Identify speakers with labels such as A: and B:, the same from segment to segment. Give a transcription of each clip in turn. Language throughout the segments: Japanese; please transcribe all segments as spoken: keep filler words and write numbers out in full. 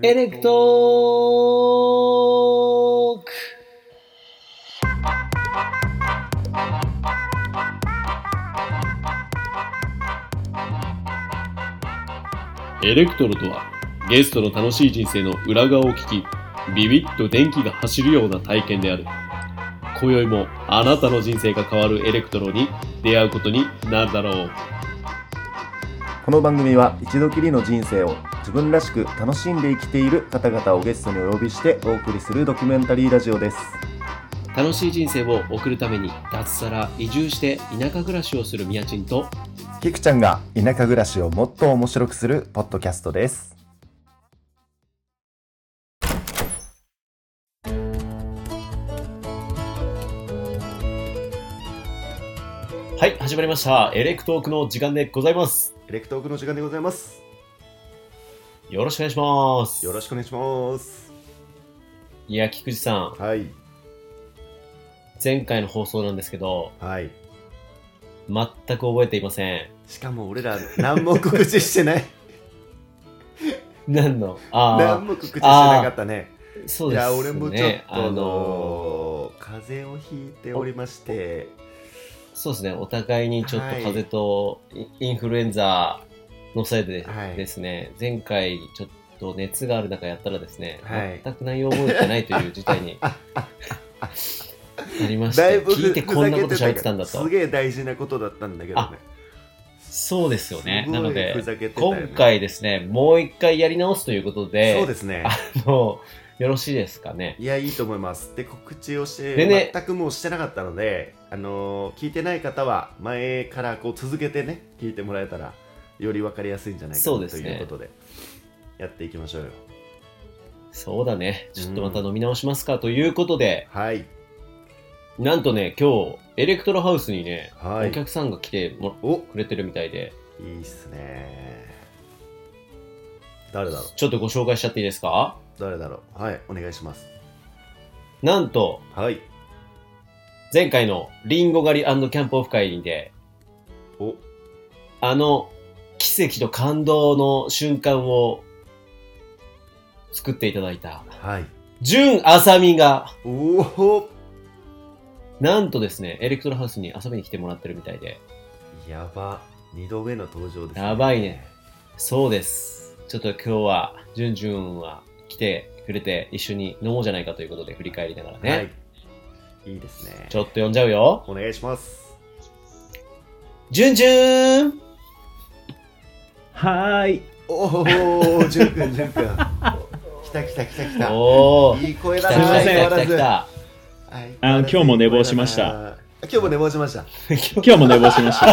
A: エレクトーク。エレクトロとは、ゲストの楽しい人生の裏側を聞き、ビビッと電気が走るような体験である。今宵もあなたの人生が変わるエレクトロに出会うことになるだろう。
B: この番組は一度きりの人生を自分らしく楽しんで生きている方々をゲストにお呼びしてお送りするドキュメンタリーラジオです。
A: 楽しい人生を送るために脱サラ移住して田舎暮らしをするみやちんと
B: キクちゃんが田舎暮らしをもっと面白くするポッドキャストです。
A: はい、始まりましたエレクトークの時間でございます。
B: エレクトークの時間でございます。
A: よろしくお願いします。
B: よろしくお願いします。
A: いや、菊池さん、
B: はい、
A: 前回の放送なんですけど、
B: はい、
A: 全く覚えていません。
B: しかも俺ら何も告知してない
A: 何のあ
B: 何も告知してなかったね。
A: そうですね。
B: いや俺もちょっと、
A: あの
B: ー、風邪をひいておりまして、
A: そうですね、お互いにちょっと風邪とインフルエンザのせいでですね、はい、前回ちょっと熱がある中やったらですね、はい、全く内容を覚えてないという事態になりまして、聞いてこんなこと喋ってたんだと。
B: すげえ大事なことだったんだけどね。
A: そうですよね。なので、
B: ね、
A: 今回ですね、もう一回やり直すということで、
B: そうですね。
A: あの、よろしいですかね。
B: いや、いいと思います。で、告知をして、
A: でね、
B: 全くもうしてなかったので、あのー、聞いてない方は前からこう続けてね、聞いてもらえたら、より分かりやすいんじゃないかな、ね、ということで、やっていきましょうよ。
A: そうだね。ちょっとまた飲み直しますか、うん、ということで、
B: はい。
A: なんとね、今日、エレクトロハウスにね、
B: はい、
A: お客さんが来てもくれてるみたいで。
B: いいっすね。誰だろう。
A: ちょっとご紹介しちゃっていいですか？
B: 誰だろう。はい、お願いします。
A: なんと、
B: はい、
A: 前回のリンゴ狩り&キャンプオフ会にて、
B: お
A: あの奇跡と感動の瞬間を作っていただいた、
B: はい、
A: 純あさみが、
B: おお、
A: なんとですね、エレクトロハウスに遊びに来てもらってるみたいで。
B: やば、二度目の登場ですね。
A: やばいね。そうです。ちょっと今日は、ジュンジュンは来てくれて、一緒に飲もうじゃないかということで振り返りながらね。
B: はい。いいですね。
A: ちょっと呼んじゃうよ。
B: お願いします。
A: ジュンジュン。
B: はーい。おー、ジュンくん、ジュンくん。来た来た来た来た。
A: おー。
B: いい声だ
A: な。来た来た来た来た。
C: あ、今日も寝坊しました。
B: 今日も寝坊しました。
C: 今日も寝坊しました。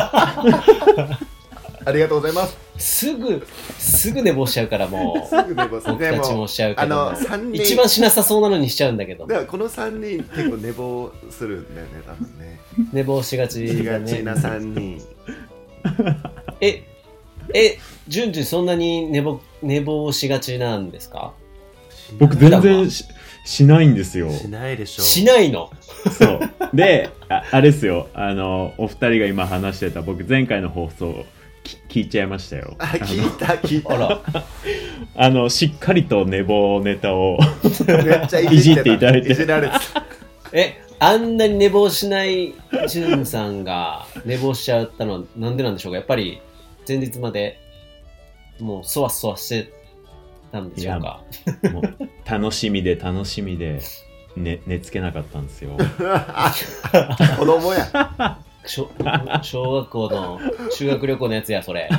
B: ありがとうございます。
A: すぐ、すぐ寝坊しちゃうからもう。
B: すぐ寝坊する。
A: 僕たちもしちゃうけども。
B: あの、さんにん。
A: 一番しなさそうなのにしちゃうんだけど。
B: だからこのさんにん結構寝坊するんだよね、多分ね。
A: 寝坊しがちだね。
B: しがちなさんにん。
A: え、え、ジュンジュンそんなに寝坊、寝坊しがちなんですか？
C: 僕全然 し, しないんですよ。
B: しないでしょ。
A: しないの？
C: そう。で、あ, あれですよ。あの、お二人が今話してた僕前回の放送聞いちゃいましたよ。
B: あ、聞いた聞いた。
A: あら。
C: あの、しっかりと寝坊ネタを
B: めっちゃ
C: いじっていただいて。
B: いじられてた。
A: え、あんなに寝坊しないジュンさんが寝坊しちゃったのはなんでなんでしょうか？やっぱり前日までもうそわそわしてたんでしょうか？
C: もう楽しみで楽しみで寝、寝つけなかったんですよ。
B: 子供や。
A: 小, 小学校の修学旅行のやつやそれ。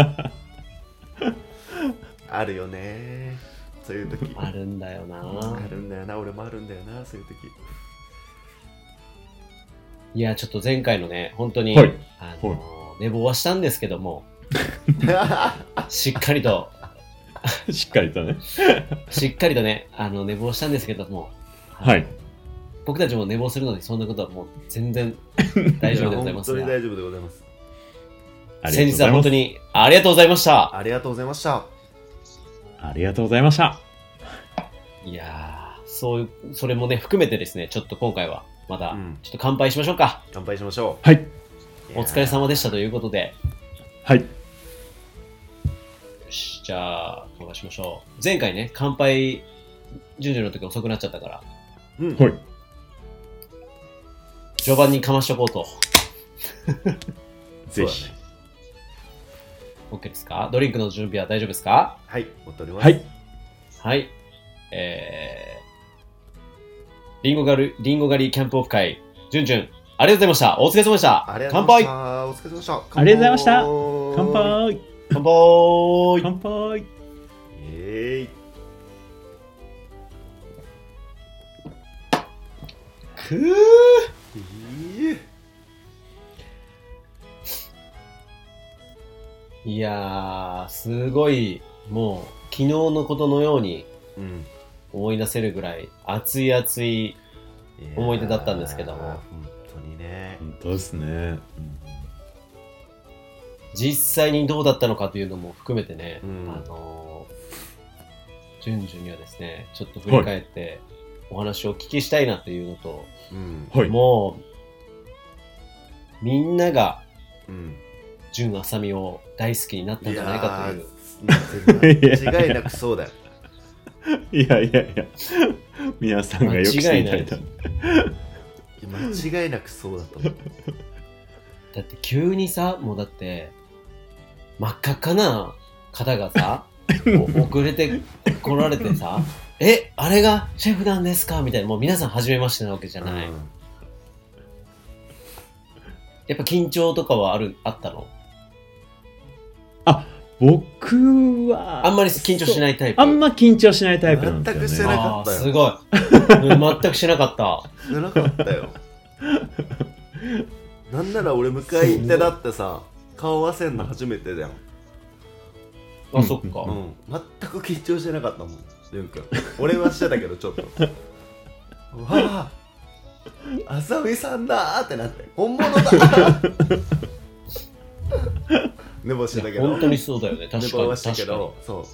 B: あるよね、そういう時。
A: あるんだよな。
B: あるんだよな、俺もあるんだよな、そういう時。
A: いや、ちょっと前回のね、本当に、
C: はい、
A: あの、はい、寝坊はしたんですけどもしっかりと
C: しっかりとね
A: しっかりとね、あの寝坊したんですけども、
C: はい、
A: 僕たちも寝坊するのでそんなことはもう全然大丈夫でございますが。
B: 本当に大丈夫でございます。
A: 先日は本当にありがとうございました。
B: ありがとうございました。
C: ありがとうございました。
A: いやー、そういうそれもね含めてですね、ちょっと今回はまたちょっと乾杯しましょうか。
B: 乾杯しましょ
C: う。はい。
A: お疲れ様でしたということで。
C: はい。
A: し、じゃあ乾杯しましょう。前回ね、乾杯順々の時遅くなっちゃったから、
C: うん、はい。
A: 序盤にかましとこうと。
C: ぜひ。
A: OK ですか？ドリンクの準備は大丈夫ですか？
B: はい、持っております。
C: はい。
A: はい。えー、リンゴ狩り、リンゴ狩りキャンプオフ会、順々、ありがとうございました。お疲れ様でした。
B: ありがとうございました。お疲れ様でした。
C: ありがとうございました。乾杯。
A: 乾杯。
C: 乾杯。イ
B: エーイ。
A: くー。いやー、すごい、もう、昨日のことのように思い出せるぐらい、熱い熱い思い出だったんですけども。
B: 本当にね。
C: 本当ですね。うん、
A: 実際にどうだったのかというのも含めてね、
B: うん、
A: あのー、順々にはですね、ちょっと振り返ってお話をお聞きしたいなというのと、
B: はい、
A: もう、みんなが、
B: うん
A: 純あさみを大好きになったんじゃないかという。
B: 間違いなくそうだよ。
C: いやいやいや、皆さんがよくしていただいた。
B: 間違いなくそうだと思う。
A: だって急にさ、もうだって、真っ赤っかな方がさ、遅れて来られてさ、え、あれがシェフなんですかみたいな、もう皆さん初めましてなわけじゃない。うん、やっぱ緊張とかはある、あったの？
C: あ、僕は
A: あんまり緊張しないタイプ。
C: あんま緊張しないタイプなんですよね。
B: 全くしてなかったよ。
A: すごい。全くしなかった。
B: してなかったよ。なんなら俺迎え行ってだってさ、顔合わせんの初めてだよ。
A: あ、そっか。
B: うん。全く緊張してなかったもん、りゅんくん。俺はしてたけどちょっと。わあ、あさみさんだーってなって、本物だー。寝坊してたけど、
A: 本当にそうだよね。確かに。寝坊したけど、
B: そう。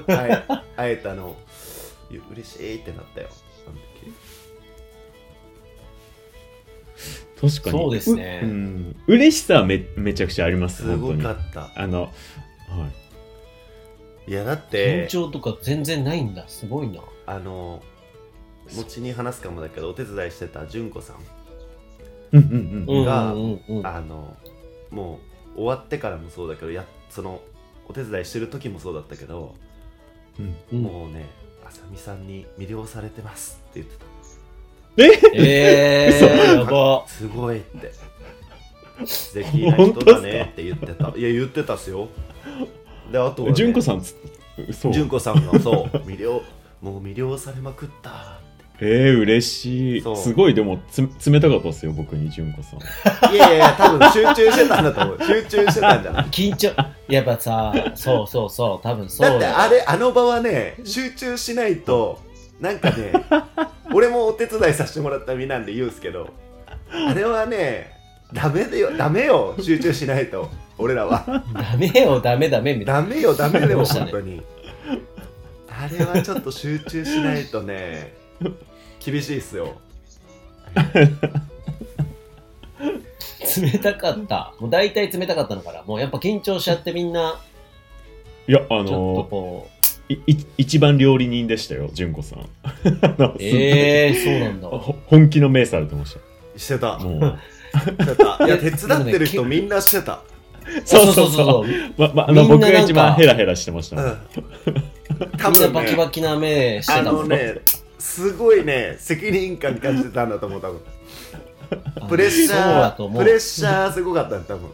B: 会え、会えたの嬉しいってなったよ。
C: 確かに。
A: そうですね。
C: う、うん、嬉しさは め, めちゃくちゃあります。
B: すごかった。
C: あの、はい。
B: いやだって
A: 緊張とか全然ないんだ。すごいな。
B: あの後に話すかもだけど、お手伝いしてた純子さ
C: ん
B: が、あのもう終わってからもそうだけど、やそのお手伝いしてる時もそうだったけど、うん、もうね、あさみさんに魅了されてますって言ってた。
A: えー、やば。
B: すごいって素敵な人だねって言ってた。いや言ってたっすよ。であとは、ね、
C: 純子さん、
B: そう純子さんがそう魅了もう魅了されまくった。
C: えー、嬉しい。すごい、でもつ冷たかったっすよ、僕に純子さん。
B: いやいや多分集中してたんだと思う。集中してたんじゃない。
A: 緊張、やっぱさ、そうそうそう、多分そう
B: だってあれ、あの場はね、集中しないとなんかね俺もお手伝いさせてもらった身なんで言うんすけど、あれはねダメだよ、ダメよ、集中しないと。俺らは
A: ダメよ、ダメダメみたいな。
B: ダメよ、ダメでも本当に。あれはちょっと集中しないとね厳しいっすよ。
A: 冷たかった。もう大体冷たかったのから、もうやっぱ緊張しちゃってみんな。
C: いや、あのー、ちょっとこういい一番料理人でしたよ、純子さん。
A: えー、そうなんだ。
C: 本気の目されてました。
B: してた。もうしてた。いや、手伝ってる人みんなしてた。
A: そうそうそう。
C: まま、あの僕が一番ヘラヘラしてました。うん、
A: 多分、ね、バキバキな目してたもん
B: ね。すごいね、責任感感じてたんだと思う、多分。プレッシャー、プレッシャーすごかったんだ、多分。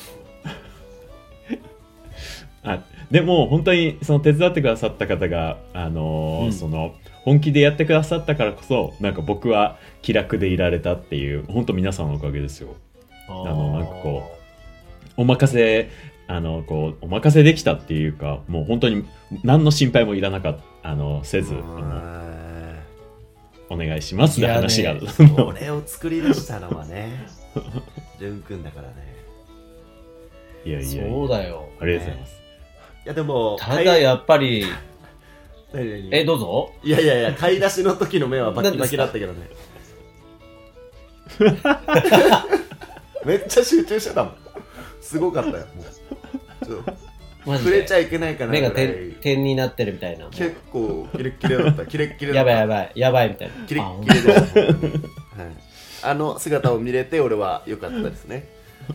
C: あ、でも本当にその手伝ってくださった方が、あのーうん、その本気でやってくださったからこそ、なんか僕は気楽でいられたっていう、本当皆さんのおかげですよ。あのなんかこうお任せあのこうお任せできたっていうか、もう本当に何の心配もいらなかったあのせず、あのお願いしますって話が、
B: これを作り出したのはね純くんだからね。
C: いやいやいや、
A: そうだよ、
C: ありがとうございます。
B: いやでも
A: ただやっぱりえ、どうぞ。
B: いやいやいや、買い出しの時の目はバキバキだったけどねめっちゃ集中してたもん。すごかったよ、もう。ちょ
A: マジ
B: 触れ
A: で
B: ちゃいけないかな
A: 目が
B: ぐらい
A: 点点になってるみたいな。
B: 結構キレッキレだったキレッキレだった
A: やばいやばいやばいみたいな。
B: キレッキレでした、はい、あの姿を見れて俺は良かったですね。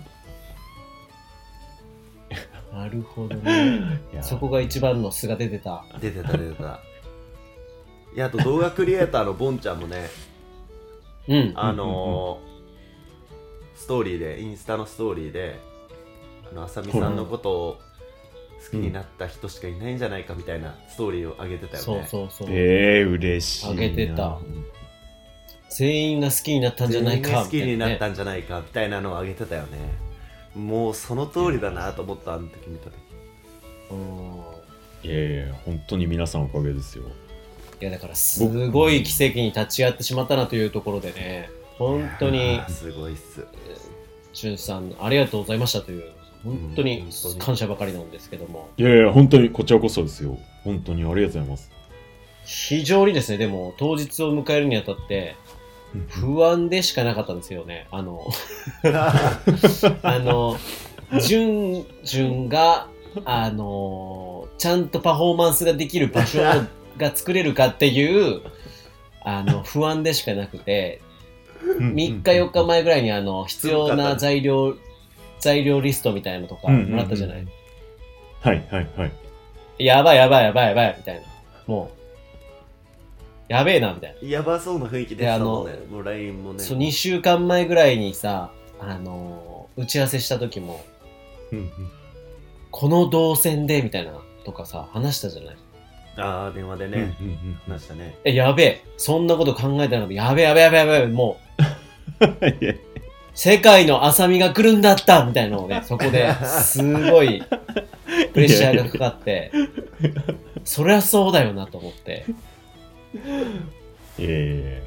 A: なるほどね。そこが一番の素が出てた。
B: 出てた出てた。いや、あと動画クリエイターのボンちゃんもね、
A: うん、
B: あのー、ストーリーでインスタのストーリーであのあさみさんのことを好きになった人しかいないんじゃないかみたいなストーリーを上げてたよね。
A: そうそうそう。
C: えー、嬉しいな。
A: 上げてた。全員が好きになったんじゃないかみたいな、ね、
B: 全員が好きになったんじゃないかみたいなのを上げてたよね。もうその通りだなと思った、あの時見た時。
A: うん。
C: いやいや、本当に皆さんおかげですよ。
A: いやだからすごい奇跡に立ち会ってしまったなというところでね、本当に
B: すごいっす。
A: しゅんさんありがとうございましたという本当に感謝ばかりなんですけども、
C: いやいや本当にこちらこそですよ。本当にありがとうございます。
A: 非常にですね、でも当日を迎えるにあたって不安でしかなかったんですよね。あのあのじゅんじゅんがあのちゃんとパフォーマンスができる場所が作れるかっていうあの不安でしかなくて、みっかよっかまえぐらいにあの必要な材料材料リストみたいなのとかもらったじゃない、うんうんうん、
C: はいはいはい。
A: やばいやばいやばいやばいみたいな、もうやべえなみたいな、
B: やばそうな雰囲気でしたもんね。もう ライン もね、
A: そうにしゅうかんまえぐらいにさ、あの打ち合わせした時も、
C: うんうん、
A: この動線でみたいなとかさ話したじゃない。
B: ああ電話でね、うんうんうん、話したね。
A: えやべえ、そんなこと考えたのやべえやべえやべえやべえ、もう世界の浅見が来るんだったみたいなのをね、そこですごいプレッシャーがかかってそりゃそうだよなと思って。
C: いやいやいや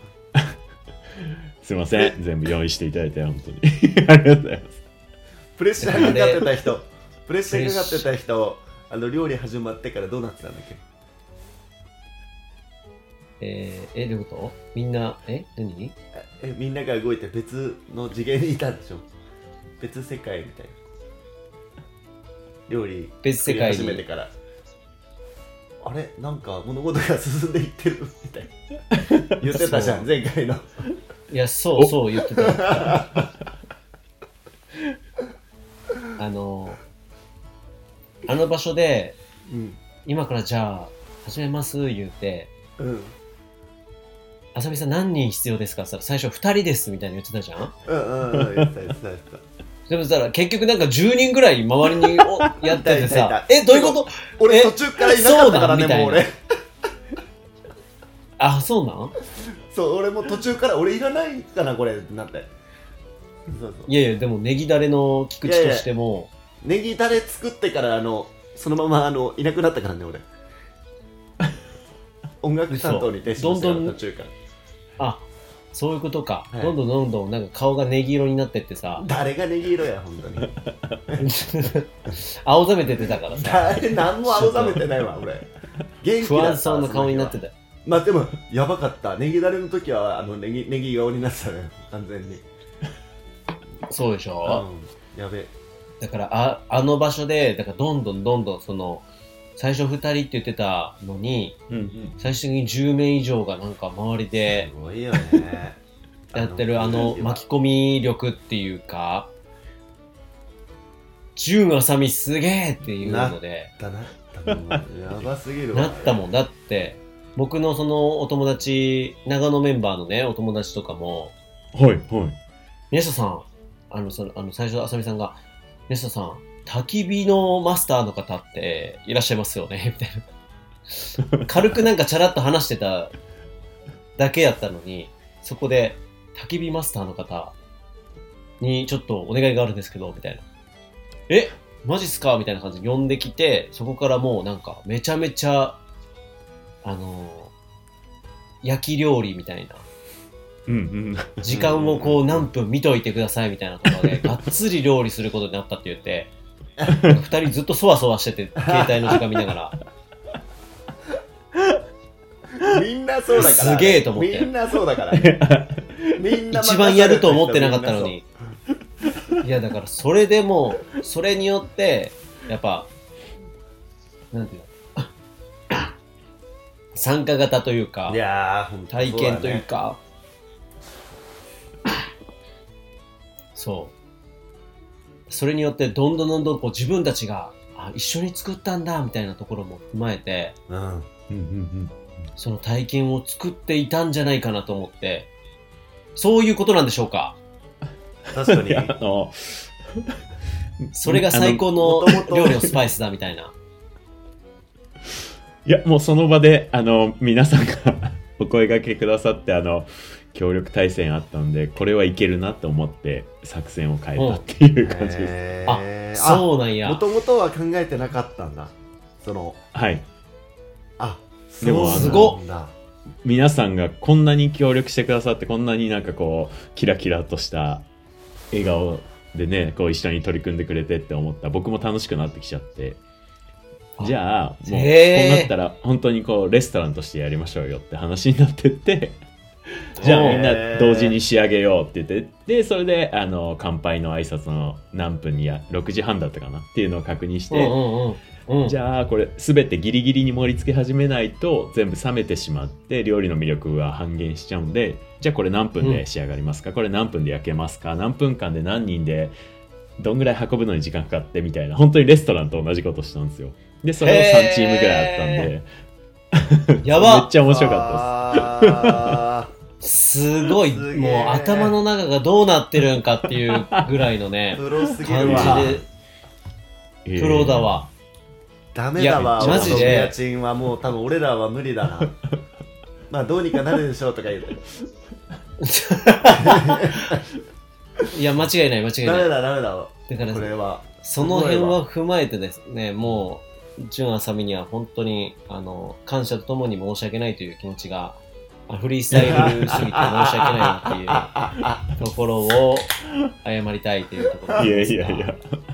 C: すいません、全部用意していただいて本当にありがとうございます。
B: プレッシャーかかってた人プレッシャーかかってた人、あの料理始まってからどうなってたんだっけ。
A: えー、えどういうこと。みんなえ何
B: えみんなが動いて別の次元にいたんでしょ。別世界みたいな。料理
A: 別世界に
B: 始めてからあれなんか物事が進んでいってるみたいな言ってたじゃん前回の。
A: いやそうそう言ってたあのあの場所で、うん、今からじゃあ始めます言うて、うん、あさみさん何人必要ですかって言ったら最初ふたりですみたいな言ってたじゃん。
B: うんうんうん言ってた言ってた言ってた。
A: でもさ結局なんかじゅうにんぐらい周りにやっててさえどういうこと。
B: 俺途中からいなかったからねもう俺
A: あそうなん
B: そう俺も途中から俺いらないかなこれってなって。
A: そうそういやいやでもネギダレの菊池としても
B: いやいやネギダレ作ってからあのそのままあのいなくなったからね俺音楽担当に徹しましたよ途中から。
A: あそういうことか、はい、どんどんどんどんなんか顔がネギ色になってってさ。
B: 誰がネギ色や本当に
A: 青ざめててたからさ。
B: 誰何も青ざめてないわ俺元気だった。
A: 不安そうな顔になってた。
B: まあでもやばかった。ネギダレの時はあのネギネギ顔になってたね完全に。
A: そうでしょ、
B: うん、やべえ。
A: だからああの場所でだからどんどんどんどんその最初ふたりって言ってたのに、うんうん、最終的にじゅうめい以上がなんか周りです
B: ごいよね
A: やってるあの巻き込み力っていうか純あさみすげえっていうので
B: なったなったもやばすぎるわ
A: なったもん。だって僕のそのお友達長野メンバーのねお友達とかも
C: はいはい
A: 宮下さんあのそのあの最初あさみさんが宮下さん焚き火のマスターの方っていらっしゃいますよねみたいな軽くなんかチャラッと話してただけやったのにそこで焚き火マスターの方にちょっとお願いがあるんですけどみたいなえマジっすかみたいな感じで呼んできてそこからもうなんかめちゃめちゃあの焼き料理みたいな
C: うんうん、
A: 時間をこう何分見といてくださいみたいなところでがっつり料理することになったって言ってふたりずっとそわそわしてて携帯の時間見なが
B: らみんなそうだから
A: すげえと思って
B: みんなそうだからみんな
A: 一番やると思ってなかったのにいやだからそれでもそれによってやっぱなんていうの参加型というか、
B: いやー、
A: 体験というか、そう。それによってどんどんどんどんこう自分たちがあ一緒に作ったんだみたいなところも踏まえて、
B: うんうんうんうん、
A: その体験を作っていたんじゃないかなと思って、そういうことなんでしょうか。
B: 確かに。
C: あの
A: それが最高の料理のスパイスだみたいな。
C: いや、もうその場で、あの、皆さんがお声掛けくださって、あの、協力対戦あったので、これはいけるなと思って作戦を変えたっていう感じです。
A: あ、そうなんや。
B: もともとは考えてなかったんだ。その。
C: はい。
B: あ、
C: でも
A: すごっ。
C: 皆さんがこんなに協力してくださって、こんなになんかこう、キラキラとした笑顔でね、こう一緒に取り組んでくれてって思った僕も楽しくなってきちゃって、じゃあもうこうなったら本当にこうレストランとしてやりましょうよって話になってって、じゃあみんな同時に仕上げようって言って、でそれであの乾杯の挨拶の何分にやろくじはんだったかなっていうのを確認して、うんうんうん、じゃあこれ全てギリギリに盛り付け始めないと全部冷めてしまって料理の魅力が半減しちゃうんで、じゃあこれ何分で仕上がりますか、うん、これ何分で焼けますか、何分間で何人でどんぐらい運ぶのに時間かかってみたいな、本当にレストランと同じことしたんですよ。でそれをさんチームぐらいあったんで
A: やば
C: めっちゃ面白かった
A: ですすごい、もう頭の中がどうなってるんかっていうぐらいのね
B: プロすぎるわ
A: 感じでプロだわ、
B: えー、ダメだわマジで家賃はもう多分俺らは無理だなまあどうにかなるでしょうとか言うて
A: いや間違いない間違いない、
B: ダメだダメだ
A: だから
B: これは
A: その辺は踏まえてですね、もう純あさみには本当にあの感謝とともに申し訳ないという気持ちがフリースタイルすぎて申し訳ないっていうところを謝りたいというところですが、いやいやいや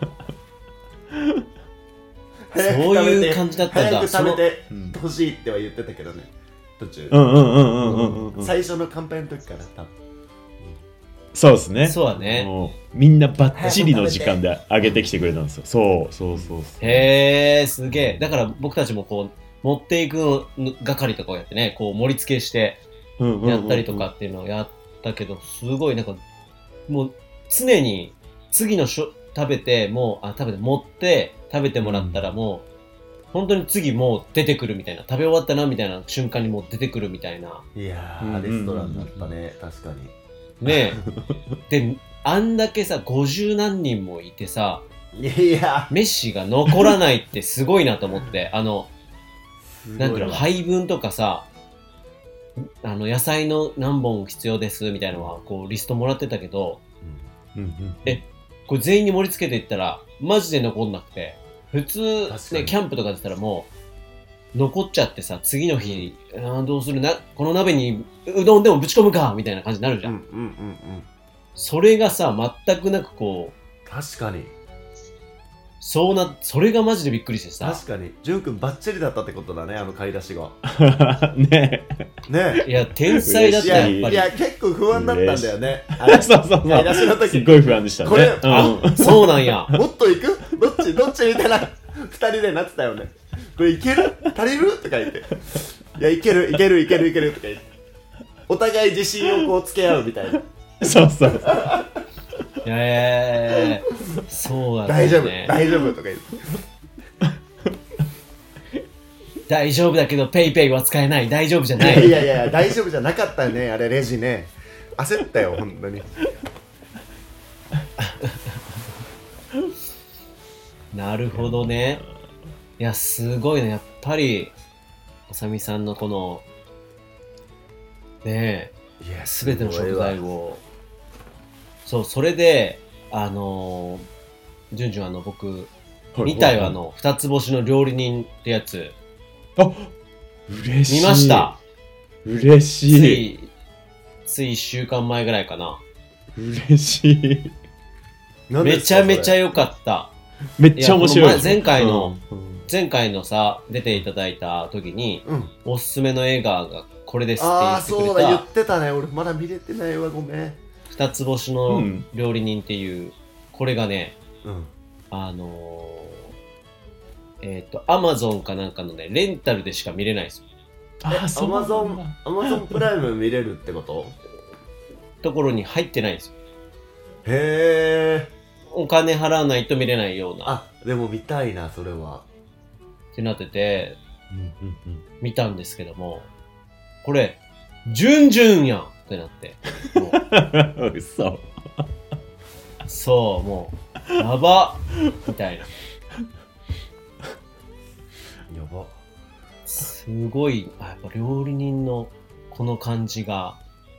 A: そういう感じだったんだ。
B: 早く食べてほしいっては言ってたけどね、途中。
C: うんうんうんうんうん。
B: 最初の乾杯の時から多分。
C: そうですね。
A: そうだね。
C: もうみんなバッチリの時間で上げてきてくれたんですよ。そうそうそうそう。
A: へー、すげえ。だから僕たちもこう持っていく係とかをやってね、こう盛り付けしてやったりとかっていうのをやったけど、すごいなんかもう常に次のしょ食べてもうあ食べて持って食べてもらったらもう、うん、本当に次もう出てくるみたいな、食べ終わったなみたいな瞬間にもう出てくるみたいな。
B: いやー、レストランだったね、うん、確かに。
A: ねえ。で、あんだけさ、ごじゅうなんにんもいてさ、
B: いや
A: 飯が残らないってすごいなと思って、あの、なんていうの、配分とかさ、あの、野菜の何本必要ですみたいなのは、こう、リストもらってたけど、うんうんうん、え、これ全員に盛り付けていったら、マジで残んなくて、普通、ね、キャンプとかだったらもう、残っちゃってさ、次の日、あどうするな、この鍋にうどんでもぶち込むかみたいな感じになるじゃん。うんうんうんうん、それがさ、全くなくこう、
B: 確かに。
A: そうな、それがマジでびっくりしてさ。
B: 確かに。ジュン君バッチリだったってことだね、あの買い出しが。
C: ね
B: え。ね
A: え。いや、天才だったやっぱり。
B: いや、結構不安だったんだよね。
C: そうそうそう。
B: 買い出しの時。
C: すっごい不安でしたね。
B: これ、
A: あ、そうなんや。
B: もっといくどっちどっちみたいな、二人でなってたよね。これいける足りるとか言って。いや、いける、いける、いける、いけるとか言って。お互い自信をこうつけ合うみたいな。
C: そうそう。
A: えー、そうだね。
B: 大丈夫、大丈夫とか言って。
A: 大丈夫だけどペイペイは使えない。大丈夫じゃない。
B: いやいや、大丈夫じゃなかったね、あれレジね。焦ったよ、本当に。
A: なるほどね。いや、すごいね。やっぱり、あさみさんのこの、ねえ、すべての食材を、そう、それで、あのー、じゅんじゅんあの、僕、見たよ、あの、二つ星の料理人ってやつ。
C: あ、嬉しい。
A: 見ました。
C: 嬉しい。
A: つい、つい一週間前ぐらいかな。
C: 嬉しい。
A: めちゃめちゃ良かった。
C: めっちゃ面白い。
A: い前回の、うん、前回のさ、出ていただいた時に、うん、おすすめの映画がこれですって言ってくれた。ああ、そうだ、
B: 言ってたね。俺まだ見れてないわ、ごめん。
A: 二つ星の料理人っていう、うん、これがね、
B: うん、
A: あのー、 えっ、ー、と、アマゾンかなんかのね、レンタルでしか見れないですよ。
B: あ、アマゾン、アマゾンプライム見れるってこと？
A: ところに入ってないんですよ。
B: へー。
A: お金払わないと見れないような。
B: あ、でも見たいな、それは。
A: ってなってて、
C: うんうんうん、
A: 見たんですけども、これ、ジュンジュンやんってなって。
C: もう嘘。
A: そう、もう、やばみたいな。
B: やば。
A: すごい、やっぱ料理人のこの感じが、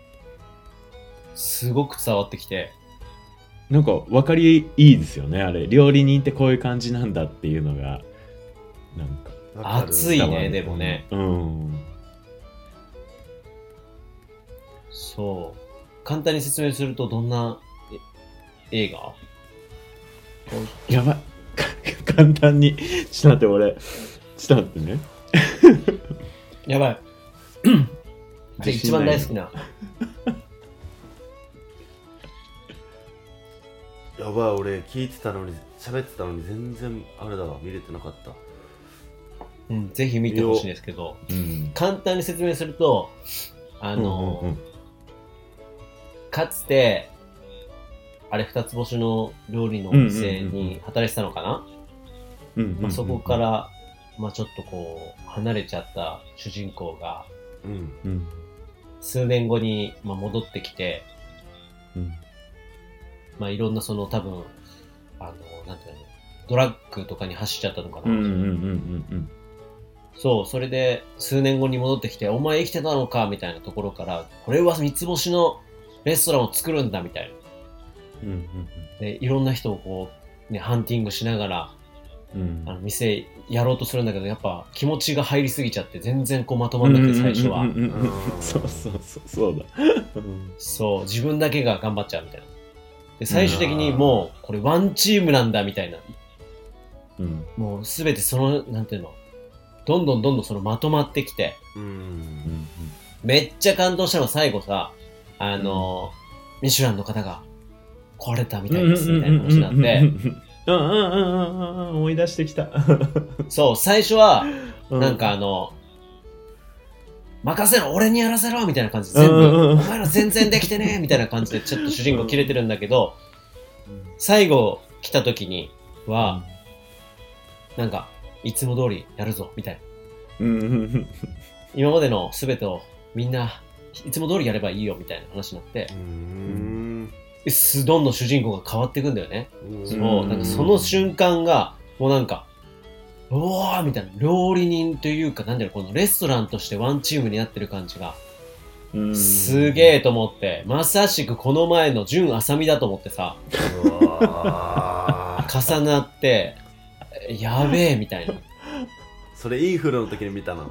A: すごく伝わってきて。
C: なんか分かりいいですよね、あれ。料理人ってこういう感じなんだっていうのが、なんか。
A: 熱いね、でもね。
C: うん。
A: そう。簡単に説明するとどんな映画？
C: やばい。簡単に。ちょっと待って、俺。ちょっと待ってね。
A: やばい。で、一番大好きな。
B: やばい、俺聞いてたのに、喋ってたのに全然あれだわ、見れてなかった。
A: うん、ぜひ見てほしいんですけど、
C: うん、
A: 簡単に説明すると、あの、
C: うんうんうん、
A: かつて、あれ二つ星の料理のお店に働いてたのかな、
C: うんうんうんうん、
A: まあ、そこから、まあ、ちょっとこう、離れちゃった主人公が、
B: うん
C: うん、
A: 数年後に、まあ、戻ってきて、
C: うん
A: まあ、いろんなその多分、あの、なんていうの、ドラッグとかに走っちゃったのかな。
C: うんうんうんうんうん
A: そう、それで数年後に戻ってきて、お前生きてたのかみたいなところから、これは三つ星のレストランを作るんだみたいな。
C: うんうん
A: で、いろんな人をこう、ね、ハンティングしながら、
C: うん、
A: あの店やろうとするんだけど、やっぱ気持ちが入りすぎちゃって、全然こうまとまんなくて、最初は。
C: そうそうそう、そうだ。
A: そう、自分だけが頑張っちゃうみたいな。で、最終的にもう、これワンチームなんだみたいな。
C: うん、
A: もうすべてその、なんていうの、どんどんどんどんそのまとまってきて、
B: うん、
A: めっちゃ感動したのが最後さ、あの、うん、ミシュランの方が来れたみたいですみたいな話になって、
C: うんうんうんうんうん、思い出してきた。
A: そう、最初は、なんかあの、任せろ俺にやらせろみたいな感じで全部、うんうんうん、お前ら全然できてねみたいな感じでちょっと主人公切れてるんだけど、最後来た時には、うん、なんか、いつも通りやるぞみたいな。今までの全てをみんないつも通りやればいいよみたいな話になって、うーんどんどん主人公が変わっていくんだよね。そう、なんかその瞬間がもうなんか、うわーみたいな、料理人というかなんだろう、このレストランとしてワンチームになってる感じがすげえと思って、まさしくこの前の純浅見だと思ってさ、うわー重なってやべえみたいな。
B: それインフルの時に見たの？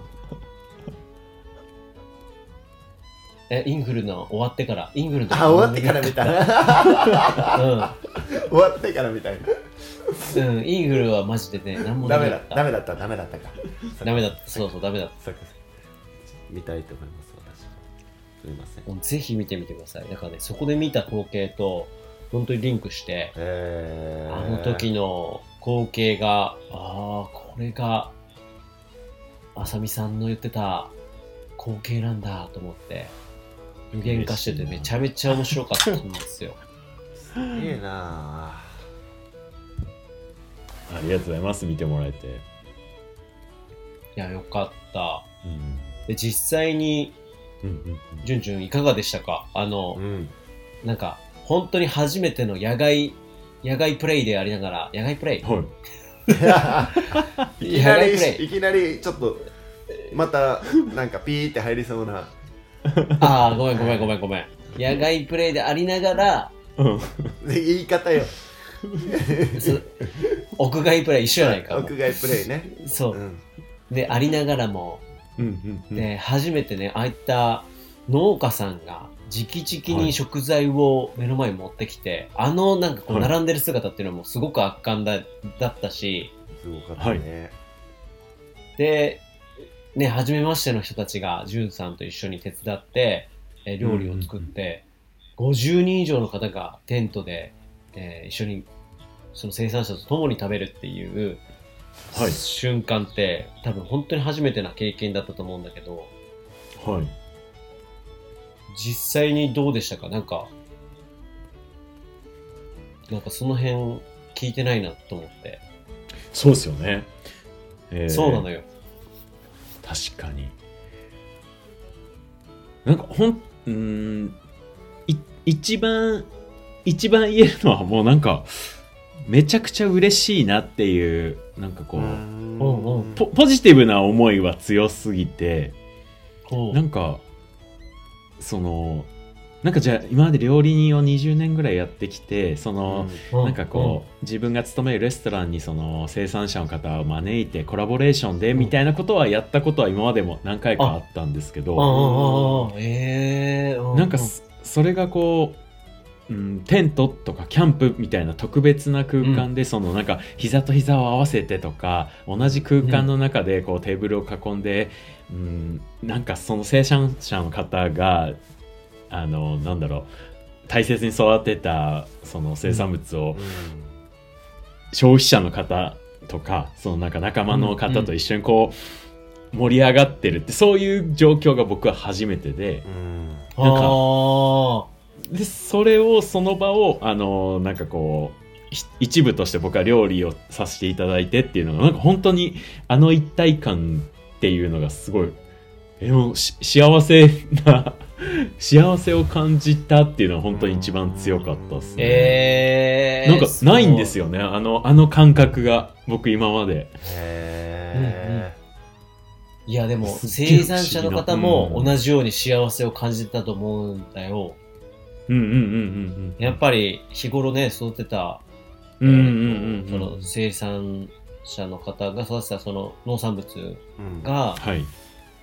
A: え、インフルの終わってから、インフルの
B: あ、終わってから見たな。うん、終わってから見たい
A: な。うん、インフルはマジでね、何も
B: ダメだ、ダメだった、ダメだったか。
A: ダメだった、そうそう、ダメだった。
B: 見たいと思います、私。すみません。
A: もうぜひ見てみてください。だからね、そこで見た光景と、本当にリンクして、
B: えー、
A: あの時の光景が、ああ、これが、あさみさんの言ってた光景なんだと思って、無限化しててめちゃめちゃ面白かったんですよ。
B: すげえな
C: ありがとうございます。見てもらえて。
A: いや、よかった。
C: うん、
A: で、実際に、じゅんじゅんいかがでしたか？あの、うん、なんか、本当に初めての野外、野外プレイでありながら、野外プレイ、
C: はい
B: いきなりいきなりちょっとまたなんかピーって入りそうな
A: ああごめんごめんごめんごめん野外プレイでありながら、
B: うん、言い方よ
A: 屋外プレイ一緒じゃないか。
B: 屋外プレイね。
A: そう、うん、でありながらも、
C: うんうんうん、
A: で初めてねああいった農家さんが直々に食材を目の前に持ってきて、はい、あのなんかこう並んでる姿っていうのもすごく圧巻だ、だったし、
B: すごかったね。
A: で、ね、初めましての人たちがジュンさんと一緒に手伝ってえ料理を作って、うんうんうん、ごじゅうにん以上の方がテントで、えー、一緒にその生産者と共に食べるっていう、 瞬間って、はい、多分本当に初めてな経験だったと思うんだけど、
C: はい、
A: 実際にどうでしたか？なんかなんかその辺聞いてないなと思って。
C: そうですよね、
A: えー、そうなのよ。
C: 確かになんかほんうーんい一番一番言えるのはもうなんかめちゃくちゃ嬉しいなっていうなんかこう、うポ、ポジティブな思いは強すぎて、なんかそのなんかじゃあ今まで料理人をにじゅうねんぐらいやってきて、その、うん、なんかこう、うん、自分が勤めるレストランにその生産者の方を招いてコラボレーションでみたいなことはやったことは今までも何回かあったんですけど、
A: ああ、えー、
C: なんかそれがこう、うん、テントとかキャンプみたいな特別な空間で、うん、そのなんか膝と膝を合わせてとか同じ空間の中でこうテーブルを囲んで、うん、なんかその生産者の方があのなんだろう大切に育てたその生産物を、うん、消費者の方とかそのなんか仲間の方と一緒にこう盛り上がってるってそういう状況が僕は初めてで、うん、なんかあでそれをその場をあのなんかこう一部として僕は料理をさせていただいてっていうのがなんか本当にあの一体感っていうのがすごいえもうし幸せな幸せを感じたっていうのは本当に一番強かったですね。
A: えー、
C: なんかないんですよねあのあの感覚が僕今まで。
A: へー、うんうん、いやでも生産者の方も同じように幸せを感じてたと思うんだよ。
C: うんうんうんうんうん。
A: やっぱり日頃ね育てた、えー、その生産者の方が育てたその農産物が、
C: うんはい、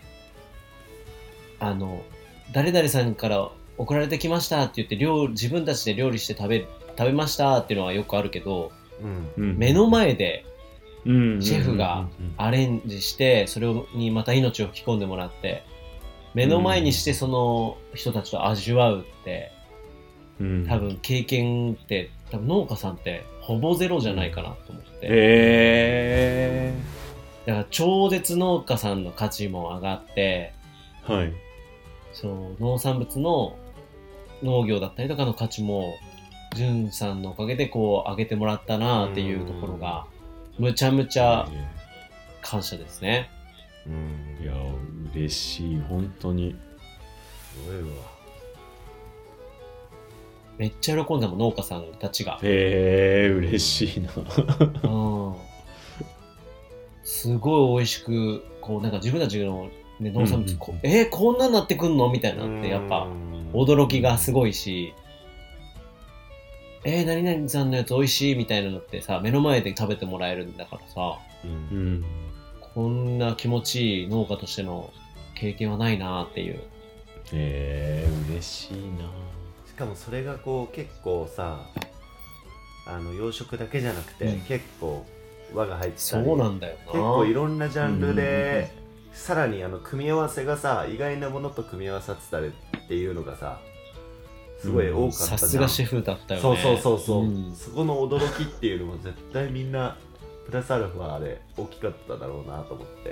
A: あの誰々さんから送られてきましたって言って料自分たちで料理して食べ食べましたっていうのはよくあるけど、うん、目の前でシェフがアレンジしてそれにまた命を吹き込んでもらって目の前にしてその人たちと味わうって、うん、多分経験って多分農家さんってほぼゼロじゃないかなと思って、
C: へ
A: ー、だから超絶農家さんの価値も上がって、
C: はい、
A: そう農産物の農業だったりとかの価値もじゅんさんのおかげでこう上げてもらったなっていうところがむちゃむちゃ感謝ですね。
C: うんいや嬉しい本当にすごいわ。
A: めっちゃ喜んだもん農家さんたちが。
C: へえ嬉しいな、
A: うん、すごい美味しくこうなんか自分たちので農産物、うんうん、えー、こんなになってくんのみたいなってやっぱ驚きがすごいし、えー、何々さんのやつ美味しいみたいなのってさ目の前で食べてもらえるんだからさ、うん、こんな気持ちいい農家としての経験はないなっていう。
C: えー、嬉しいな。
B: しかもそれがこう結構さあの洋食だけじゃなくて、うん、結構輪が入ってたり
A: そうなんだよな
B: 結構いろんなジャンルで、うんさらにあの組み合わせがさ意外なものと組み合わさってたりっていうのがさすごい多かったじゃん。
A: さすがシェフだったよね。
B: そうそうそうそう、うん、そこの驚きっていうのも絶対みんなプラスアルファで大きかっただろうなと思って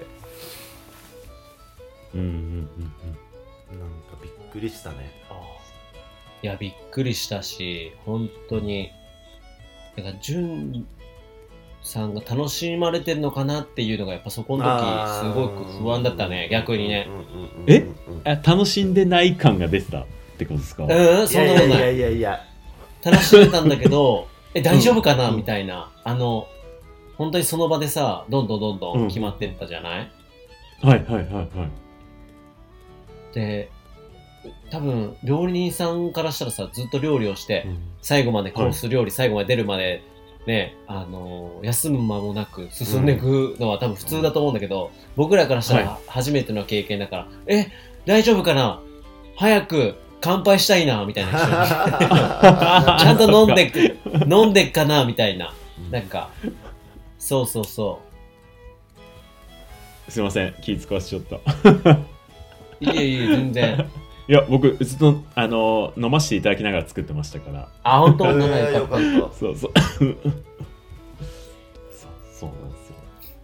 C: うんうんうんうんなんか
B: びっくりしたね。
A: ああいやびっくりしたし本当にだから純さんが楽しまれてるのかなっていうのがやっぱそこの時すごく不安だったね逆にね。
C: え楽しんでない感が出てたってことですか？
A: うんそんなことない。
B: いやいやいや
A: 楽しんでたんだけどえ大丈夫かな、うん、みたいなあの本当にその場でさどんどんどんどん決まってったじゃない、
C: うん、はいはいはいはい
A: で多分料理人さんからしたらさずっと料理をして、うん、最後までコース料理、はい、最後まで出るまでね、あのー、休む間もなく進んでいくのは多分普通だと思うんだけど、うん、僕らからしたら初めての経験だから、はい、え大丈夫かな早く乾杯したいなみたいなちゃんと飲んで飲んでっかなみたいななんかそうそうそう
C: すいません気使わせちゃった
A: いえいえ全然
C: いや僕ずっとあの飲ませていただきながら作ってましたから。
A: あ本当
B: によかった
C: そうそうそうそうなんですよ。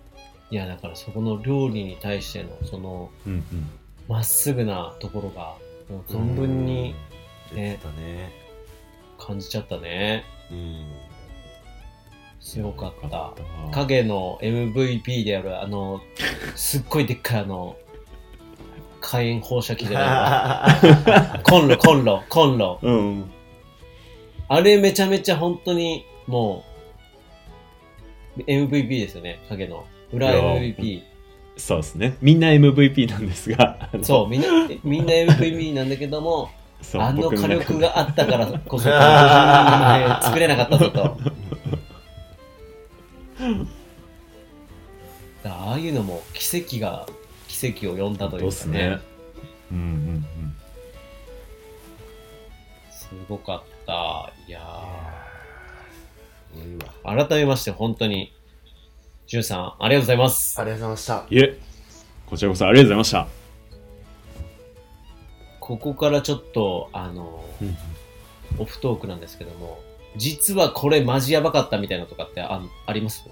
A: いやだからそこの料理に対してのそのま、うん、っすぐなところがもう存分にね、うんね、感じちゃったね。うん、すごかった。影の エムブイピー であるあのすっごいでっかいあの火炎放射器じゃないコンロコンロコンロ、うん、あれめちゃめちゃ本当にもう エムブイピー ですよね。影の裏 エムブイピー。
C: そうですね。みんな エムブイピー なんですが。
A: そう、みんな、みんな エムブイピー なんだけども、あの火力があったからこそ、作れなかったぞと。ああいうのも奇跡が、奇跡を呼んだというかね。そうですね。うんうんうん。すごかった。いやー。改めまして本当に、ジュンさん、ありがとうございます。
B: ありがとうございました。
C: いえ、こちらこそありがとうございました。
A: ここからちょっと、あの、うん、オフトークなんですけども、実はこれマジやばかったみたいなのとかって あ, あります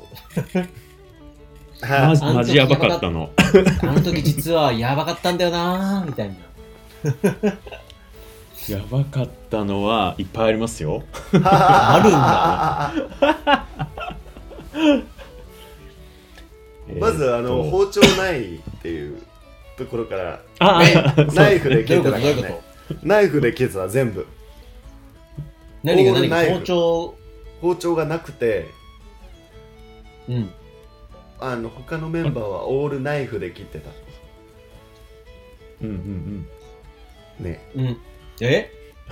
C: マ, マジやばかったの。
A: あの時実はやばかったんだよなみたいな。
C: やばかったのはいっぱいありますよ。
A: あ
B: るんだ。まずあの包丁ないっていうところからナイフで切ったからね。ナイフで切った全部。
A: 何が何が包丁
B: 包丁がなくて、
A: うん。
B: あの他のメンバーはオールナイフで切ってた。
C: うんうん
B: うん。ね。
A: うん。え？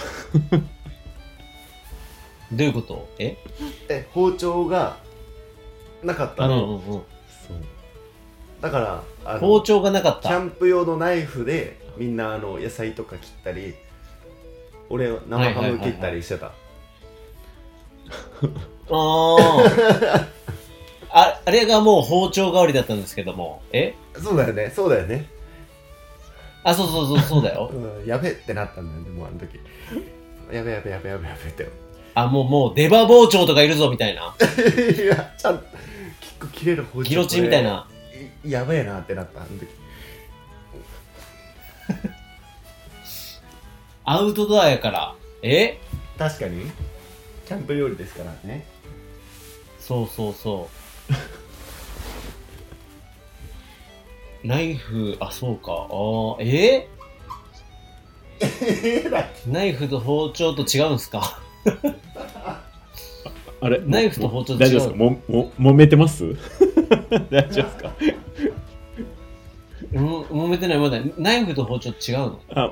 A: どういうこと？え？
B: え包丁がなかったの。
A: うんうんうん。
B: だからあの
A: 包丁がなかった。
B: キャンプ用のナイフでみんなあの野菜とか切ったり、俺生ハム切ったりしてた。
A: あああれがもう包丁代わりだったんですけども、え？
B: そうだよね、そうだよね。
A: あ、そうそうそうそうだよ。
B: うん、やべってなったんだよね、もうあの時。やべやべやべやべやべって。
A: あ、もうもう出刃包丁とかいるぞみたいな。
B: いや、ちゃんと結構切れる包丁。
A: ギロチンみたいな。
B: やべえなってなったあの時。
A: アウトドアやから。え？
B: 確かにキャンプ料理ですからね。
A: そうそうそう。ナイフ、あ、そうか。あー、えー、ナイフと包丁と違うんすか？
C: あれ
A: ナイフと包丁と
C: 違う。大丈夫ですか？も、も、揉めてます？大丈夫ですか？
A: も、揉めてない、まだ。ナイフと包丁違うの？
C: あ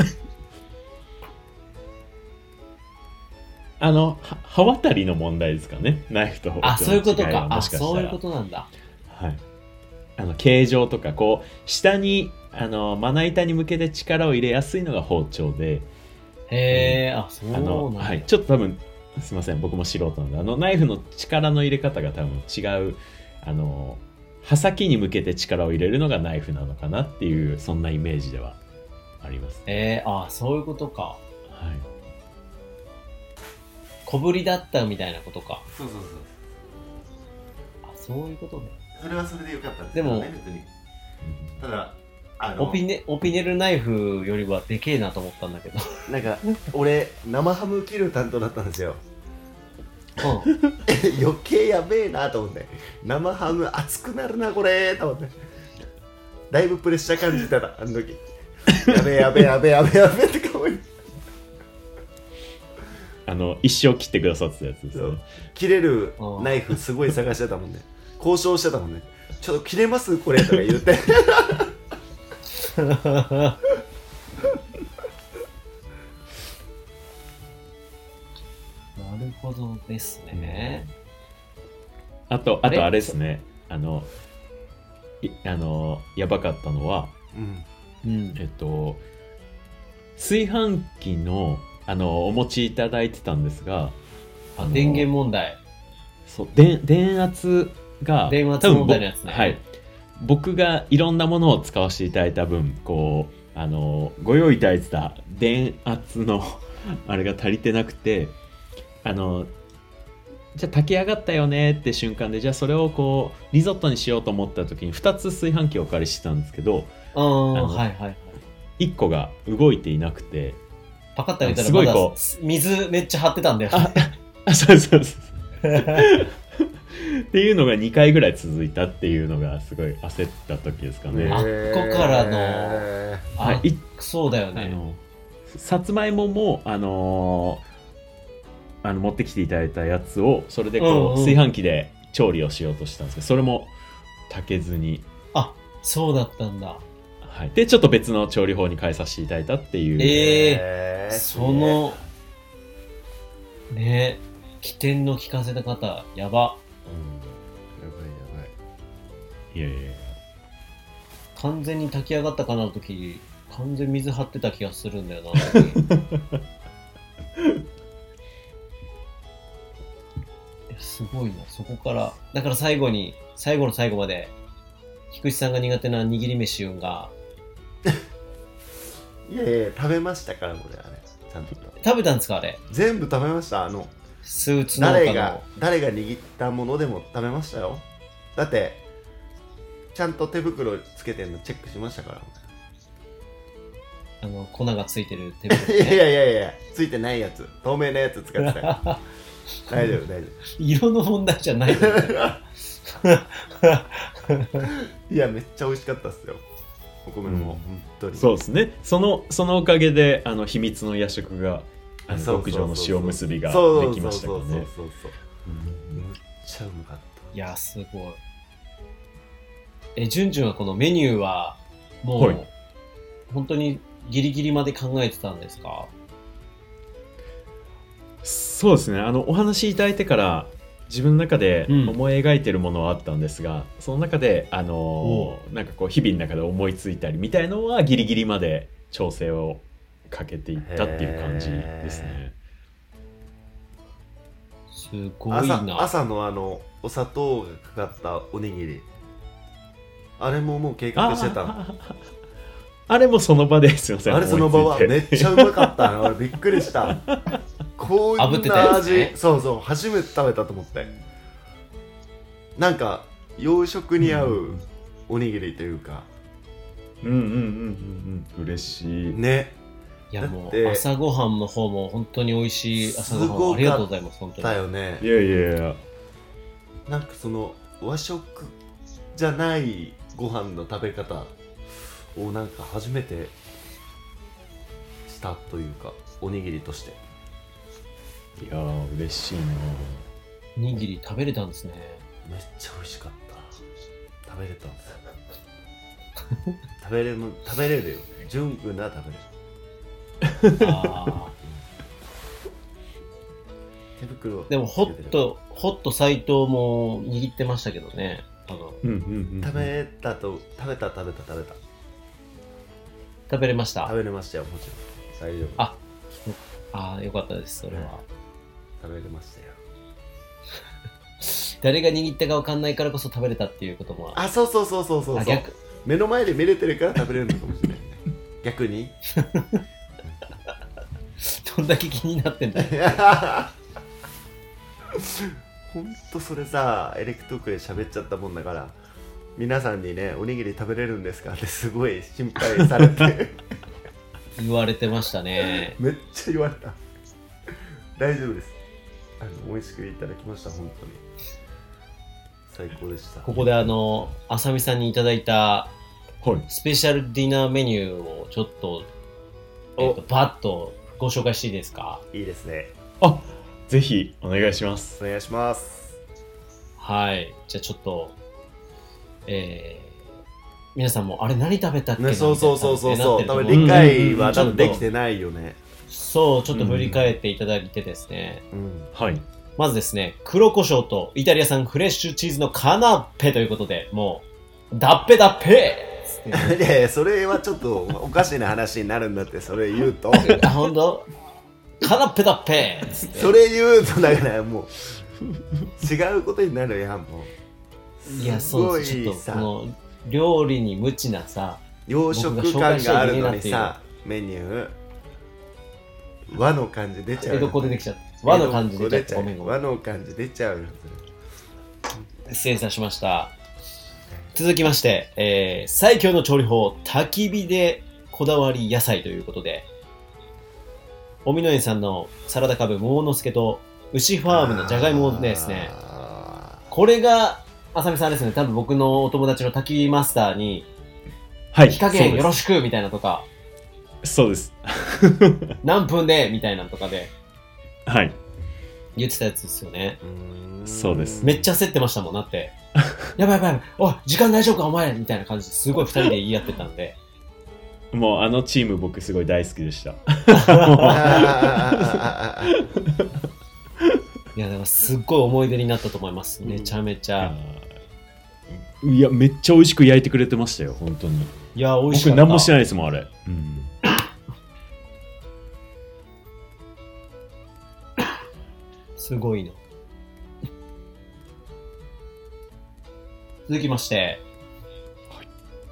C: あの、刃渡りの問題ですかね。ナイフと包丁の違いは。
A: あ、そういうことか。
C: あ、
A: そういうことなんだ。
C: はい。あの、形状とか、こう、下に、あの、まな板に向けて力を入れやすいのが包丁で。
A: へえ、うん、あ、そうなんだ。あの、
C: はい。ちょっと多分、すいません。僕も素人なんで、あの、ナイフの力の入れ方が多分違う、あの、刃先に向けて力を入れるのがナイフなのかなっていう、そんなイメージではあります。
A: えー、あ、そういうことか。
C: はい。
A: 小ぶりだったみたいなことか。
B: そうそうそう。
A: あ、そういうことね。
B: それはそれでよかったんです
A: けどね。
B: でも、別に。ただ、あ
A: のオピネ、オピネルナイフよりはでけえなと思ったんだけど。
B: なんか、俺、生ハム切る担当だったんですよ。
A: うん、
B: 余計やべえなと思って。生ハム熱くなるな、これと思って。だいぶプレッシャー感じてた、あの時。やべえやべえやべえやべえやべえって顔に。
C: あの一生切ってくださってたやつですね。
B: 切れるナイフすごい探してたもんね。交渉してたもんね。ちょっと切れますこれとか言って
A: なるほどですね。
C: あとあとあれですね。あのあのやばかったのは、うん、えっと炊飯器のあのお持ちいただいてたんですが、
A: あの電源問題。
C: そう、電電圧が
A: 電圧問題のやつね。
C: はい。僕がいろんなものを使わせていただいた分、こうあのご用意いただいてた電圧のあれが足りてなくて、あのじゃあ炊き上がったよねって瞬間で、じゃあそれをこうリゾットにしようと思った時にふたつ炊飯器をお借りしてたんですけど、
A: ああ、はいはいはい。
C: いっこが動いていなくて、
A: パカッと開けたらまだ水めっちゃ張ってたんだよね。
C: あ、そうそうそうっていうのがにかいぐらい続いたっていうのがすごい焦った時ですかね。
A: あっこからの、あ、
C: い
A: そうだよね。
C: あのさつまいもも、あのー、あの持ってきていただいたやつをそれでこう、うんうん、炊飯器で調理をしようとしたんですけど、それも炊けずに。
A: あ、そうだったんだ。
C: はい、でちょっと別の調理法に変えさせていただいたっていう。
A: えー、そのね、起点の利かせた方やば。
B: うん、やばいやばい。
C: いやいやいや。
A: 完全に炊き上がったかなの時、完全水張ってた気がするんだよな。すごいな、そこから。だから最後に、最後の最後まで、菊池さんが苦手な握り飯運が。
B: いやいや、食べましたから、これあれ。ちゃんと。
A: 食べたんですか、あれ。
B: 全部食べました。あの、
A: スーツ農家の。
B: 誰が、誰が握ったものでも食べましたよ。だって、ちゃんと手袋つけてるのチェックしましたから。
A: あの、粉がついてる手袋、
B: ね。いやいやいや、ついてないやつ。透明なやつ使ってたよ。大丈夫、大丈夫。
A: 色の問題じゃないの
B: いや、めっちゃ美味しかったっすよ。お米も、うん、本当に。
C: そうですね。その、そのおかげで、あの、秘密の夜食が、あの極上の塩むすびができましたからね。そうそうそうそう。
B: めっちゃうまかった。
A: いや、すごい。え、じゅんじゅんはこのメニューは、もう、はい、本当にギリギリまで考えてたんですか？
C: そうですね。あの、お話いただいてから、自分の中で思い描いてるものはあったんですが、うん、その中で、あのー、なんかこう、日々の中で思いついたりみたいのは、ギリギリまで調整をかけていったっていう感じですね。
A: すごいな。
B: 朝、朝のあの、お砂糖がかかったおにぎり。あれももう計画してたの。
C: あ, あれもその場ですいません。
B: あれその場はめっちゃうまかったの。びっくりした。こういう味、ね、そうそう、初めて食べたと思って。なんか洋食に合うおにぎりというか。
C: うんうんうんうんうん、嬉しい。
B: ね。
A: いやもう朝ごはんの方も本当に美味しい朝ごはんありがとうございます。本当に。
B: だよね。
C: いやいやいや。
B: なんかその和食じゃないご飯の食べ方をなんか初めてしたというか、おにぎりとして。
C: いやー嬉しいな。
A: おにぎり食べれたんですね。
B: めっちゃ美味しかった。食べれたんですよ。食べれる食べれるよ。純君なら食べれる。あ手袋。
A: でもホットホット斎藤も握ってましたけどね。あの
B: うんうんうん、食べたと食べた食べた食べた
A: 食べれました。
B: 食べれましたよ、もちろん大丈夫。
A: ああ、よかったです。それは、はい、
B: 食べれましたよ。
A: 誰が握ったか分かんないからこそ食べれたっていうことも。
B: あ、そうそうそうそうそうそう。逆目の前で見れてるから食べれるのかもしれないね。逆に
A: どんだけ気になってんだよ。
B: ほんとそれさ、エレクトークで喋っちゃったもんだから、皆さんにね、おにぎり食べれるんですかってすごい心配されて
A: 言われてましたね。
B: めっちゃ言われた。大丈夫です。あの美味しくいただきました。本当に最高でした。
A: ここであのあさみさんにいただいたスペシャルディナーメニューをちょっと、えー、とバッとご紹介していいですか？
B: いいですね。
C: あ、ぜひお願いします。
B: お願いします。
A: はい、じゃあちょっと、えー、皆さんもあれ何食べたっけ、ね、
B: そうそうそうそうそう、多分理解は多分できてないよね。
A: そう、ちょっと振り返っていただいてですね、
B: うんうん、
C: はい。
A: まずですね、黒胡椒とイタリア産フレッシュチーズのカナッペということで、もうダッペダッペ
B: ーいやいや、それはちょっとおかしな話になるんだって。それ言うと
A: あ、ほんとカナッペダッペー
B: それ言うとだからもう違うことになるやん。も
A: ういや、そうです。ちょっとこの料理に無知なさ、
B: 洋食感があるのにさ、メニュー和の感じ出ちゃう。
A: どこ出てきちゃった。 和の感じ出ちゃう。ごめんごめん。
B: 和の感じ出ちゃうよ。
A: 失礼いたしました。続きまして、えー、最強の調理法、焚き火でこだわり野菜ということで、おみの園さんのサラダカブ桃之助と牛ファームのじゃがいもですね。これが、あさみさんですね、多分僕のお友達の焚きマスターに、はい、火加減よろしくみたいなとか、
C: そうです。
A: 何分でみたいなとかで、
C: はい。
A: 言ってたやつですよね。
C: そうです。
A: めっちゃ焦ってましたもん、だって。やばいやばいやばい、おい、時間大丈夫かお前みたいな感じですごい二人で言い合ってたんで。
C: もうあのチーム僕すごい大好きでした。
A: いや、だからすっごい思い出になったと思います。めちゃめちゃ。
C: いや、めっちゃ美味しく焼いてくれてましたよ、本当に。
A: いや、美味しかった。
C: 僕何もしてないですもん、あれ。うん、
A: すごいの。続きまして、はい、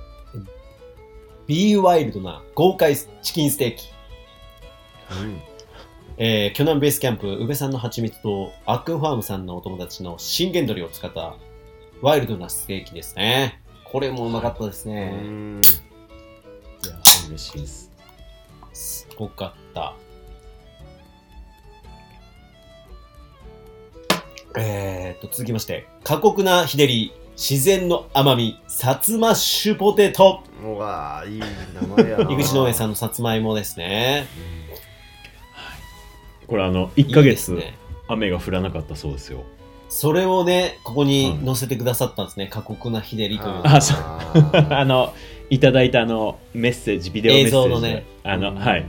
A: ビーワイルドな豪快チキンステーキ。うんえー、巨南ベースキャンプ宇部さんの蜂蜜とアックンファームさんのお友達の信玄鶏を使ったワイルドなステーキですね。これもうまかったですね。うん、
C: いや嬉しいです。
A: すごかった。えー、と続きまして過酷な日照り自然の甘みさつまッシュポテト。
B: うわーいい名前やな。
A: 井口農園さんのさつまいもですね。
C: これあのいっかげついい、ね、雨が降らなかったそうですよ。
A: それをねここに載せてくださったんですね、はい、過酷な日照りという。
C: あそうあのいただいたあのメッセージビデオメッセージ映像のねあの、うん、はい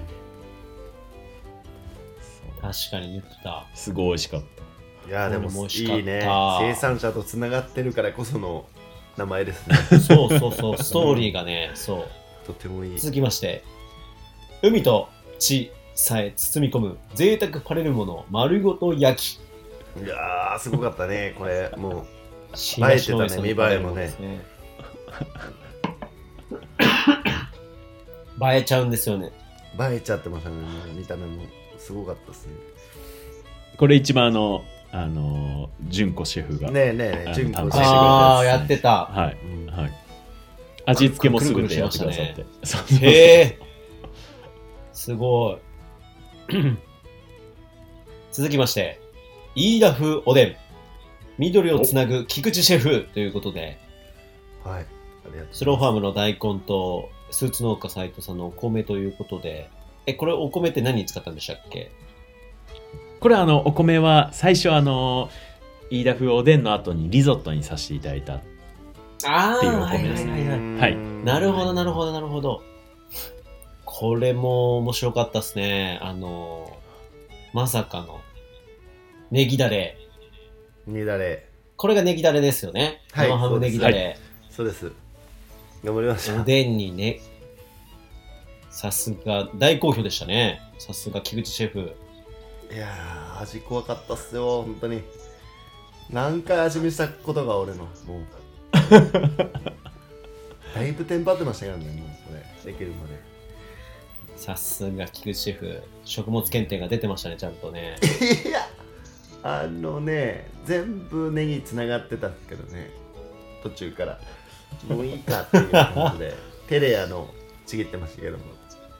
A: 確かに言ってた。
C: すごい美味しかった。
B: いやでもいいね。生産者とつながってるからこその名前ですね。
A: そうそうそうストーリーがねそう
B: とてもいい。
A: 続きまして海と地さえ包み込む贅沢パレルモの丸ごと焼き。
B: いやーすごかったねこれ。もう映えてたね。見栄えもね
A: 映えちゃうんですよね。
B: 映えちゃってましたね。見た目もすごかったですね。
C: これ一番あのあの純子シェフが
B: ねえねえ純子シェフが
A: ああやってた。
C: はい、うんはい、味付けもすぐてやってくださって。
A: へえすごい。続きまして飯田風おでん緑をつなぐ菊池シェフということで、
B: はい、
A: スローファームの大根とスーツ農家斉藤さんのお米ということで、えこれお米って何に使ったんでしたっけ？
C: これあのお米は最初あの飯田風おでんの後にリゾットにさせていただいたっていうお米ですね。はい、
A: なるほどなるほどなるほど。これも面白かったですね。あのまさかのネギダレ。
B: ネギダレ。
A: これがネギダレですよね。
B: はい、
A: 生ハムネギダレ。
B: そうです。はい、頑張りました。
A: おでんにね。さすが大好評でしたね。さすが菊池シェフ。
B: いやー味怖かったっすよ本当に。何回味見したことが俺のもうだいぶテンパってましたけどね。もうこれできるまで。
A: さすが菊池シェフ食物検定が出てましたねちゃんとね。
B: いやあのね全部ネギつながってたんですけどね途中からもういいかっていう感じでテレアのちぎってましたけども。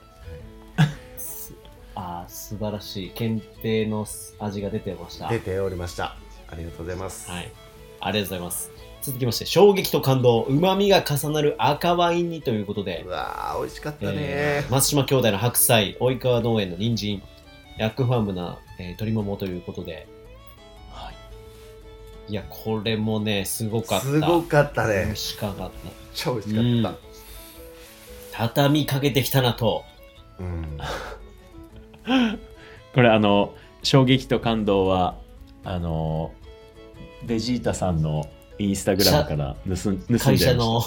A: あー素晴らしい検定の味が出てました。
B: 出ておりました。ありがとうございます。
A: はいありがとうございます。続きまして衝撃と感動うまみが重なる赤ワインにということで、
B: うわー美味しかったね、
A: えー、松島兄弟の白菜及川農園の人参ヤックファームな、えー、鶏ももということで、はい、いやこれもねすごかった。
B: すごかったね。
A: 美味しかった。
B: 超美味しかった、うん、
A: 畳みかけてきたなと、うん、
C: これあの衝撃と感動はあのベジータさんのインスタグラムから盗んで
A: 会社の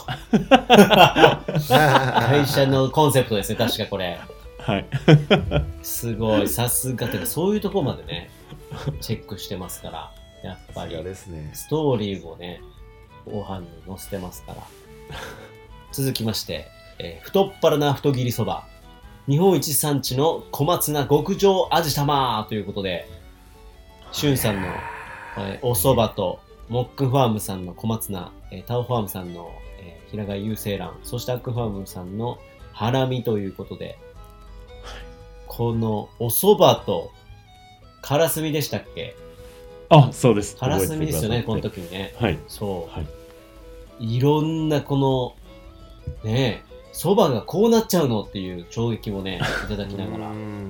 A: 会社のコンセプトですね確かこれ。
C: はい
A: すごいさすがてかそういうところまでねチェックしてますからやっぱり
B: ですね
A: ストーリーをねご飯に載せてますから。続きまして、えー、太っ腹な太切りそば日本一産地の小松菜極上味玉ということで、 しゅんさんの、えー、お蕎麦と、モックファームさんの小松菜、えー、タオファームさんの、えー、平賀優生卵、そしてアックファームさんのハラミということで、このお蕎麦とカラスミでしたっけ？
C: あ、そうです。
A: カラスミですよね、この時にね。
C: はい。
A: そう。
C: はい、
A: いろんなこの、ねえ、蕎麦がこうなっちゃうのっていう衝撃もね、いただきながら。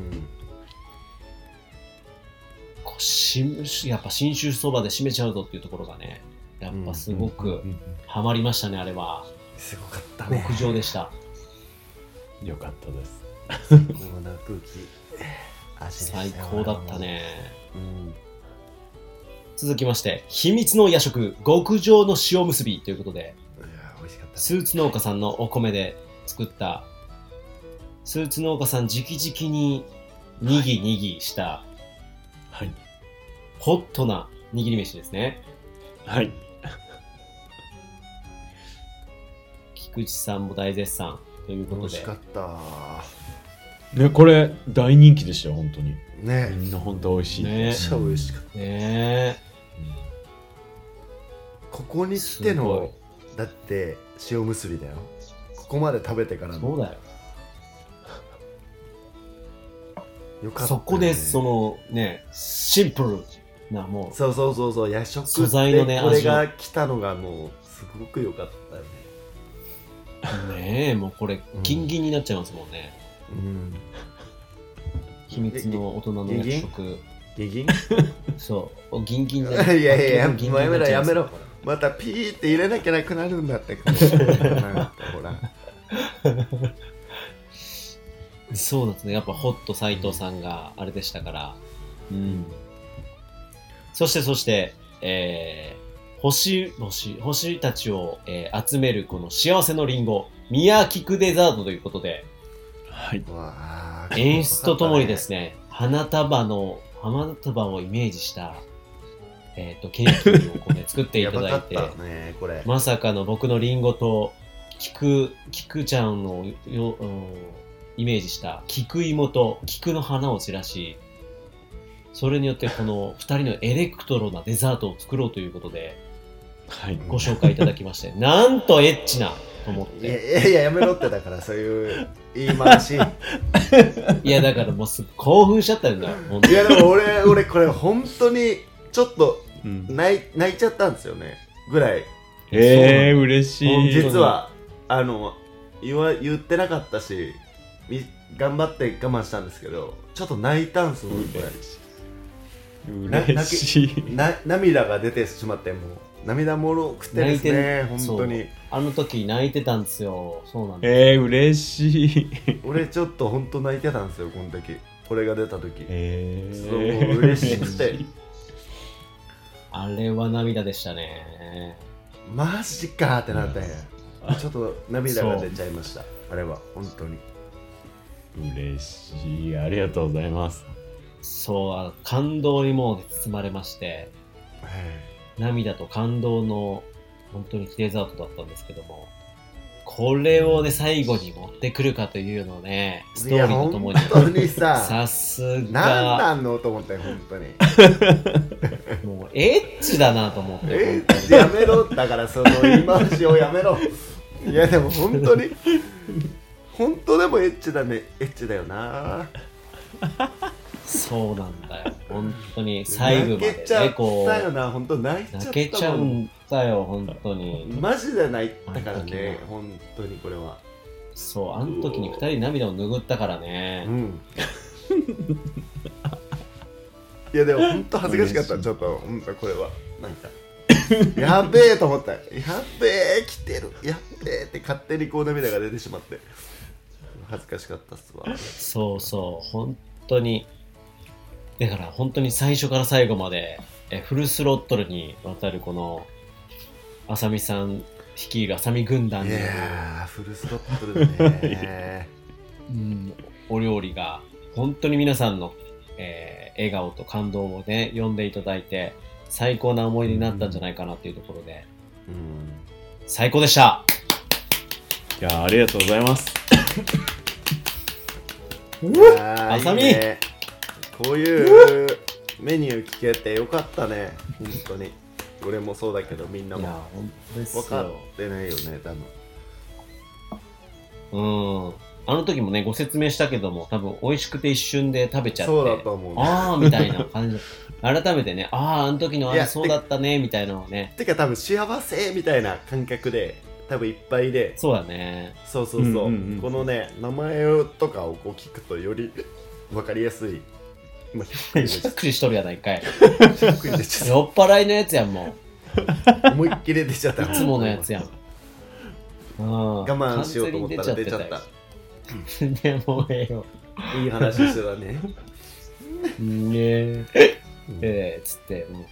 A: こうしやっぱ信州蕎麦で締めちゃうぞっていうところがね、やっぱすごくハマりましたね、あれは。
B: すごかったね。
A: 極上でした。
C: よかったです。
B: 最高な空気。
A: 最高だったね。
B: うん、
A: 続きまして、秘密の夜食、極上の塩むすびということで、
B: いや美味しかったね、
A: スーツ農家さんのお米で作った、スーツ農家さん直々ににぎにぎした、
C: はい、
A: ホットな握り飯ですね。
C: はい。
A: 菊池さんも大絶賛ということで。
B: 美味しかった。
C: ね、これ大人気でしたよ、本当に。
B: ね、
C: みんな本当美味しい。
A: ね、
B: めっちゃ美味しかった。
A: ね、
B: うん、ここに来てのだって塩むすびだよ。ここまで食べてからの。
A: そうだよ。
B: よかったね、
A: そこでそのね、シンプルなもう
B: そうそうそうそう、夜食
A: 素材のね、
B: これが来たのがもうすごく良かったよ
A: ね。ねえ、もうこれギンギンになっちゃいますもんね。
B: うん。
A: 秘密の大人の夜食。
B: ギンギン？そう。
A: ギンギンじ
B: ゃない。いやいやいや、もうやめろやめろ。またピーって入れなきゃなくなるんだって。ほら。
A: そうなんですね。やっぱホット斉藤さんがあれでしたから。うん。そしてそして、えー、星、星、星たちを、えー、集めるこの幸せのリンゴ、宮菊デザートということで、
C: はい。
A: 演出とともにですね、花束の、花束をイメージした、えっと、ケーキをこう、ね、作っていただいて、
B: ね、これ
A: まさかの僕のリンゴと、菊、菊ちゃんのよ、うん、イメージした菊芋と菊の花を散らし、それによってこのふたりのエレクトロなデザートを作ろうということで、
C: はい、
A: ご紹介いただきまして、なんとエッチなと思って。
B: いやいやいや、やめろってだから、そういう言い回し。
A: いや、だからもうすぐ興奮しちゃったんだよ。
B: いや、でも俺、俺これ本当にちょっと泣い、うん、泣いちゃったんですよね。ぐらい。
C: えー、嬉しい。
B: 実は、あの、言わ、言ってなかったし、頑張って我慢したんですけど、ちょっと泣いたんすよ、
C: 嬉しい。
B: な涙が出てしまって、もう涙もろくてですね、本当に。
A: あの時泣いてたんですよ。そうなん
C: です。えー、嬉しい。
B: 俺ちょっと本当泣いてたんですよ、この時。これが出た時。
C: えー、
B: そう嬉しくて。
A: あれは涙でしたね。
B: マジかってなって、ちょっと涙が出ちゃいました。あれは本当に。
C: 嬉しい。ありがとうございます。
A: そう、感動にもう包まれまして、涙と感動の本当にデザートだったんですけども、これをね、最後に持ってくるかというのをね、ストーリーとともに。
B: 本当にさ、
A: さすが。
B: 何なんのと思ったよ、本当に。
A: もう、エッチだなと思って。
B: エッチやめろ、だからその言い回しをやめろ。いや、でも本当に、本当でもエッチだね、エッチだよな。
A: そうなんだよ、本当に細部までね、
B: 泣けちゃったよな、本当泣いちゃったもん。
A: 泣けちゃうんだよ、本当に。
B: マジで泣いたからね、本当にこれは。
A: そう、あの時にふたり涙を拭ったからね。
B: うん。いやでも本当恥ずかしかった、ちょっと本当これはなんかやべえと思った。やべえ来てる、やべえって勝手にこう涙が出てしまって恥ずかしかったっすわ。
A: そうそう本当に。だから本当に最初から最後までえフルスロットルにわたるこのあさみさん率いるあさみ軍団による、い
B: やーフルスロットルだね
A: うん、お料理が本当に皆さんの、えー、笑顔と感動をね呼んでいただいて最高な思い出になったんじゃないかなっていうところで、うん、最高でした。
C: いやありがとうございます。
B: あさみこういうメニュー聞けてよかったね本当に。俺もそうだけどみんなも
A: いや本当ですよ。
B: 分かってないよね多
A: 分。うん。あの時もねご説明したけども多分美味しくて一瞬で食べちゃって、
B: そうだと思う、ね、
A: ああみたいな感じ。改めてね、あああの時のあそうだったねみたいなのをね。
B: てか多分幸せみたいな感覚で多分いっぱいで。
A: そうだね。
B: そうそうそう、うんうんうん、このね名前とかをこう聞くとより分かりやすい。
A: しっくりしとるやないかい。酔っ払いのやつやんも
B: う。思いっきり出ちゃった。
A: いつものやつやん。
B: 我慢しようと思ったら出ちゃった。
A: でもええよ。
B: いい話してたね。
A: ねえ。ええつってもう。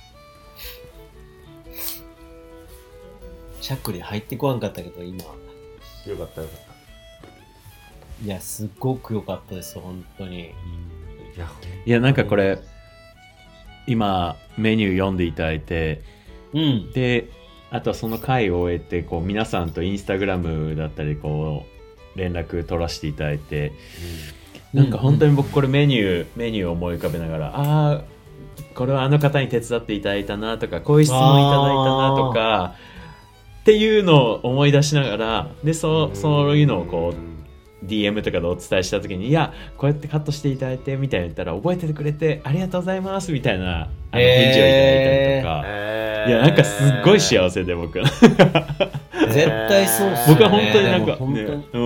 A: しゃっくり入ってこわんかったけど今。
B: よかったよかった。
A: いやすごく良かったです本当に。
C: いや、いやなんかこれ今メニュー読んでいただいて、
A: うん、
C: であとはその回を終えてこう皆さんとインスタグラムだったりこう連絡取らせていただいて、うん、なんか本当に僕これメニュー、うん、メニューを思い浮かべながら、ああこれはあの方に手伝っていただいたなとかこういう質問いただいたなとかっていうのを思い出しながら、で そ, そういうのをこうディーエム とかでお伝えした時に、いやこうやってカットしていただいてみたいな言ったら覚えててくれてありがとうございますみたいなあの返事をいただいたりとか、えー、いやなんかすっごい幸せで僕
A: 絶対そうっすよね。
C: 僕は本当になんか、ね、うん、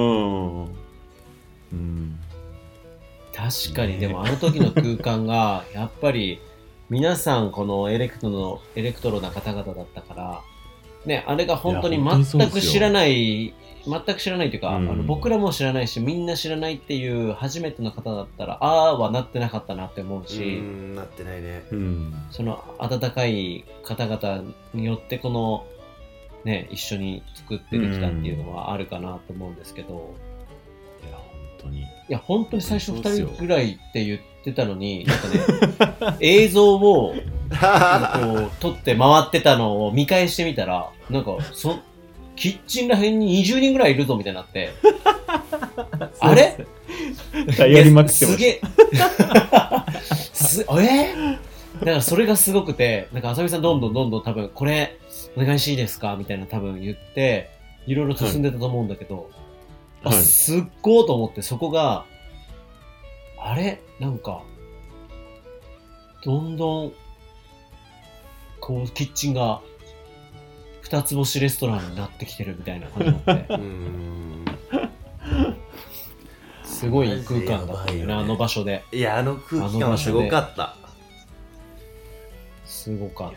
C: うん、
A: 確かにでもあの時の空間がやっぱり皆さんこのエレクトのエレクトロな方々だったからね、あれが本当に全く知らない全く知らないというか、うん、あの僕らも知らないしみんな知らないっていう初めての方だったらああはなってなかったなって思うし、う
B: んなってないね、
A: うん、その温かい方々によってこのね一緒に作ってできたっていうのはあるかなと思うんですけど、
C: うん、いや本当にい
A: や本当に最初ふたりぐらいって言ってたのになんかね映像をこう撮って回ってたのを見返してみたらなんかそキッチンらへんににじゅうにんぐらいいるぞみたいになってあれ
C: やりまくってました。
A: すげえすえー、だからそれがすごくてなんかあさみさんどんどんどんどん多分これお願いしていいですかみたいな多分言っていろいろ進んでたと思うんだけど、はい、あすっごーと思ってそこがあれなんかどんどんこうキッチンが二つ星レストランになってきてるみたいな感じになってうーんすごい空間だったよねあの場所で。
B: いやあの空気感はすごかった。
A: すごかった。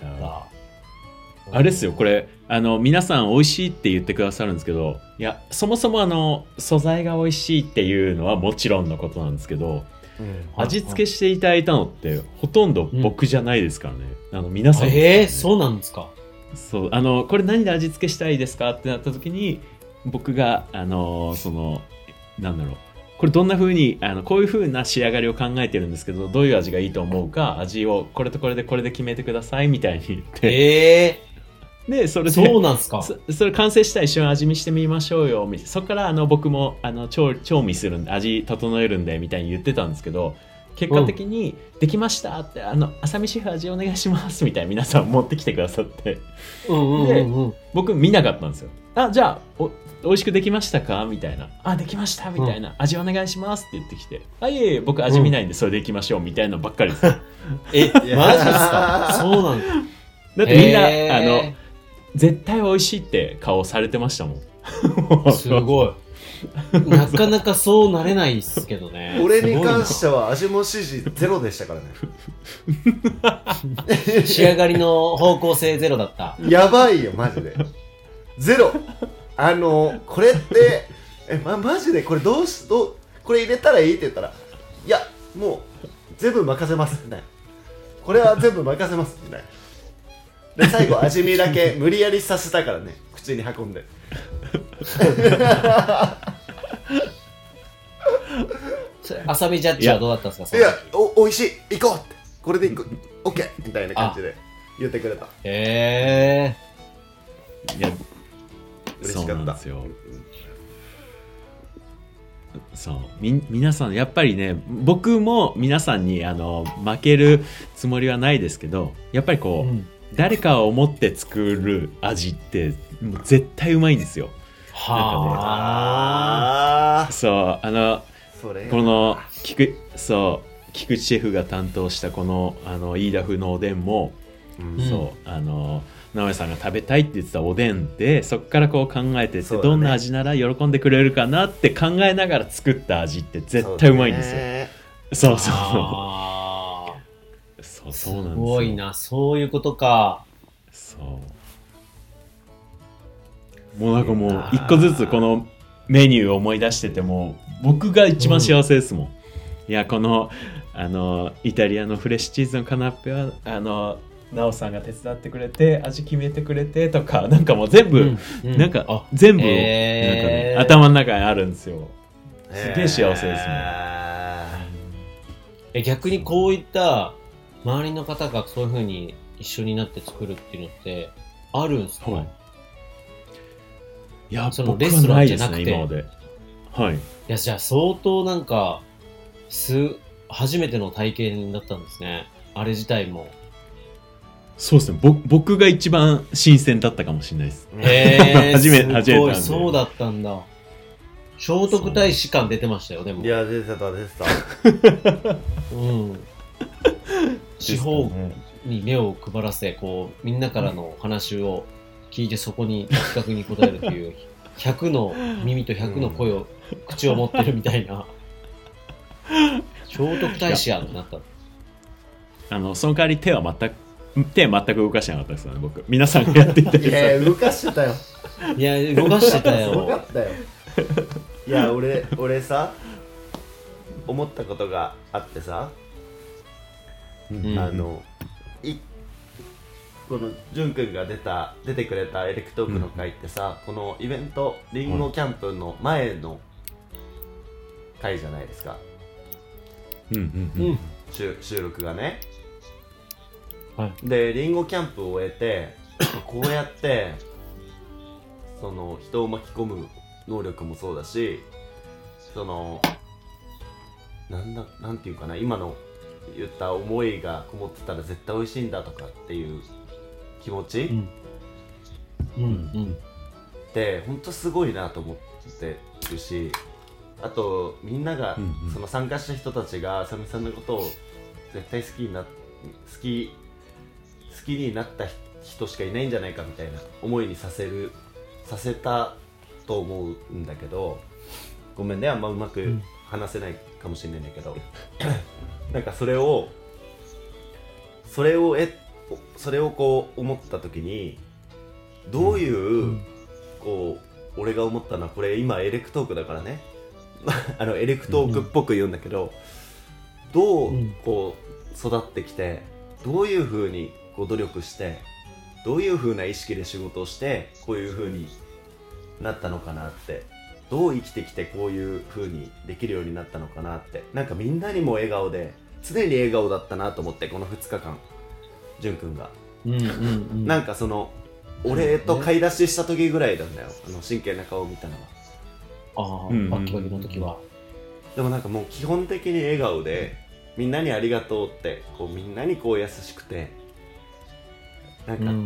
C: あれですよこれあの皆さん美味しいって言ってくださるんですけど、いやそもそもあの素材が美味しいっていうのはもちろんのことなんですけど、うん、味付けしていただいたのってほとんど僕じゃないですからね、うん、あの皆さんですからね。
A: えー、そうなんですか。
C: そうあのこれ何で味付けしたいですかってなった時に僕があのそのなんだろうこれどんな風にあのこういう風な仕上がりを考えてるんですけどどういう味がいいと思うか味をこれとこれでこれで決めてくださいみたいに言って
A: え
C: ー、でそれで
A: そうなんすか。
C: そ, それ完成したら一緒に味見してみましょうよみたいな、そこからあの僕もあの 調, 調味するんで味整えるんでみたいに言ってたんですけど結果的にできましたって、うん、あの浅見シェフ味お願いしますみたいな皆さん持ってきてくださって、
A: うんうんうんうん、
C: で僕見なかったんですよ。あじゃあお美味しくできましたかみたいな、あできましたみたいな、うん、味お願いしますって言ってきて、あいえいえ僕味見ないんでそれでいきましょうみたいなのばっかりです、うん、
A: えマジですか。そうなんだ。
C: だってみんなあの絶対美味しいって顔されてましたも
A: んすごいなかなかそうなれないっすけどね。
B: 俺に関しては味も指示ゼロでしたからね
A: 仕上がりの方向性ゼロだった。
B: やばいよマジでゼロ。あのこれってえ、ま、マジでこれどうしどうこれ入れたらいいって言ったらいやもう全部任せますみたいな、これは全部任せますみたいなで最後味見だけ無理やりさせたからね口に運んで
A: 浅見ジャッジはどうだったんですか。
B: いやおおいしい行こうってこれで行くオッケーみたいな感じで言ってくれた。
A: へえー、
C: いや
B: 嬉しかった。
C: そうなんですよ。 そうみ皆さんやっぱりね、僕も皆さんにあの負けるつもりはないですけど、やっぱりこう、うん、誰かを思って作る味ってもう絶対うまいんですよ。
B: はあ、
C: ね、そうあのこの菊そう菊池シェフが担当したこのあの飯田風のおでんも、うん、そうあの直江さんが食べたいって言ってたおでんで、そこからこう考えてって、ね、どんな味なら喜んでくれるかなって考えながら作った味って絶対うまいんですよ。そうそうそうそうなんですよ。
A: すごいな、そういうことか。
C: そうもうなんかもう一個ずつこのメニューを思い出してても僕が一番幸せですもん、うん、いやこのあのイタリアのフレッシュチーズのカナッペはあのなおさんが手伝ってくれて味決めてくれてとか、なんかもう全部、うんうん、なんか全部、えー、なんかね、頭の中にあるんですよ。すげえ幸せですもん、え
A: ー、え逆にこういった周りの方がそういう風に一緒になって作るっていうのってあるんですか？はい、
C: いやそのレストランじゃなくて、今まで、はい、い
A: やじゃあ相当なんかす初めての体験だったんですね、あれ自体も。
C: そうですね、ぼ僕が一番新鮮だったかもしれないです。
A: へー
C: 初めて初めてなんで。
A: そうだったんだ。聖徳太子感出てましたよ。でも
B: いや出てた出て
A: たうん地方に目を配らせ、こうみんなからの話を聞いてそこに的確に答えるっていうひゃくの耳とひゃくの声を、うん、口を持ってるみたいな聖徳太子やってなった。
C: あのその代わり手は全く手全く動かしてなかったですよね、僕。皆さんがやっていた
B: いや動かしてたよ。
A: いや動かしてたよ。
B: すごかったよ。いや俺俺さ思ったことがあってさ、うん、あのいこのじゅんくんが出た出てくれたエレクトークの会ってさ、うん、このイベントリンゴキャンプの前の会じゃないですか。
C: うんうんうん、
B: 収収録がね。
A: はい、
B: でリンゴキャンプを終えてこうやってその人を巻き込む能力もそうだし、そのなんだなんていうかな、今の言った思いがこもってたら絶対美味しいんだとかっていう気持ち、
A: うんうんうん、
B: で本当すごいなと思ってるし、あとみんなが、うんうん、その参加した人たちがサミさんのことを絶対好きにな好き好きになった人しかいないんじゃないかみたいな思いにさせるさせたと思うんだけど、ごめんねあんまうまく話せないかもしれないんだけど、うん、なんかそれをそれをえそれをこう思った時にどういう、うん、こう俺が思ったのは、これ今エレクトークだからねあのエレクトークっぽく言うんだけど、うん、どうこう育ってきてどういう風にこう努力してどういう風な意識で仕事をしてこういう風になったのかなって、どう生きてきてこういう風にできるようになったのかなって、なんかみんなにも笑顔で常に笑顔だったなと思って、このふつかかんじゅんくんが、
A: うんうんうん、
B: なんかその俺と買い出しした時ぐらいなんだよ、あの真剣な顔を見たのは。
A: ああ、バキバキの時は。
B: でもなんかもう基本的に笑顔でみんなにありがとうって、こうみんなにこう優しくて、なんか、うん、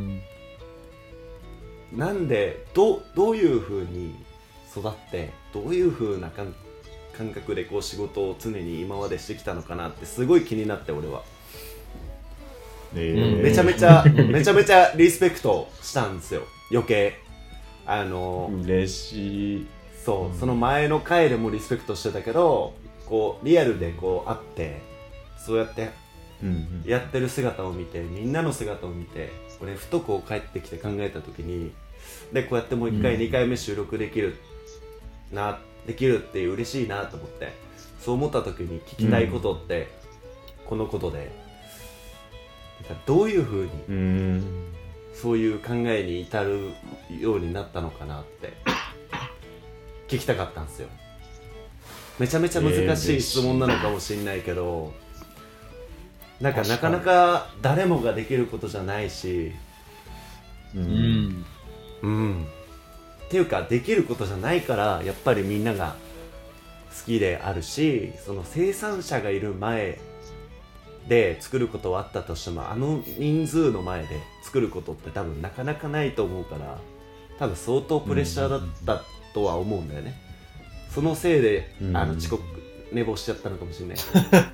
B: なんでどうどういう風に育ってどういう風な感覚でこう仕事を常に今までしてきたのかなってすごい気になって、俺は、えー、めちゃめちゃめちゃめちゃリスペクトしたんですよ、余計。あの
C: 嬉しい。
B: そう、うん、その前の回でもリスペクトしてたけど、こうリアルでこう会ってそうやってやってる姿を見て、みんなの姿を見て、俺ふとこう帰ってきて考えた時に、でこうやってもう一回にかいめ収録できるな、できるっていう嬉しいなと思って、そう思った時に聞きたいことってこのことで、なんかどういう風にそういう考えに至るようになったのかなって聞きたかったんですよ。めちゃめちゃ難しい質問なのかもしれないけど、なんかなかなか誰もができることじゃないし、うん、うん、っていうかできることじゃないから、やっぱりみんながきであるし、その生産者がいる前で作ることはあったとしても、あの人数の前で作ることって多分なかなかないと思うから、多分相当プレッシャーだったとは思うんだよね。そのせいで、うん、あの遅刻寝坊しちゃったのかもしれない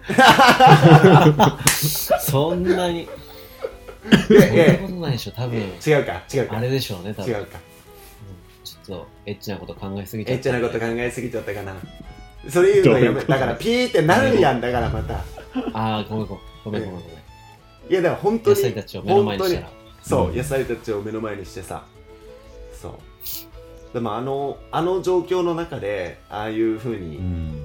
A: そんなにそんなことないでしょ多分。
B: 違うか違うか
A: あれでしょうね多分。
B: 違うか、
A: ちょっとエッチなこと考えすぎちゃった、
B: エッチなこと考えすぎちゃったかな。それ言うのやめ、だからピーってなるやん、だからまた
A: あーごめんごめんごめんごめんごめん。
B: いやだから本当に
A: 野菜たちを目の前にしたら、
B: そう、
A: うん、
B: 野菜たちを目の前にしてさ、そうでもあのあの状況の中でああいう風に、うん、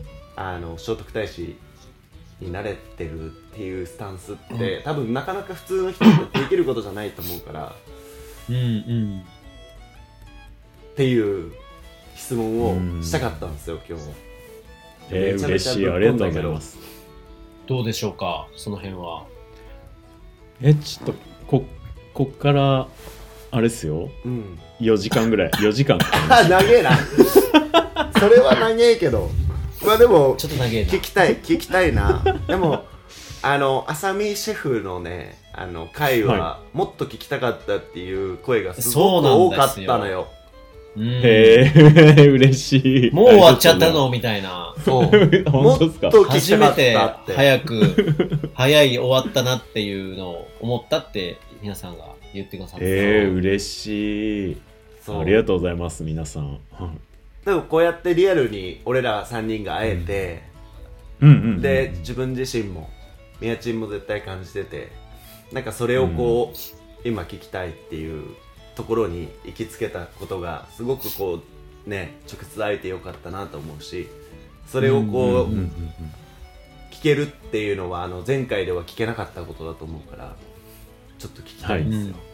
B: あの聖徳太子になれてるっていうスタンスって、うん、多分なかなか普通の人ってできることじゃないと思うから
A: うんうん
B: っていう質問をしたかったんですよ、今日。
C: えー、嬉しい、ありがとうございます。
A: どうでしょうか、その辺は。
C: え、ちょっとここっからあれっすよ、うん、よじかんぐらいよじかん
B: 長えなそれは長えけど、まあでも
A: ちょっと長えな、
B: 聞きたい聞きたいなでもあの浅見シェフのね、あの回はもっと聞きたかったっていう声がすごく多かったのよ。
C: へえ嬉しい。
A: もう終わっちゃったのみたいな。
B: そうもっと聞きたかったって、
A: 初めて早く早い終わったなっていうのを思ったって皆さんが言ってくださって、
C: えー、嬉しい。ありがとうございます皆さん。
B: でもこうやってリアルに俺らさんにんが会えて、
C: うんうんうんうん、
B: で自分自身もみやちんも絶対感じてて、なんかそれをこう、うん、今聞きたいっていうところに行きつけたことがすごくこうね、直接会えてよかったなと思うし、それをこう聞けるっていうのはあの前回では聞けなかったことだと思うから、ちょっと聞きたいんですよ、はい、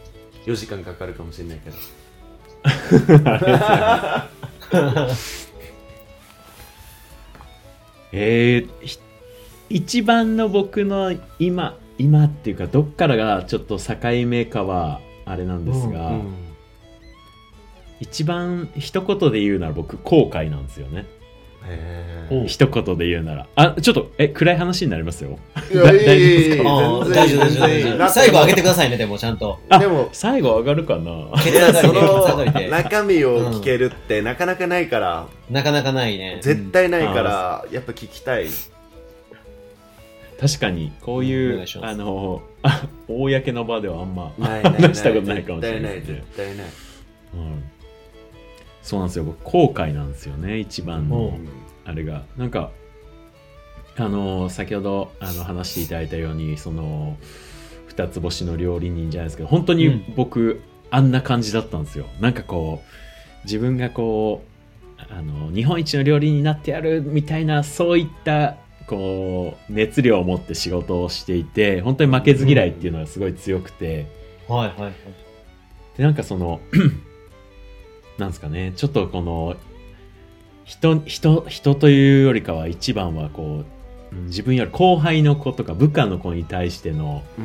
B: よじかんかかるかもしれないけど
C: えー、一番の僕の今今っていうかどっからがちょっと境目かはあれなんですが、うんうん、一番一言で言うなら僕後悔なんですよね。へ一言で言うならあちょっとえ暗い話になりますよ。
B: いやいやいや
A: 大丈夫大丈夫大丈夫。最後上げてくださいね。でもちゃんと
C: でも最後上がるかな。
B: ケツ上がりでケツ上がりで中身を聞けるってなかなかないから、
A: うん、なかなかないね。
B: 絶対ないから、うん、やっぱ聞きたい。
C: 確かにこういう、うん、あのあ公の場ではあんま話したことないかもしれないですね。
B: 絶対ない絶対ない、
C: うん、そうなんですよ。僕後悔なんですよね一番の、うん、あれがなんかあの先ほどあの話していただいたようにその二つ星の料理人じゃないですけど本当に僕、うん、あんな感じだったんですよ。なんかこう自分がこうあの日本一の料理人になってやるみたいなそういったこう熱量を持って仕事をしていて、本当に負けず嫌いっていうのがすごい強くて、
A: うん、はいはいはい。
C: でなんかそのなんですかね、ちょっとこの人人人というよりかは一番はこう自分より後輩の子とか部下の子に対しての、うんうん、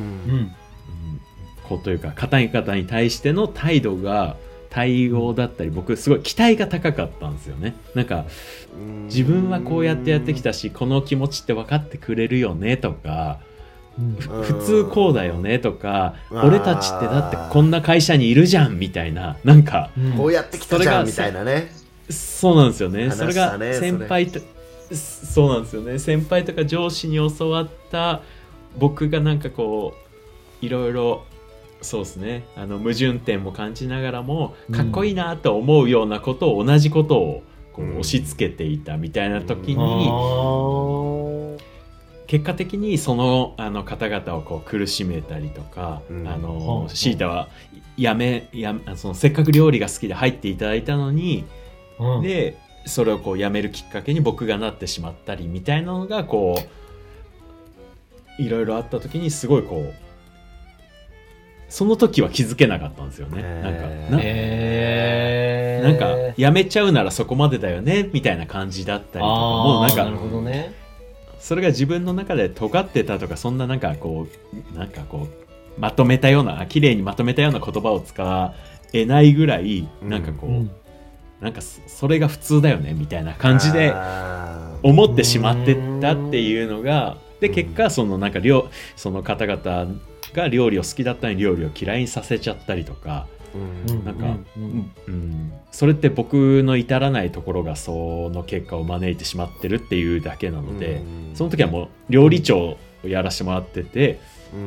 C: 子というか方々に対しての態度が対応だったり、僕すごい期待が高かったんですよね。なんか自分はこうやってやってきたしこの気持ちって分かってくれるよねとか、普通こうだよねとか、俺たちってだってこんな会社にいるじゃんみたいな、なんか
B: こうやってきたじゃんみたいなね。
C: そうなんですよね。それが先輩とそうなんですよね。先輩とか上司に教わった僕がなんかこういろいろそうですね、あの矛盾点も感じながらもかっこいいなと思うようなことを、同じことをこう押し付けていたみたいな時に、うん、結果的にその、あの方々をこう苦しめたりとか、うん、あのシータはやめやそのせっかく料理が好きで入っていただいたのに、うん、でそれをこうやめるきっかけに僕がなってしまったりみたいなのがこういろいろあった時にすごいこうその時は気づけなかったんですよね。なんか、な、えー、なんかやめちゃうならそこまでだよねみたいな感じだったりとかもなんか、
A: なるほどね、
C: それが自分の中で尖ってたとかそんななんかこうなんかこうまとめたような綺麗にまとめたような言葉を使えないぐらいなんかこう、うん、なんかそれが普通だよねみたいな感じで思ってしまってたっていうのが、で結果そのなんか料その方々が料理を好きだったのに料理を嫌いにさせちゃったりとか、なんか、うんうん、それって僕の至らないところがその結果を招いてしまってるっていうだけなので、その時はもう料理長をやらせてもらってて、うん、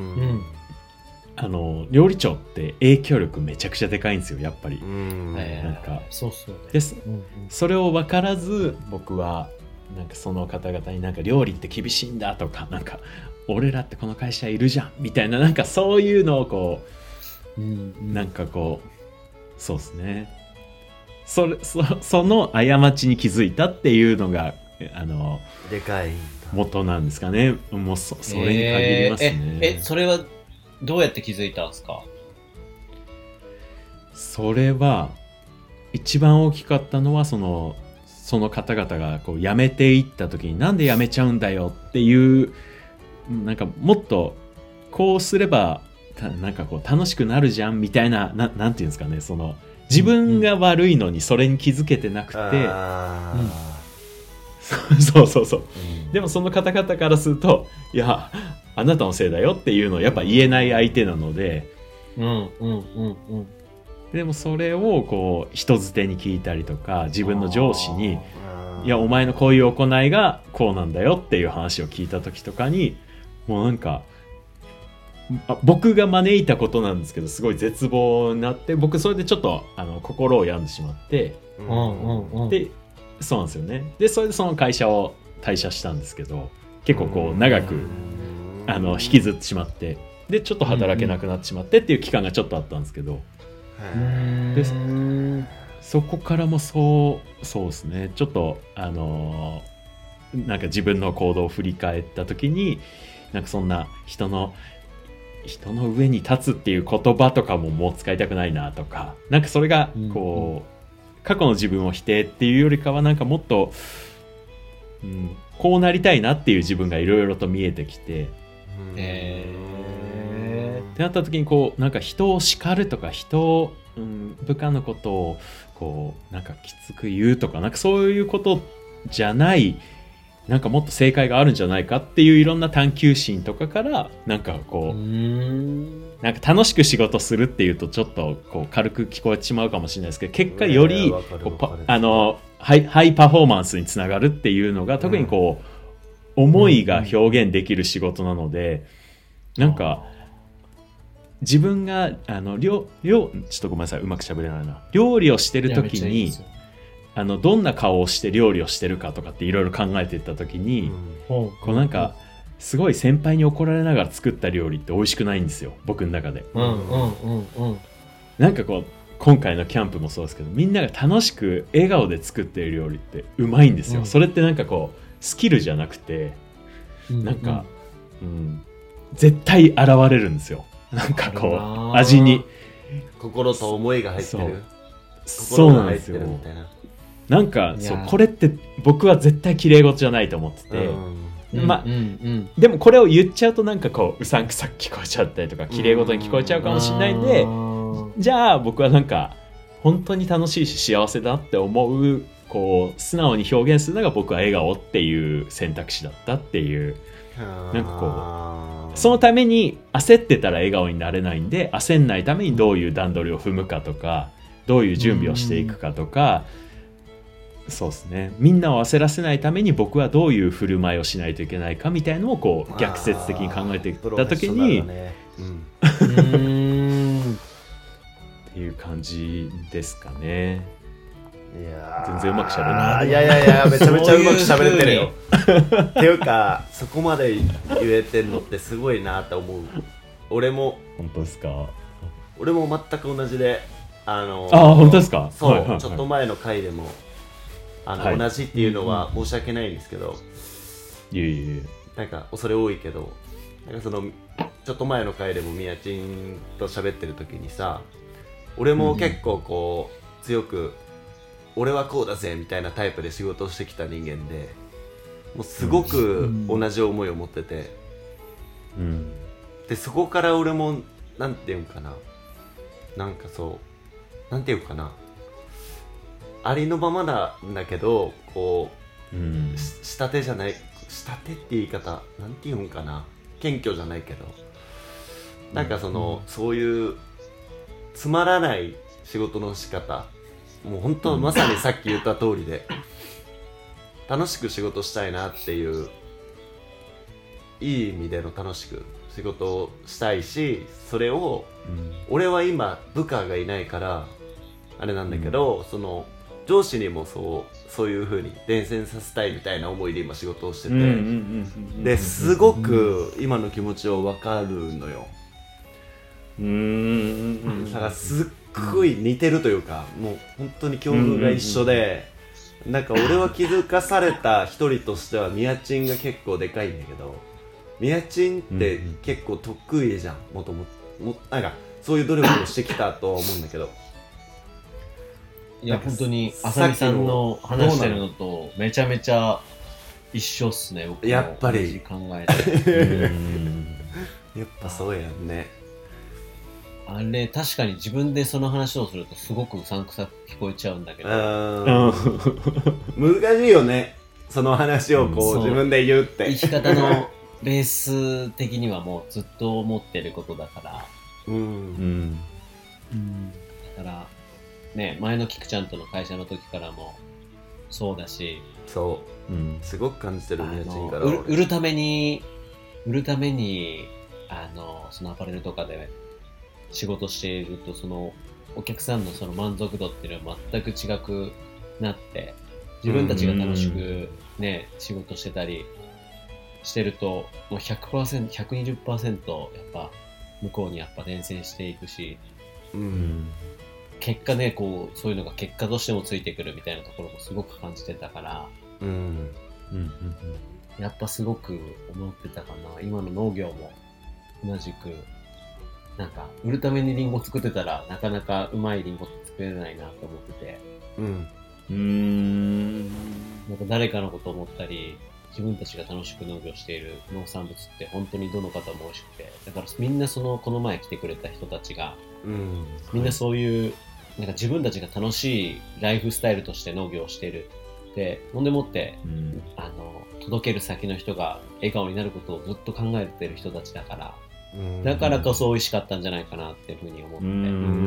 C: あの料理長って影響力めちゃくちゃでかいんですよやっぱり。うんなんか
A: そうそう
C: です、うんうん、それを分からず僕はなんかその方々になんか料理って厳しいんだとか、なんか俺らってこの会社いるじゃんみたいな、なんかそういうのをこううんうん、なんかこうそうですね そ, れ そ, その過ちに気づいたっていうのがあの
B: でかい
C: 元なんですかね。もう そ, それに限りますね。
A: えー、ええそれはどうやって気づいたんですか？
C: それは一番大きかったのはそのその方々がこう辞めていった時になんで辞めちゃうんだよっていう、なんかもっとこうすればなんかこう楽しくなるじゃんみたいな、 な, なんていうんですかね、その自分が悪いのにそれに気づけてなくて、うんうん、そうそうそう、うん、でもその方々からするといやあなたのせいだよっていうのをやっぱ言えない相手なので、うんうんうんうん、でもそれをこう人づてに聞いたりとか自分の上司にいやお前のこういう行いがこうなんだよっていう話を聞いた時とかにもうなんか僕が招いたことなんですけどすごい絶望になって、僕それでちょっとあの心を病んでしまって、うんうんうん、でそうなんですよね。でそれでその会社を退社したんですけど、結構こう長くあの引きずってしまって、でちょっと働けなくなってしまってっていう期間がちょっとあったんですけど、でそこからもそうそうですね、ちょっとあのなんか自分の行動を振り返った時になんかそんな人の人の上に立つっていう言葉とかももう使いたくないなとか、なんかそれがこう、うんうん、過去の自分を否定っていうよりかはなんかもっと、うん、こうなりたいなっていう自分がいろいろと見えてきて、えー、ってなった時にこうなんか人を叱るとか人を、うん、部下のことをこうなんかきつく言うとかなんかそういうことじゃないなんかもっと正解があるんじゃないかっていういろんな探求心とかからなんかこう、うーんなんか楽しく仕事するっていうとちょっとこう軽く聞こえてしまうかもしれないですけど、結果よりこうあのハイ、ハイパフォーマンスにつながるっていうのが特にこう、うん、思いが表現できる仕事なので、うん、なんか自分があの料料ちょっとごめんなさいうまく喋れないな料理をしてる時にあのどんな顔をして料理をしてるかとかっていろいろ考えていった時に、うん、こうなんかすごい先輩に怒られながら作った料理って美味しくないんですよ僕の中で、うんうんうんうん、なんかこう今回のキャンプもそうですけどみんなが楽しく笑顔で作ってる料理ってうまいんですよ、うん、それってなんかこうスキルじゃなくて、うん、なんか、うん、絶対現れるんですよ。なんかこう味に
B: 心と思いが入ってる
C: そうなんですよ。なんかそうこれって僕は絶対綺麗事じゃないと思ってて、うん、まあ、うんうん、でもこれを言っちゃうとなんかこううさんくさく聞こえちゃったりとか綺麗事に聞こえちゃうかもしれないんで、じゃあ僕はなんか本当に楽しいし幸せだって思うこう素直に表現するのが僕は笑顔っていう選択肢だったっていう、なんかこうそのために焦ってたら笑顔になれないんで焦んないためにどういう段取りを踏むかとかどういう準備をしていくかとか、そうですね、みんなを焦らせないために僕はどういう振る舞いをしないといけないかみたいのをこう逆説的に考えていった時に、ね、うん、うんっていう感じですかね。
B: いや
C: 全然うまくしゃべれない。
B: いやいやいやめちゃめちゃうまくしゃべれてるよっていうかそこまで言えてんのってすごいなって思う。俺も
C: 本当ですか。
B: 俺も全く同じであの
C: あ本当ですか。
B: そう、
C: はいはいはい、
B: ちょっと前の回でもあの、はい、同じっていうのは申し訳ないんですけど、
C: いえいえ
B: なんか恐れ多いけどなんかそのちょっと前の回でもみやちんと喋ってる時にさ俺も結構こう強く俺はこうだぜみたいなタイプで仕事をしてきた人間でもうすごく同じ思いを持ってて、うん、でそこから俺もなんていうんかななんかそうなんていうかなありのままなんだけどこううん、下手じゃない下手って言い方なんて言うんかな、謙虚じゃないけどなんかその、うん、そういうつまらない仕事の仕方、もう本当まさにさっき言った通りで楽しく仕事したいなっていう、いい意味での楽しく仕事をしたいし、それを、うん、俺は今部下がいないからあれなんだけど、うん、その上司にもそうそういう風に伝染させたいみたいな思いで今仕事をしてて、ですごく今の気持ちを分かるのよ。うーん、だからすっごい似てるというか、もう本当に境遇が一緒で、なんか俺は気づかされた一人としてはミヤチンが結構でかいんだけど、ミヤチンって結構得意じゃん、もともとなんかそういう努力をしてきたとは思うんだけど、
A: いや本当にあさみさんの話してるのとめちゃめちゃ一緒っすね。僕も
B: やっぱり
A: 考えて
B: やっぱそうやんね。
A: あれ確かに自分でその話をするとすごくうさんくさく聞こえちゃうんだけど、
B: 難しいよね、その話をこう、うん、自分で言うって
A: 生き方のベース的にはもうずっと思ってることだから、うん、うん、だからね、前のキクちゃんとの会社の時からもそうだし、
B: そう、うん、すごく感じてるね。
A: から売る、売るために売るためにあのそのアパレルとかで仕事していると、そのお客さんのその満足度っていうのは全く違くなって、自分たちが楽しくね仕事してたりしてるともう ひゃくパーセント、ひゃくにじゅっパーセント やっぱ向こうにやっぱ伝染していくし、うん、結果ねこうそういうのが結果としてもついてくるみたいなところもすごく感じてたから、うんうんうんうん、やっぱすごく思ってたかな。今の農業も同じくなんか売るためにリンゴ作ってたらなかなかうまいリンゴ作れないなと思ってて、うん、うーんなんか誰かのことを思ったり、自分たちが楽しく農業している農産物って本当にどの方も美味しくて、だからみんなそのこの前来てくれた人たちが、うん、みんなそういうなんか自分たちが楽しいライフスタイルとして農業をしているで、ほんでもって、うん、あの届ける先の人が笑顔になることをずっと考えている人たちだから、うん、だからこそ美味しかったんじゃないかなっていうふうに思って、うん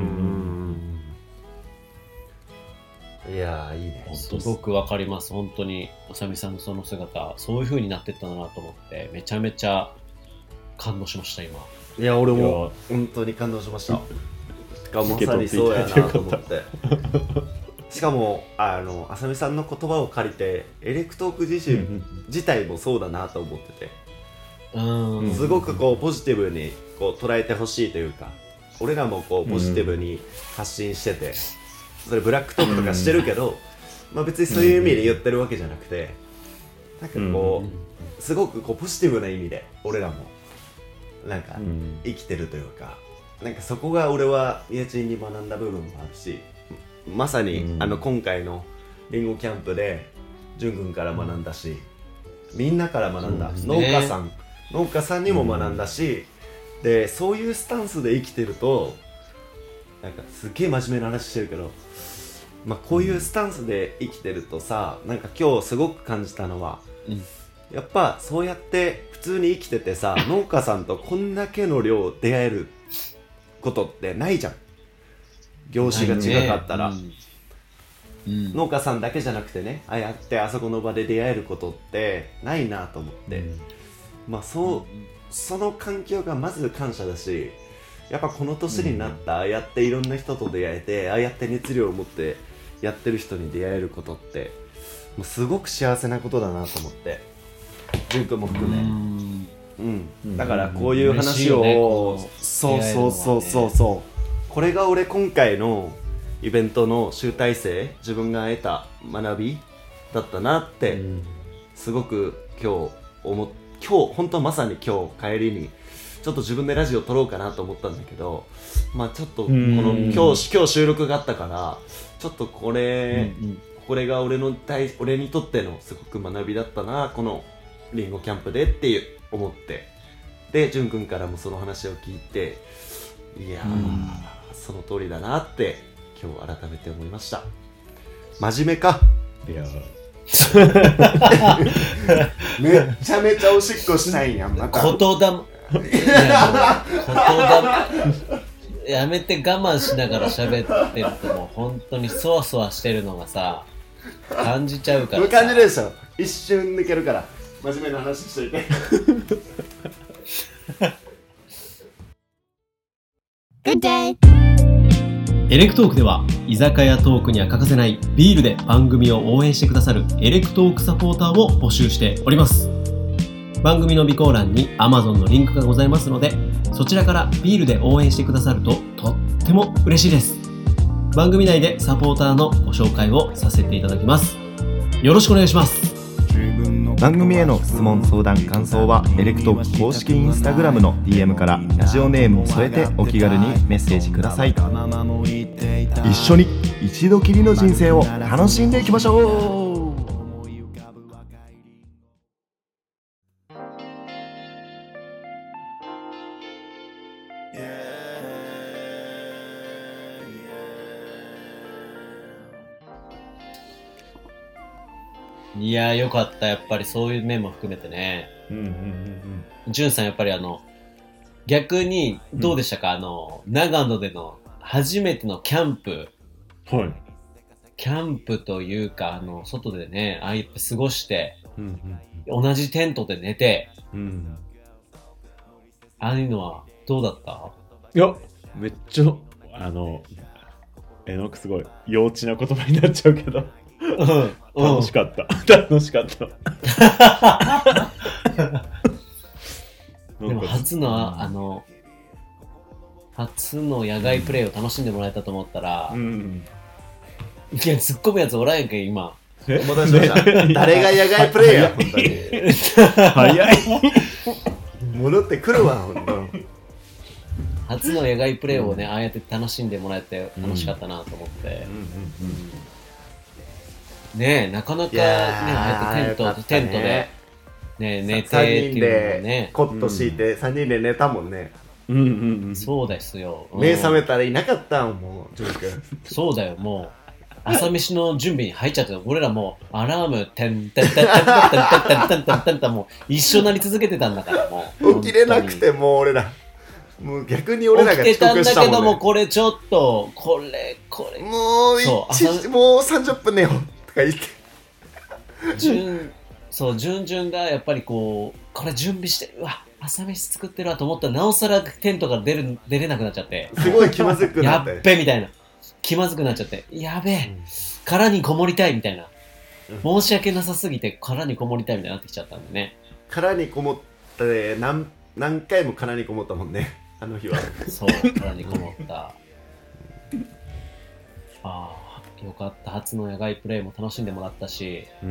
B: うん、いやーいいね。
A: すごくわかります。本当にあさみさんのその姿、そういうふうになってったんだなと思ってめちゃめちゃ感動しました今。
B: いや俺も本当に感動しました。がまさにそうやなと思ってしかもあのあさみさんの言葉を借りてエレクトーク自身自体もそうだなと思ってて、うん、すごくこうポジティブにこう捉えてほしいというか、俺らもこうポジティブに発信してて、それブラックトークとかしてるけど、まあ、別にそういう意味で言ってるわけじゃなくて、なんかこうすごくこうポジティブな意味で俺らもなんか生きてるというか、なんかそこが俺は家賃に学んだ部分もあるし、まさに、うん、あの今回のリンゴキャンプで淳君から学んだし、みんなから学んだ、ね、農家さん農家さんにも学んだし、うん、でそういうスタンスで生きてると、なんかすっげえ真面目な話してるけど、まあ、こういうスタンスで生きてるとさ、なんか今日すごく感じたのは、うん、やっぱそうやって普通に生きててさ、農家さんとこんだけの量出会えることってないじゃん、業種が違かったら、ね、うん、農家さんだけじゃなくてね、ああやってあそこの場で出会えることってないなと思って、うん、まあそう、うん、その環境がまず感謝だし、やっぱこの年になった、うん、ああやっていろんな人と出会えて、ああやって熱量を持ってやってる人に出会えることってもうすごく幸せなことだなと思って、淳君も含め、うんうん、だからこういう話を、ね、そうそうそうそうそう、これが俺今回のイベントの集大成、自分が得た学びだったなって、うん、すごく今日思っ今日本当まさに今日帰りにちょっと自分でラジオ撮ろうかなと思ったんだけど、まあちょっとこの今日今日収録があったからちょっとこれ、うんうん、これが俺の大俺にとってのすごく学びだったな、このリンゴキャンプでっていう思って、で淳君からもその話を聞いて、いやー、うん、その通りだなって今日改めて思いました。真面目か。
C: いや
B: めっちゃめちゃおしっこしたいんやんまた
A: 言霊いやもう言霊やめて我慢しながら喋ってるともう本当にそわそわしてるのがさ感じちゃうからさ
B: 感じるでしょ一瞬抜けるから真面目な話しといて
A: Good day! エレクトークでは居酒屋トークには欠かせないビールで番組を応援してくださるエレクトークサポーターを募集しております。番組の備考欄に Amazon のリンクがございますのでそちらからビールで応援してくださるととっても嬉しいです。番組内でサポーターのご紹介をさせていただきます。よろしくお願いします。
D: 番組への質問相談感想はエレクトーク公式インスタグラムの ディーエム からラジオネームを添えてお気軽にメッセージください。一緒に一度きりの人生を楽しんでいきましょう。
A: いやーよかった。やっぱりそういう面も含めてね。
C: うんうんうんうん。
A: じゅんさんやっぱりあの逆にどうでしたか、うん、あの長野での初めてのキャンプ。
C: はい。
A: キャンプというかあの外でねああやって過ごして、
C: うんうん
A: うん、同じテントで寝て、
C: うん、
A: ああいうのはどうだった？
C: いやめっちゃあのえなんかすごい幼稚な言葉になっちゃうけど。うん、楽しかった楽しかった
A: でも初のあの初の野外プレイを楽しんでもらえたと思ったら、うん、いや突っ込むやつおらんやんけ今
B: お待たせしました誰が野外プレイや本当に
C: 早い
B: 戻ってくるわ本当
A: 初の野外プレイをね、うん、ああやって楽しんでもらえて楽しかったなと思って、うんうんうんうんねえなかなかねああやってテント、ね、テントで、ね、寝てっていうのね
B: コット敷いてさんにんで寝たもんね、
C: うんうんうん、
A: そうですよ、
B: うん、目覚めたらいなかったんもうジョー君
A: そうだよもう朝飯の準備に入っちゃって俺らもうアラームてんてんてんてんてんてんてんてんてんてんもう一緒になり続けてたんだからも
B: う起きれなくてもう俺らもう逆に俺らが遅刻したもんね
A: 起きてたんだけどもこれちょっとこれこれ
B: もうそうもうさんじゅっぷん寝ようとか言って
A: 順そう順々がやっぱりこうこれ準備してうわ朝飯作ってるわと思ったらなおさらテントから出る出れなくなっちゃって
B: すごい気まずくなって
A: やっべみたいな気まずくなっちゃってやべえ、うん、殻にこもりたいみたいな、うん、申し訳なさすぎて殻にこもりたいみたいになってきちゃったんでね
B: 殻にこもって何何回も殻にこもったもんねあの日は
A: そう殻にこもったああよかった初の野外プレイも楽しんでもらったし、
B: うん、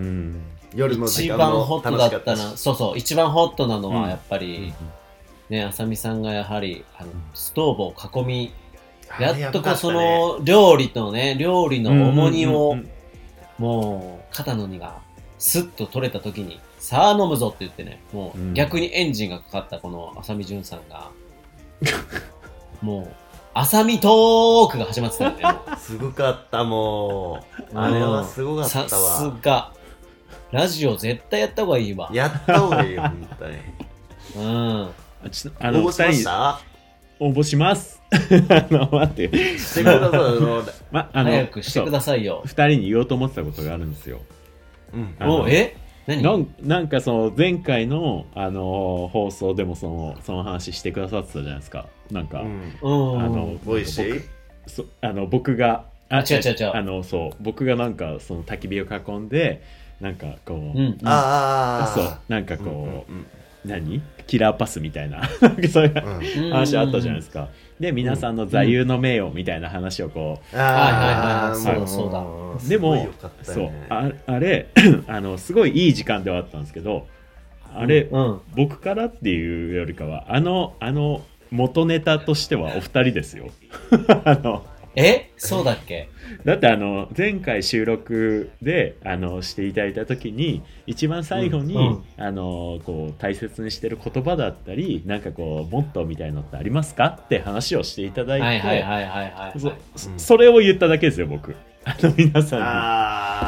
B: 夜の時
A: 間も楽しかったし一番ホットだったなそうそう一番ホットなのはやっぱり、うん、ねあさみさんがやはりあのストーブを囲みやっとこうその料理とね料理の重荷をもう肩の荷がスッと取れた時にさあ飲むぞって言ってねもう逆にエンジンがかかったこのあさみじゅんさんがもうあさみトークが始まってたよね
B: すごかったもうあれはすごかったわ
A: さすがラジオ絶対やった方がいいわ
B: やった方がいいよ本当に
A: うん
C: ちょあの
B: 応募しました
C: 応募しますあの待って
B: してください
A: ま、あの早くしてくださいよ
C: ふたりに言おうと思ってたことがあるんですよ、
A: うん、おえ何
C: な, なんかその前回の、あのー、放送でもそのその話してくださってたじゃないですかなんか、うん、
B: あのボイシー
C: そあの僕が
A: あ違う違う違う
C: あのそう僕がなんかその焚き火を囲んでなんかこう、うん
B: うん、ああ
C: そうなんかこう、うんうんうん、何キラーパスみたいなそういう話あったじゃないですか、うん、で皆さんの座右の銘をみたいな話をこう、
A: うん、ああはいはいはいそうそうだ
C: でも、ね、そう あ, あれあのすごいいい時間ではあったんですけどあれ、うん、僕からっていうよりかはあのあの元ネタとしてはお二人ですよあの
A: えそうだっけ
C: だってあの前回収録であのしていただいた時に一番最後に、うんうん、あのこう大切にしてる言葉だったりなんかこうモットーみたいのってありますかって話をしていただいて、
A: はいはいはいはいはい、
C: そ、うん、それを言っただけですよ僕あの皆さんに
B: あ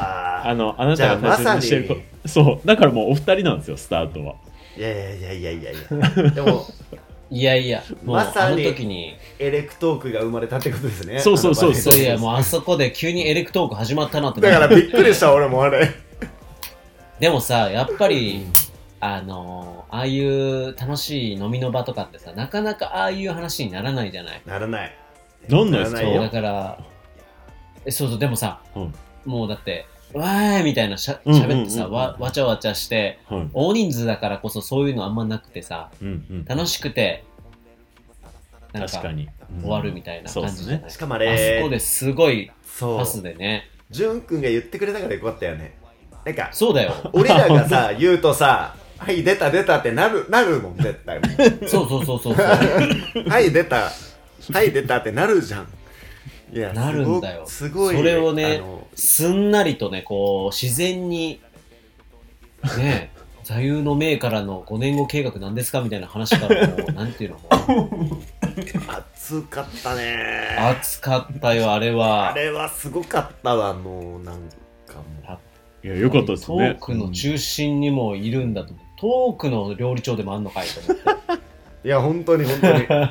C: あのあなたが大切にしてること、ま、そうだからもうお二人なんですよスタートは。
B: いやいやいやいやいやいやでも
A: いやいやもうまさにあの時に
B: エレクトークが生まれたってことですね。
C: そうそうそうそう
A: いやもうあそこで急にエレクトーク始まったなって
B: だからびっくりした俺もあれ
A: でもさやっぱりあのああいう楽しい飲みの場とかってさなかなかああいう話にならないじゃない。
B: ならない
C: なんないですか。
A: そうだからえそうそうでもさ、うん、もうだってわーいみたいなしゃ喋ってさ、わ, わちゃわちゃして、はい、大人数だからこそそういうのあんまなくてさ、うんうん、楽しくてなんか
C: 確かに、
A: うん、終わるみたいな感じじゃない、
B: ね、しかもあれ
A: あそこですごいパスでね
B: ジュン君が言ってくれたからよかったよね。なんか
A: そうだよ
B: 俺らがさ言うとさはい出た出たってなるなるもん絶対
A: そうそうそうそう
B: はい出たはい出たってなるじゃん。いや
A: なるんだよ。
B: すごい
A: それをねすんなりとねこう自然にね座右の銘からのごねんご計画なんですかみたいな話からもうなんていうのも
B: 熱かったね。
A: 熱かったよあれは。
B: あれはすごかったわ。もうなんかも
C: ういやよかったですね。
A: トークの中心にもいるんだと、うん、トークの料理長でもあんのかいと思って
B: いや本当に本当にト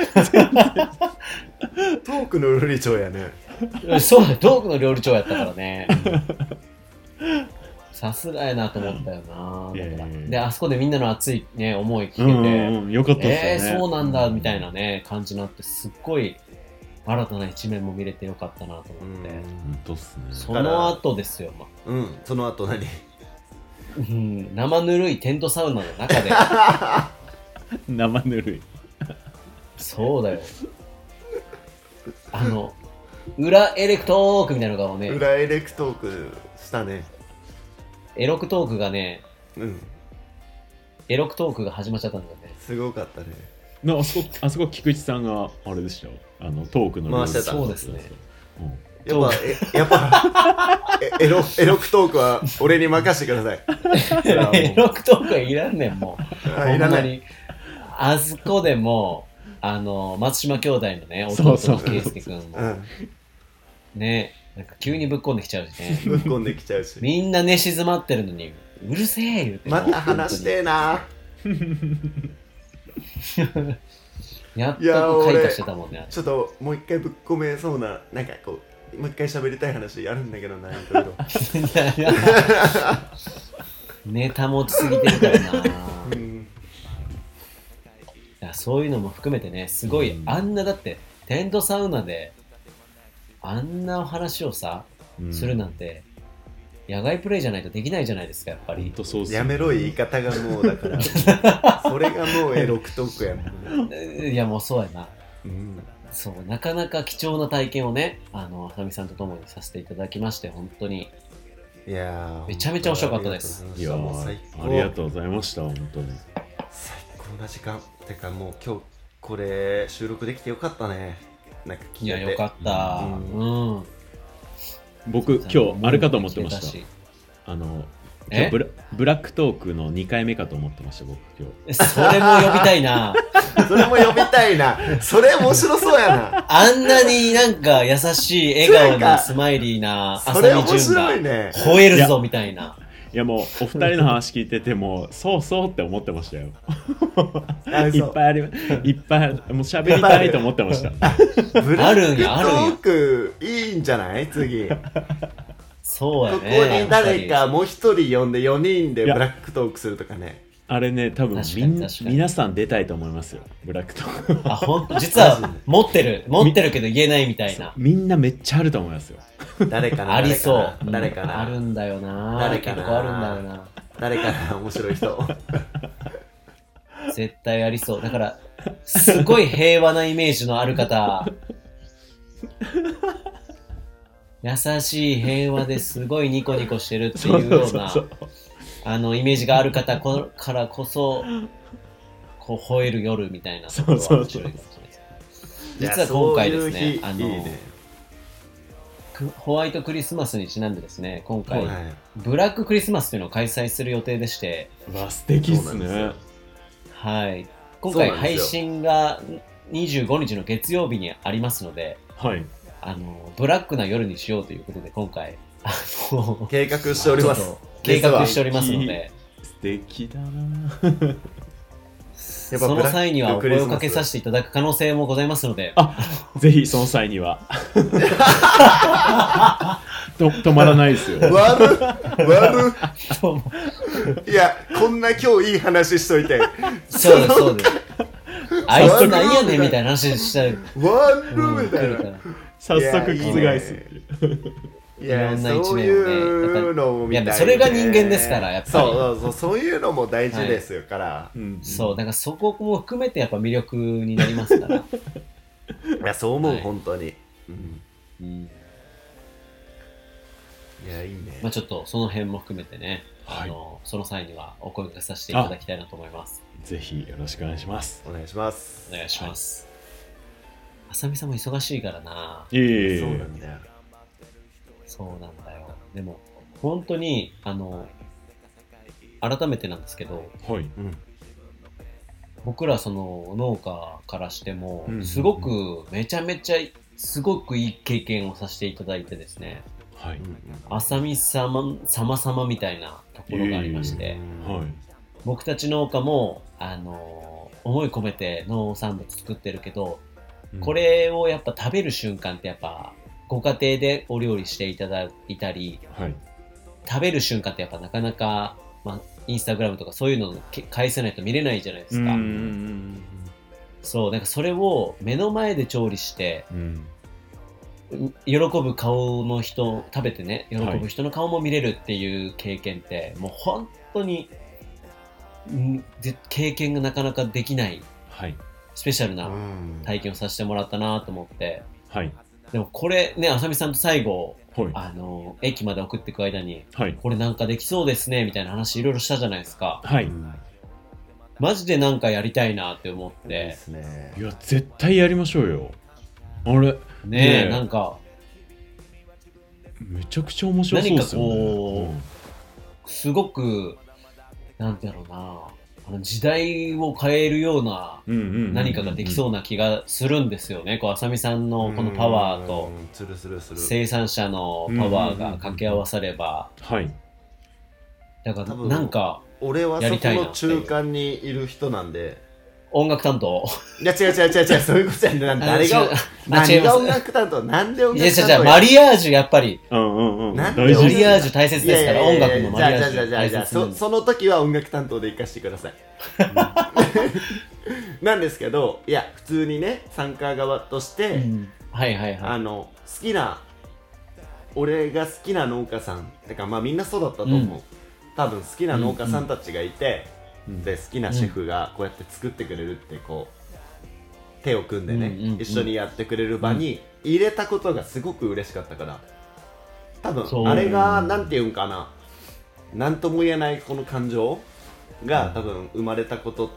B: ークの料理長やね。
A: そうだトークの料理長やったからねさすがやなと思ったよな。だからであそこでみんなの熱い、ね、思い聞けて、
C: うんうん、よかったです
A: ね、えー、そうなんだみたいなね感じになってすっごい新たな一面も見れてよかったなと思って。
C: 本当っすね。
A: その後ですよ、ま
B: うん、その後何
A: うん、生ぬるいテントサウナの中で
C: 生ぬるい
A: そうだよあの裏エレクトークみたいなのがね
B: 裏エレクトークしたね。
A: エロクトークがね、
B: うん、エ
A: ロクトークが始まっちゃったんだよね。
B: すごかったね。
C: あそこあそこ菊池さんがあれでしたよあのトークの
B: 回してた。
A: そうですね、
B: うんやっぱ、え、やっぱエロ、エロクトークは俺に任せてください。
A: エロクトークはいらんねん、もう。
B: あいらない。
A: あそこでも、あの、松島兄弟のね、弟の圭介君も、うん、ね、なんか急にぶっこんできちゃうしね。
B: ぶっこんできちゃうし。
A: みんな寝静まってるのに、うるせえ言うて。
B: また話してえな
A: やっと開花してたもんね。
B: ちょっともう一回ぶっ込めそうな、なんかこう、もう一回喋りたい話あるんだけどな、いろいろ。
A: ネタ持ちすぎてるからな、うん、いやそういうのも含めてね、すごい、うん、あんなだってテントサウナであんな話をさ、うん、するなんて野外プレイじゃないとできないじゃないですか、やっぱり。
B: やめろ言い方がもうだからそれがもうエロクトークやもんね。
A: いやもうそうやな、
B: うん、
A: そうなかなか貴重な体験をね、あのあさみさんと共にさせていただきまして、本当に
B: いや
A: めちゃめちゃ面白かったです。
C: いやもう最高、ありがとうございました。本当に
B: 最高な時間てか、もう今日これ収録できてよかったね。なんか聞いて、
A: いやよかった、うん、うん、
C: 僕今日あれかと思ってました。あの今日ブラブラックトークのにかいめかと思ってました、僕今日。
A: それも呼びたいな
B: それも呼びたいな。それ面白そうやな。
A: あんなになんか優しい笑顔のスマイリーな浅見純が吠えるぞみたいな。
C: いやもうお二人の話聞いててもそうそうって思ってましたよいっぱいありいっぱいある、もう喋りたいと思ってました
B: ブラックトークいいんじゃない次。
A: そうやね、
B: ここに誰かもう一人呼んでよにんでブラックトークするとかね。
C: あれね、多分みん皆さん出たいと思いますよ、ブラックトーク。
A: あ、ほんと実は持ってる持ってるけど言えないみたいな。
C: みんなめっちゃあると思いますよ。
B: 誰かな、
A: ありそう。
B: 誰かな、
A: あるんだよな。
B: 誰かな、
A: 結構あるんだよな。
B: 誰かな、面白い人。
A: 絶対ありそう。だからすごい平和なイメージのある方。優しい平和ですごいニコニコしてるっていうようなあのイメージがある方からこそこう吠える夜みたいなところは面白いかもしれないです。実は今回ですね、あのいいね、ホワイトクリスマスにちなんでですね、今回、はい、ブラッククリスマスというのを開催する予定でして。
C: わ、素敵っすね。
A: はい、今回配信がにじゅうごにちの月曜日にありますので、
C: はい、
A: あのブラックな夜にしようということで今回あの
B: 計画しております。
A: 計画しておりますので、
C: 素敵だな
B: やっぱ
A: その際にはお声をかけさせていただく可能性もございますので、
C: あ、ぜひその際にはと止まらないですよ。
B: 悪っ悪っいや、こんな今日いい話しといて
A: そうですそうですあいつなんやねんみたいな話したら
B: 悪っみたいな、
C: 早速覆す。
B: いや、
A: いろんな一面をね
B: そういうのを見たい、ね、
A: いやそれが人間ですからやっぱり
B: そうそうそう、そういうのも大事ですよから、
C: はい、うん、
A: そうだからそこも含めてやっぱ魅力になりますからい
B: やそう思う、はい、本当に、
A: うんうん、
B: いやいいね、
A: まあちょっとその辺も含めてね、はい、あのその際にはお声掛けさせていただきたいなと思います。
C: ぜひよろしくお願いします。
B: お願いします
A: お願いします。あさみさんも忙しいからな。
C: いえいえ、
B: そうなんだよ。
A: そうなんだよ。でも本当にあの改めてなんですけど、
C: はい、うん、
A: 僕らその農家からしても、うんうんうん、すごくめちゃめちゃすごくいい経験をさせていただいてですね、
C: はい、
A: あさみ様様様みたいなところがありまして、
C: えーはい、
A: 僕たち農家もあの思い込めて農産物作ってるけど、うん、これをやっぱ食べる瞬間ってやっぱご家庭でお料理していただいたり、
C: はい、
A: 食べる瞬間ってやっぱなかなか、まあ、インスタグラムとかそういうのを返せないと見れないじゃないですか。
C: うんうんうん、
A: そうなんかそれを目の前で調理して、うん、喜ぶ顔の人食べてね喜ぶ人の顔も見れるっていう経験って、はい、もう本当に経験がなかなかできない、
C: はい、
A: スペシャルな体験をさせてもらったなと思って、
C: はい、
A: でもこれねあさみさんと最後、
C: はい、
A: あの駅まで送っていく間に、
C: はい、
A: これなんかできそうですねみたいな話いろいろしたじゃないですか。
C: はい、
A: マジでなんかやりたいなって思って、いい
B: ですね、
C: いや絶対やりましょうよ。あれねえ、
A: ねえなんか
C: めちゃくちゃ面白そうですよね。
A: 何かこう、うん、すごくなんてやろうな、あの時代を変えるような何かができそうな気がするんですよね。こうあさみさんのこのパワーと生産者のパワーが掛け合わされば、
C: はい。
A: だからなんか
B: 俺はそこの中間にいる人なんで。
A: 音楽担当。
B: いや違う違う違う違う、そういうことじゃない。誰が何が音楽担当、なんで音楽担当。
A: いや違う違う、マリアージュやっぱり。
C: うんうんうん。
A: マリアージュ大切ですから、音楽のマリアージュ。
B: じゃあじゃあじゃあその時は音楽担当で行かせてください。なんですけど、いや普通にね参加側として、うん、
A: はいはいはい。
B: あの好きな俺が好きな農家さんてかまあみんなそうだったと思う。うん、多分好きな農家さんたちがいて。うん、で好きなシェフがこうやって作ってくれるってこう手を組んでね、うんうんうん、一緒にやってくれる場に入れたことがすごく嬉しかったから、多分あれがなんていうんかな、なんとも言えないこの感情が多分生まれたことって、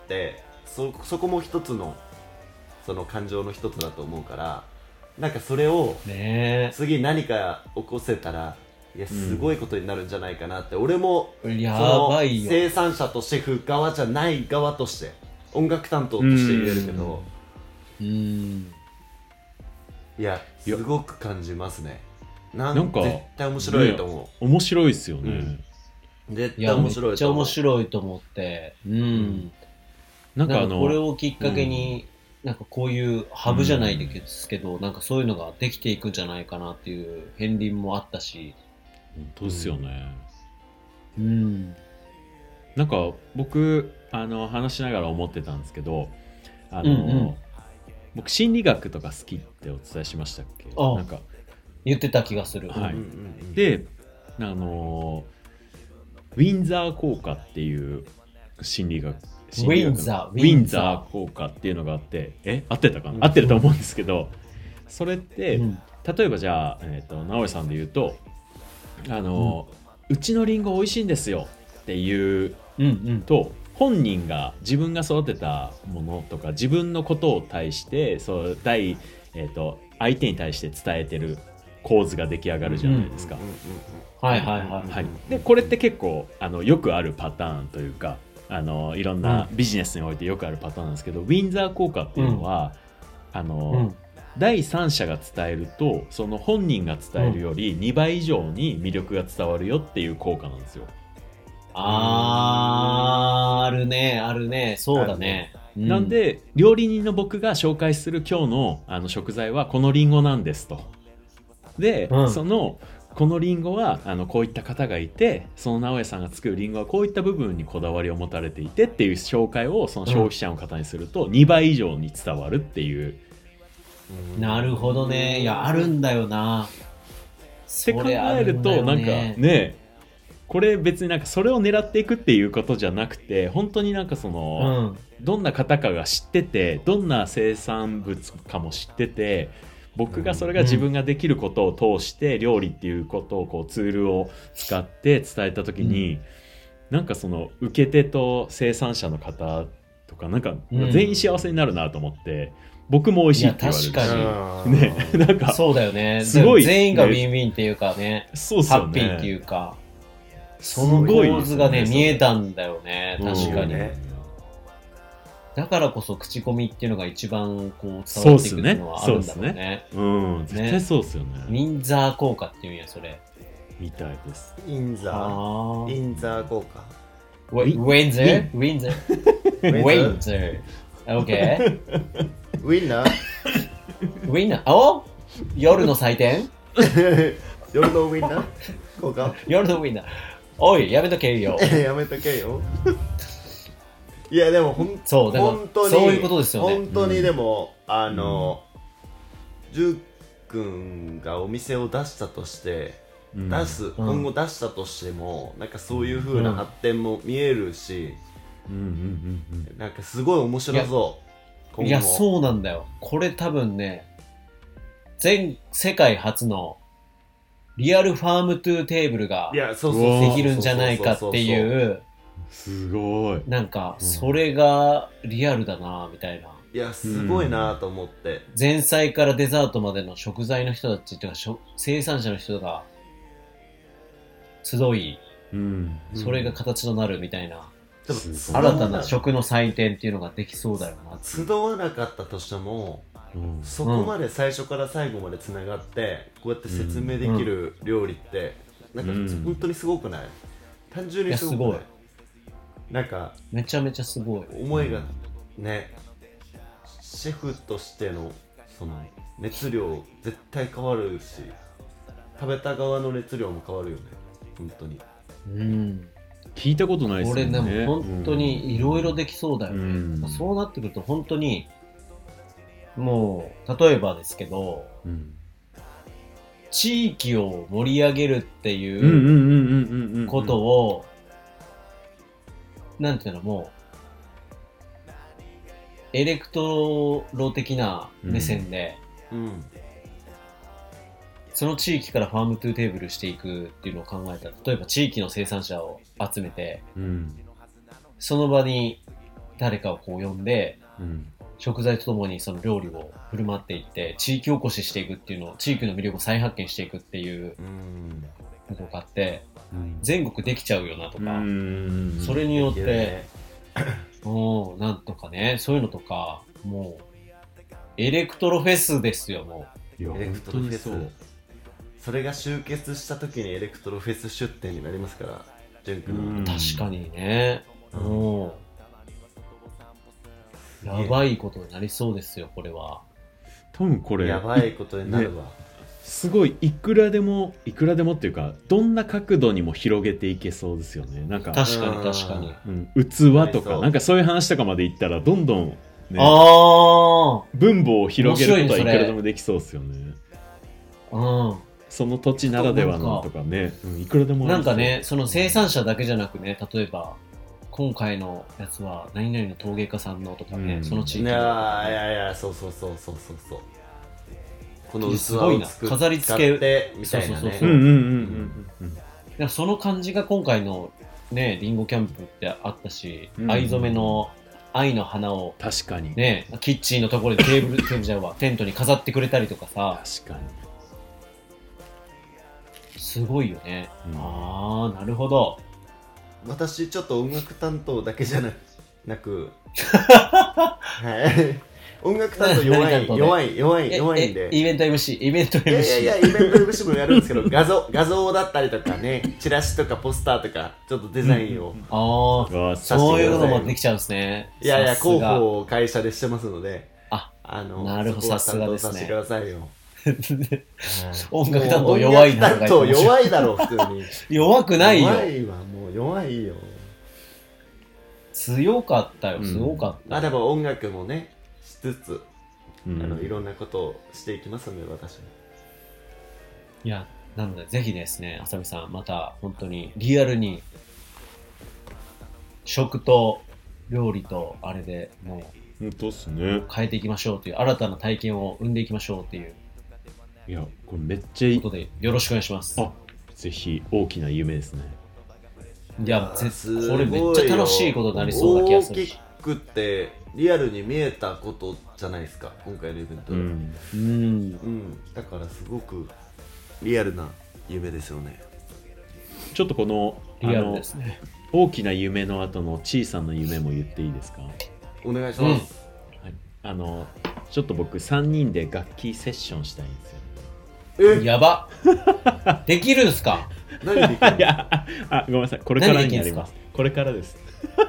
B: そ, そこも一つのその感情の一つだと思うから、なんかそれを次何か起こせたらいやすごいことになるんじゃないかなって、うん、俺も
A: やばいよ、
B: 生産者とシェフ側じゃない側として音楽担当として言えるけど、
A: うん、うん
B: いやすごく感じますね。なんか絶対面白いと思う、ね、
C: 面白いですよね、
B: うん、絶対面白いと思う。
A: めっちゃ面白いと思って、うん、うん、なんかあのこれをきっかけに、うん、なんかこういうハブじゃないですけど、うん、なんかそういうのができていくんじゃないかなっていう片鱗もあったし、
C: 本当ですよね。
A: うん。
C: なんか僕あの話しながら思ってたんですけど、あの、うんうん、僕心理学とか好きってお伝えしましたっけ？
A: ああ、
C: なんか
A: 言ってた気がする。
C: はい。うんうんうん、で、あのウィンザー効果っていう心理学、心理学
A: ウィンザー、
C: ウィンザー効果っていうのがあって、え合ってたかな？合ってると思うんですけど、それって、うん、例えばじゃあ、えーと、直江さんで言うと。あの、うん、うちのリンゴ美味しいんですよっていうと、うんうん、本人が自分が育てたものとか自分のことを対してそう対、えーと、相手に対して伝えてる構図が出来上がるじゃないですか。
A: はいはいはい、
C: はい、でこれって結構あのよくあるパターンというか、あのいろんなビジネスにおいてよくあるパターンなんですけど、うん、ウィンザー効果っていうのは、うん、あの、うん、 第三者が伝えるとその本人が伝えるよりにばい以上に魅力が伝わるよっていう効果なんですよ。
A: あー、あるねあるね、そうだね。うん、
C: なんで料理人の僕が紹介する今日のあの食材はこのリンゴなんですと。で、うん、そのこのリンゴはあのこういった方がいて、その直江さんが作るリンゴはこういった部分にこだわりを持たれていてっていう紹介をその消費者の方にするとにばい以上に伝わるっていう、
A: うん、なるほどね。いやあるんだよな
C: って考えると、なんかね、これ別になんかそれを狙っていくっていうことじゃなくて、本当になんかその、うん、どんな方かが知ってて、どんな生産物かも知ってて、僕がそれが自分ができることを通して料理っていうことをこうツールを使って伝えた時に、うん、なんかその受け手と生産者の方とかなんか全員幸せになるなと思って、僕も美味しいって言われるし、
A: 確かに
C: ね、なんか
A: そうだよね。
C: すごい
A: 全員がウィンウィンっていうかね、
C: そうそうね、
A: ハッピーっていうか、その構図がね見えたんだよね。確かに、ね、だからこそ口コミっていうのが一番こう伝わっていくっていうのはあるんだろうね。そうですね。
C: うん、絶対そうですよね。
A: ウィンザー効果っていうんやそれ。
C: みたいです。
B: ウィンザー。ウィンザー効果。
A: ウィンザー？ウィンザー？ウィンザー。オッケー。
B: ウィンナー？
A: ウィンナー。お？夜の祭典？
B: 夜のウィンナー？効果？
A: 夜のウィンナー。おい、やめとけよ。
B: やめとけよ。いやでもほん
A: そうでも
B: 本当に
A: そういうことですよね。
B: 本当にでも、うん、あの、ジュウ君がお店を出したとして、うん、出す、うん、今後出したとしてもなんかそういう風な発展も見えるし、うんうんうんうん、なんかすごい面白そう。
A: いや、いやそうなんだよ。これ多分ね、全世界初のリアルファームトゥーテーブルができるんじゃないかっていう。
C: すごい。
A: なんかそれがリアルだなみたいな。
B: いやすごいなと思って、
A: うん、前菜からデザートまでの食材の人たちというか生産者の人が集い、うん、それが形となるみたいな、うん、新たな食の祭典っていうのができそうだよな。
B: 集わなかったとしても、うん、そこまで最初から最後までつながってこうやって説明できる料理って、うん、なんか本当にすごくない？単純にすごくない？いやすごい。なんか
A: めちゃめちゃすごい
B: 思いがね、シェフとしてのその熱量絶対変わるし、食べた側の熱量も変わるよね本当に。
A: うん、
C: 聞いたことないですよね。
A: 俺でも本当にいろいろできそうだよね、うん、そうなってくると本当にもう例えばですけど、うん、地域を盛り上げるっていうことをなんていうのもうエレクトロ的な目線で、うんうん、その地域からファームトゥーテーブルしていくっていうのを考えたら、例えば地域の生産者を集めて、うん、その場に誰かをこう呼んで、うん、食材とともにその料理を振る舞っていって地域おこししていくっていうのを、地域の魅力を再発見していくっていうことがあって、うん、全国できちゃうよなとか、うん、それによってもうなんとかね、そういうのとか、もうエレクトロフェスですよ。も
B: うエレクトロフェス、それが集結した時にエレクトロフェス出店になりますから、ジュン君の。
A: 確かにね、もうやばいことになりそうですよこれは。
C: 多分これ
B: やばいことになるわ、ね、
C: すごいいくらでもいくらでもっていうか、どんな角度にも広げていけそうですよね。なんか
A: 確かに確かに、
C: うん、器とかなんかそういう話とかまでいったらどんどん、ね、あ分母を広げることはいくらでもできそうですよね。うん、その土地ならではのとかね、うん、いくらでもある。
A: なんかね、その生産者だけじゃなくね、例えば今回のやつは何々の陶芸家さんのとかね、うん、その地域の、
B: いやいやいや、そうそうそうそうそうそう、この器を
A: すごいな、飾り付け
B: みたいなね。
A: その感じが今回のねリンゴキャンプってあったし、うん、藍染めの愛の花を
C: 確かに
A: ね、キッチンのところでテーブルテーブルじゃんわテントに飾ってくれたりとかさ、
C: 確かに
A: すごいよね、うん、ああなるほど。
B: 私ちょっと音楽担当だけじゃなくはい音楽担当弱い弱い弱い弱いんで
A: イベント エムシー イベント エムシー
B: いやいやいやイベント エムシー もやるんですけど画像画像だったりとかねチラシとかポスターとかちょっとデザインを、うん、
A: ああそういうのもできちゃうんですね。
B: いやいや広報を会社でしてますので
A: あ
B: あの
A: なるほどさすがですね。
B: させてくださいよ
A: 音楽担当弱いな。
B: 音楽担当弱いだろ普通に
A: 弱くないよ。
B: 弱いわもう弱いよ。
A: 強かったよ、すごかった、うん、
B: あでも音楽もねしつつ、うん、あのいろんなことをしていきますので私も。
A: いやなのでぜひですねあさみさんまた本当にリアルに食と料理とあれでもう
C: 本当っすね
A: 変えていきましょうという新たな体験を生んでいきましょうっていう
C: いやこれめっちゃいい
A: ことでよろしくお願いします。
C: あぜひ大きな夢ですね。
A: いやぜこれめっちゃ楽しいことになりそうな気がする。
B: 大きくってリアルに見えたことじゃないですか今回のイベントで、うんうんうん、だからすごくリアルな夢ですよね。
C: ちょっとこの
A: リアルですね。
C: 大きな夢の後の小さな夢も言っていいですか。
B: お願いします、
C: うんはい、あのちょっと僕さんにんで楽器セッションしたいんですよ。
A: えやばできるんすか。
B: 何できる
C: いやあごめんなさいこれからになります。これからです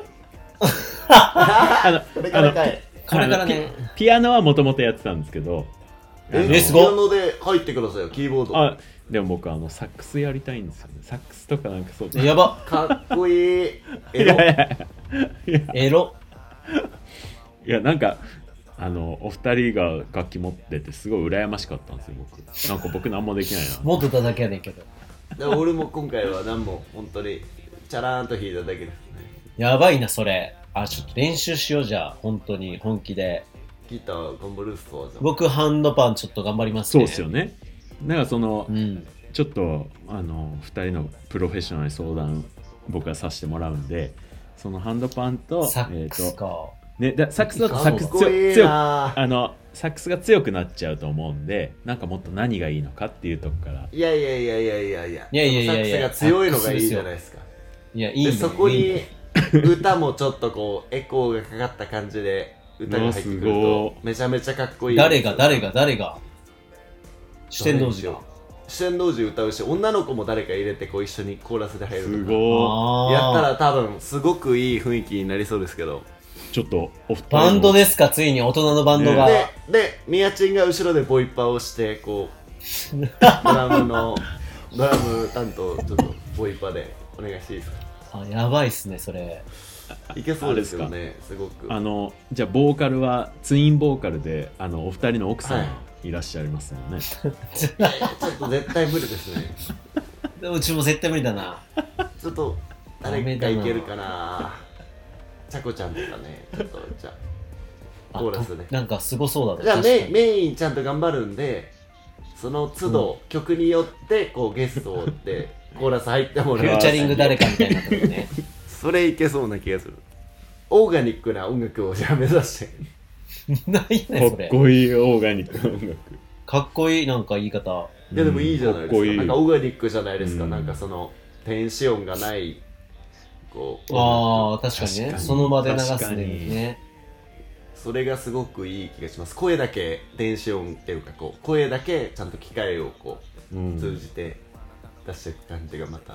B: あのこれからかい
A: これからね
C: ピ、ピアノはもともとやってたんですけど
B: えピアノで入ってくださいよキーボード。
C: あでも僕あのサックスやりたいんですよね。サックスとかなんかそう
A: やば
B: かっこいいエロ
C: いやいやいや
A: エロ
C: いやなんかあのお二人が楽器持っててすごい羨ましかったんですよ僕。なんか僕何もできないな
A: 持ってただけやねんけど
B: 俺も今回は何も本当にチャラーンと弾いただけですね。
A: やばいなそれ。あちょっと練習しようじゃあ本当に本気で。
B: ギター頑張るっすか。
A: 僕ハンドパンちょっと頑張りますね。
C: そうですよね。だからその、うん、ちょっとあのふたりのプロフェッショナルに相談僕がさせてもらうんでそのハンドパンと
A: サックスか、
C: えーとね、だサックスだとサックス強強あのサックスが強くなっちゃうと思うんでなんかもっと何がいいのかっていうとこから
B: いやいやいやいやいやいや
A: いやいやいやいや
B: サックスが強いのがいいじゃないですか。
A: いやいいね。
B: そこに歌もちょっとこうエコーがかかった感じで歌が入ってくるとめちゃめちゃかっこいい。
A: 誰が誰が誰が四天王寺が
B: 四天王寺歌うし女の子も誰か入れてこう一緒にコーラスで入るとか
C: すご
B: やったら多分すごくいい雰囲気になりそうですけど
C: ちょっとお二人
A: バンドですかついに大人のバンドが、
B: ね、ででミヤチンが後ろでボイパをしてこうドラムのドラム担当ちょっとボイパでお願いしていいですか。
A: あやばいっすねそれ。
B: いけそうですよねすごく。
C: あのじゃあボーカルはツインボーカルであのお二人の奥さんいらっしゃいますもんね、はい、
B: ちょっと絶対無理ですね
A: うちも絶対無理だな。
B: ちょっと誰かいけるかな。ちゃこちゃんとかねちょっとじゃあコーラスね
A: なんかすごそうだね。
B: じゃあメイン、メインちゃんと頑張るんでその都度、うん、曲によってこうゲストをってコーラス入ってもらう
A: フューチャリング誰かみたいになってるね
B: それいけそうな気がする。オーガニックな音楽をじゃあ目指して
A: ないねそれ。
C: かっこいいオーガニックな音楽。
A: かっこいいなんか言い方。
B: いやでもいいじゃないですか、
C: うん、かっこいい。
B: なんかオーガニックじゃないですか、うん、なんかその電子音がないこう
A: ああ確かにねその場で流すね。
B: それがすごくいい気がします。声だけ電子音っていうかこう声だけちゃんと機械をこう、うん、通じて出していく感じがまた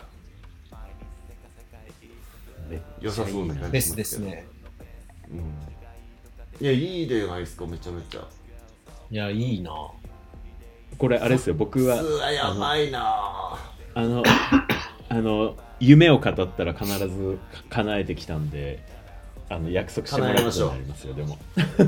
B: 良さそうな感じ
A: ですですね、
B: うん、いやいいじゃないですかめちゃめちゃ。
A: いやいいな
C: これあれですよ僕は
B: やばいな
C: あのあの夢を語ったら必ず叶えてきたんであの約束してもらうことになりますよ。でも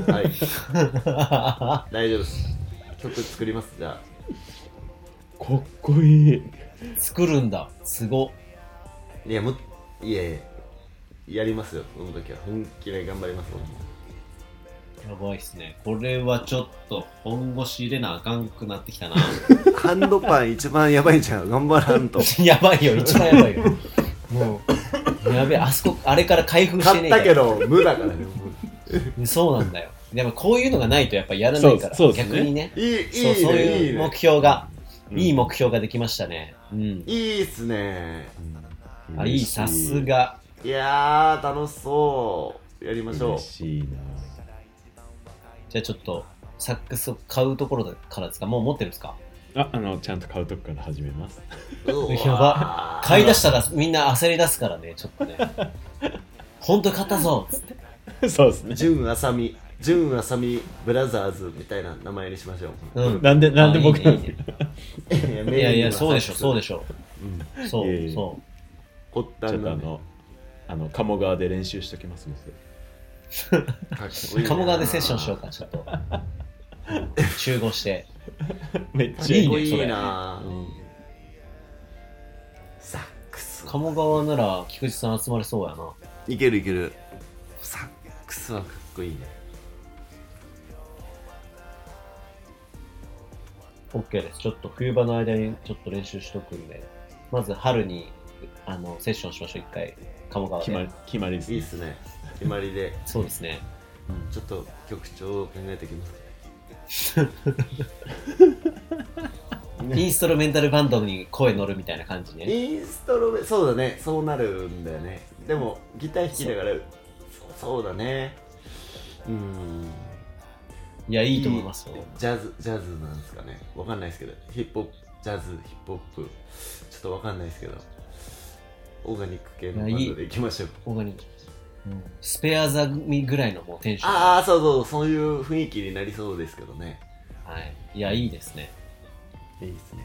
B: はい大丈夫です曲作りますじゃ
C: あ。かっこいい。
A: 作るんだすご。
B: いやもいやいややりますよその時は本気で頑張ります。
A: やばいっすねこれはちょっと本腰入れなあかんくなってきたな
B: ハンドパン一番やばいんじゃん頑張らんと
A: やばいよ一番やばいよもうやべえあそこあれから開封してねえから
B: 買ったけど無だからね
A: そうなんだよ。でもこういうのがないとやっぱやらないから
C: そうそうですね、
A: 逆にね
B: いいいい
A: そうそういう目標が
C: いい、ね、
A: いい目標ができましたね、うん、
B: いいっすね、
A: うん、あいいさすが。
B: いやー楽しそうやりましょう。
C: 嬉しいな。
A: じゃあちょっとサックスを買うところからですか？もう持ってるんですか？
C: あ、あのちゃんと買うとこから始めます。
A: やば、買い出したらみんな焦り出すからね、ちょっとね。本当に買ったぞっつって。
C: そうですね。
B: 純あさみ、純あさみブラザーズみたいな名前にしましょう。
C: うん、なんでなんで僕なんですか？
A: いやいや、そうでしょそうでしょ。うん、そう
C: いやいや
A: そう。
B: おったん
C: ちょっとあのあの鴨川で練習しときますもん。
A: 鴨川でセッションしようか、ちょっと集合して
C: めっちゃいいね、
B: いい
C: それ。
B: な、
A: うん、
B: サックス
A: 鴨川なら菊池さん集まれそうやな。
B: いけるいける。サックスはかっこいいね。
A: OK です。ちょっと冬場の間にちょっと練習しとくんで、まず春にあのセッションしましょう。一回鴨川で
C: 決まり決まりですね。
B: いいっすね、決まりで。
A: そうですね、
B: うん、ちょっと曲調を考えてきます。
A: インストルメンタルバンドに声乗るみたいな感じね。
B: インストロメそうだね、そうなるんだよね。でもギター弾きながら そ, そうだね。うん、
A: いや、いいと思いますよ。
B: ジャズジャズなんですかね、わかんないですけど、ヒップホップ、ジャズ、ヒップホップ、ちょっとわかんないですけど、オーガニック系のバンドでいきましょう。
A: オーガニック、うん、スペアザミぐらいのもうテンション。
B: ああ、そうそう、そういう雰囲気になりそうですけどね。
A: はい、いや、いいですね。
B: いいですね。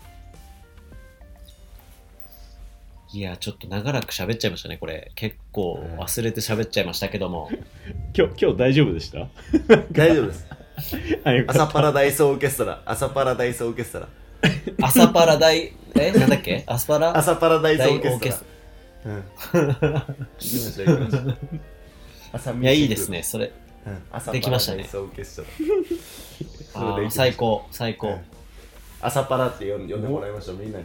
A: いや、ちょっと長らく喋っちゃいましたね、これ。結構忘れて喋っちゃいましたけども。
C: 今日、今日大丈夫でした？
B: 大丈夫です。
C: あ、
B: 朝パラダイスオーケストラ、朝パラダイスオーケストラ。
A: 朝パラダイ、え、なんだっけ？アスパラ
B: 朝パラダイスオーケストラ。
A: ス
B: うん。行きました行きました。朝
A: いや、いいですね、それ。
B: うん、朝
A: できましたね。
B: パラダイスオーケストラ。
A: あー最高、最高。
B: うん、朝パラって呼んでもらいましょう、みんなに。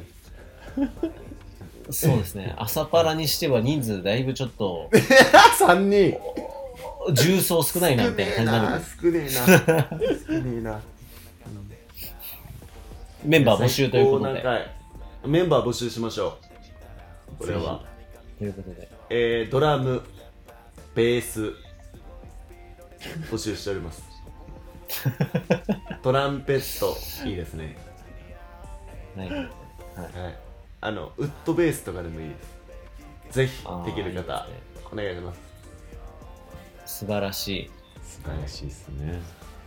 A: そうですね、朝パラにしては人数だいぶちょっと
B: さんにん
A: 重曹少ないなみたいな感じになる。
B: 少ねえな少ねえな
A: メンバー募集ということで、
B: メンバー募集しましょう。これは
A: ということで、
B: えー、ドラム、ベース募集しております。トランペットいいですね。
A: はいはい、
B: はい、あのウッドベースとかでもいいです。ぜひできる方いい、ね、お願いします。
A: 素晴らしい、
C: 素晴らしいですね。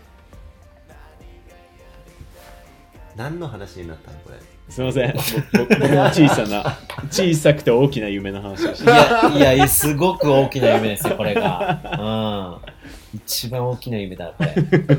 B: 何の話になったのこれ。
C: すいません、僕の小さな小さくて大きな夢の話でした。
A: いやいや、すごく大きな夢ですよこれが。うん、一番大きな夢だこれ。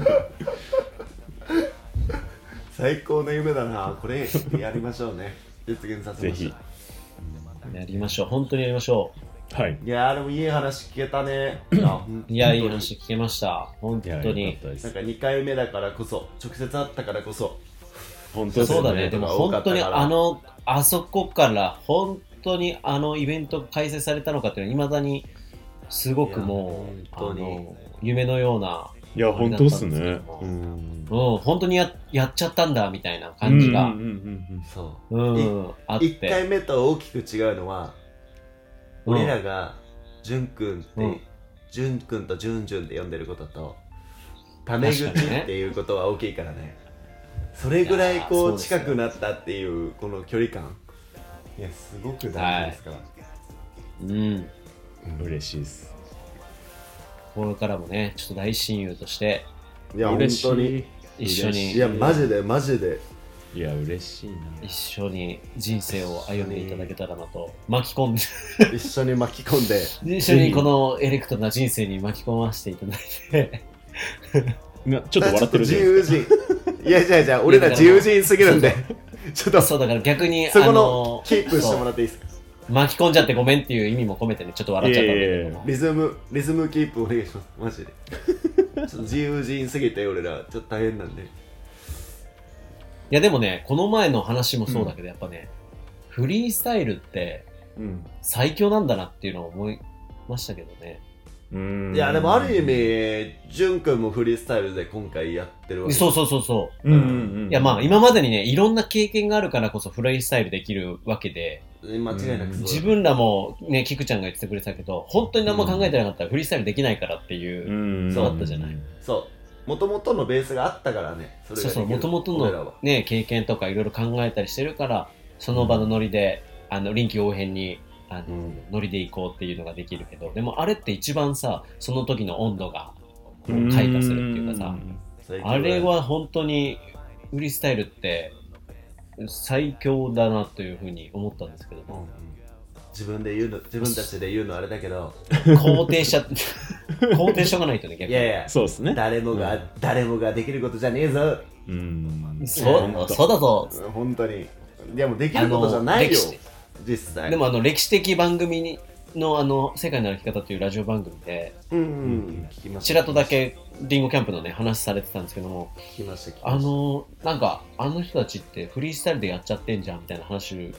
B: 最高の夢だな。これやりましょうね。実現させましょう。ぜ
A: ひやりましょう、本当にやりましょ
C: う。はい。
B: いやーでもいい話聞けたね。
A: いや、いい話聞けました。本当に。
B: なんかにかいめだからこそ、直接会ったからこそ。
C: 本当
A: そうだね。でも本当にあのあそこから本当にあのイベント開催されたのかっていうのは未だにすごくもうあの夢のような。
C: いや本当ですね。
A: うん、うん、本当に や, やっちゃったんだみたいな感じが
B: そう、
A: うん、あって。
B: いっかいめと大きく違うのは、うん、俺らがじゅんくんって、うん、じゅんくんとじゅんじゅんで呼んでることとタメ口っていうことは大きいからね。それぐらいこう近くなったっていうこの距離感、いやすごく大事ですから、はい、
A: うん、うん、
C: 嬉しいです。
A: これからもね、ちょっと大親友として
B: いや本当に
A: 一緒に、
B: いやマジでマジで
C: いや嬉しいな。
A: 一緒に人生を歩んでいただけたらなと、巻き込んで
B: 一緒に巻き込んで
A: 一緒にこのエレクトロな人生に巻き込ませていただいて
C: ちょっと笑ってるじゃん。
B: 自由人いやじゃあじゃあ俺ら自由人すぎるんでちょっと
A: そうだから逆に
B: そこのキープしてもらっていいですか。
A: 巻き込んじゃってごめんっていう意味も込めてね、ちょっと笑っちゃったんだけども、
B: リズムリズムキープお願いします。マジでちょっと自由人すぎて俺らちょっと大変なんで。い
A: やでもね、この前の話もそうだけど、うん、やっぱねフリースタイルって最強なんだなっていうのを思いましたけどね。
B: うーん、いやでもある意味じゅんくんもフリースタイルで今回やってるわけ。
A: そうそうそうそう、
C: うんうんうん、
A: いやまあ今までにねいろんな経験があるからこそフリースタイルできるわけで、
B: 間違いなくそうだ。
A: 自分らもね、キクちゃんが言ってくれたけど本当に何も考えてなかったらフリースタイルできないからっていう、うん、そうあったじゃない。
B: そうもともとのベースがあったからね。
A: それがそうそう、もともとの、ね、経験とかいろいろ考えたりしてるから、その場のノリで、うん、あの臨機応変にあの、うん、ノリで行こうっていうのができるけど、でもあれって一番さ、その時の温度が開花するっていうかさ、あれは本当にフリースタイルって最強だなというふうに思ったんですけども、うん、
B: 自分で言うの、自分たちで言うのあれだけど
A: 肯定しちゃって肯定しとかないとね、逆に。
B: いやいや、
C: そうですね、
B: 誰もが、うん、誰もができることじゃねえぞ。
A: うん、そうそうだぞ。
B: 本当に。いやもうできることじゃないよ実際。
A: でもあの歴史的番組にのあの世界の歩き方というラジオ番組で、
B: うんうん、聞きました。
A: ちらっとだけリンゴキャンプのね話されてたんですけども、
B: 聞きました聞きました。
A: あのなんかあの人たちってフリースタイルでやっちゃってんじゃんみたいな話出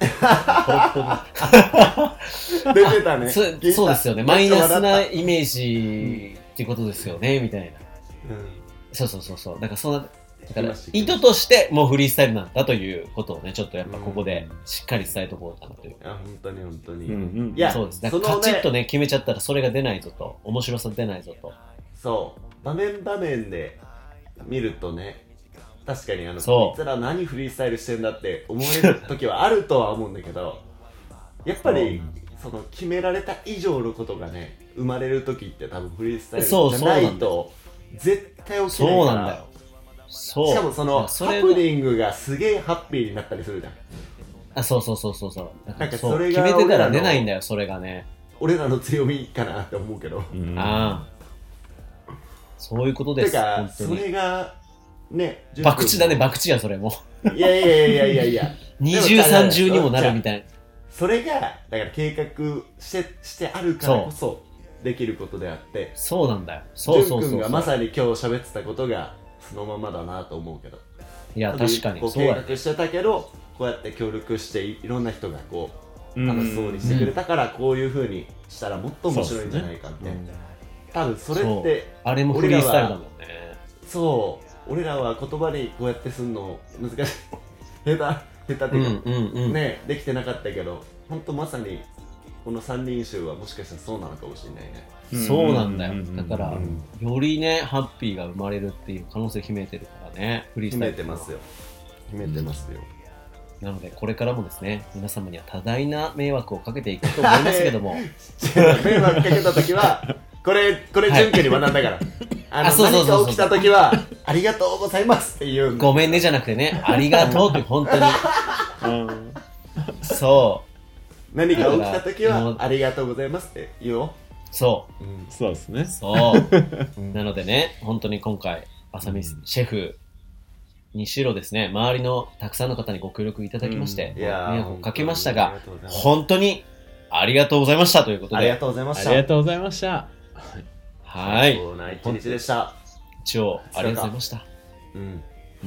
B: てたね。
A: そ, そうですよね。マイナスなイメージっていうことですよね、うん、みたいな、うん。そうそうそうそう。だからそんなだから意図としてもうフリースタイルなんだということをね、ちょっとやっぱここでしっかり伝えとこうかなという。
B: いや本当に本当に。
A: うんうん、いやそうです。だからカチッとね決めちゃったらそれが出ないぞと、面白さ出ないぞと。
B: そう場面場面で見るとね、確かにあのこいつら何フリースタイルしてんだって思える時はあるとは思うんだけど、やっぱりその決められた以上のことがね生まれる時って多分フリースタイルじゃないと絶対起きないから。そうなんだよ。そうしかもそのそハプニングがすげえハッピーになったりするじゃん。
A: あ、そうそうそうそうそう。なんかそれが決めてたら出ないんだよ、それがね。
B: 俺らの強みかなって思うけど。
A: うん、ああ、そういうことです。
B: てかそれがね、
A: 博打だね、博打やそれも。
B: いやいやいやいやいや。
A: 二重三重にもなるみたいな。
B: それがだから計画してしてあるからこそできることであって。
A: そうなんだよ。そうそうそうそう。
B: ジュン君がまさに今日喋ってたことがそのままだなと思うけど。
A: いや確かに
B: こう計画してたけど、こうやって協力していろんな人がこう楽しそうにしてくれたから、こういう風にしたらもっと面白いんじゃないかって、ね、多分それって
A: あれもフリースタイルだもんね。
B: そう俺らは言葉にこうやってすんの難しい下手下手っていうか、うんうんうん、ねできてなかったけど、本当まさにこの三人衆はもしかしたらそうなのかもしれないね。
A: そうなんだよ。だから、うん、よりねハッピーが生まれるっていう可能性秘めてるからね、フリースタイル。
B: 秘めてますよ。秘めてますよ。
A: うん、なのでこれからもですね、皆様には多大な迷惑をかけていくと思いますけども、
B: 迷惑かけた時はこれこれ準拠に学んだから。はい、あのあそうそうそうそう、何か起きた時はありがとうございますっていう。
A: ごめんねじゃなくてね、ありがとうって本当に。うん、そう。
B: 何か起きた時はありがとうございますって言おう。
A: そう、
C: うん、そうですね。
A: そうなのでね、本当に今回浅見シェフにしろですね、周りのたくさんの方にご協力いただきまして、うん、迷惑をかけましたが、本当にありがとうございましたということで。
B: ありがとうございました。
C: ありがとうございました。
A: はい。
B: そうな一日でした。
A: 一応ありがとうございました。うんうん。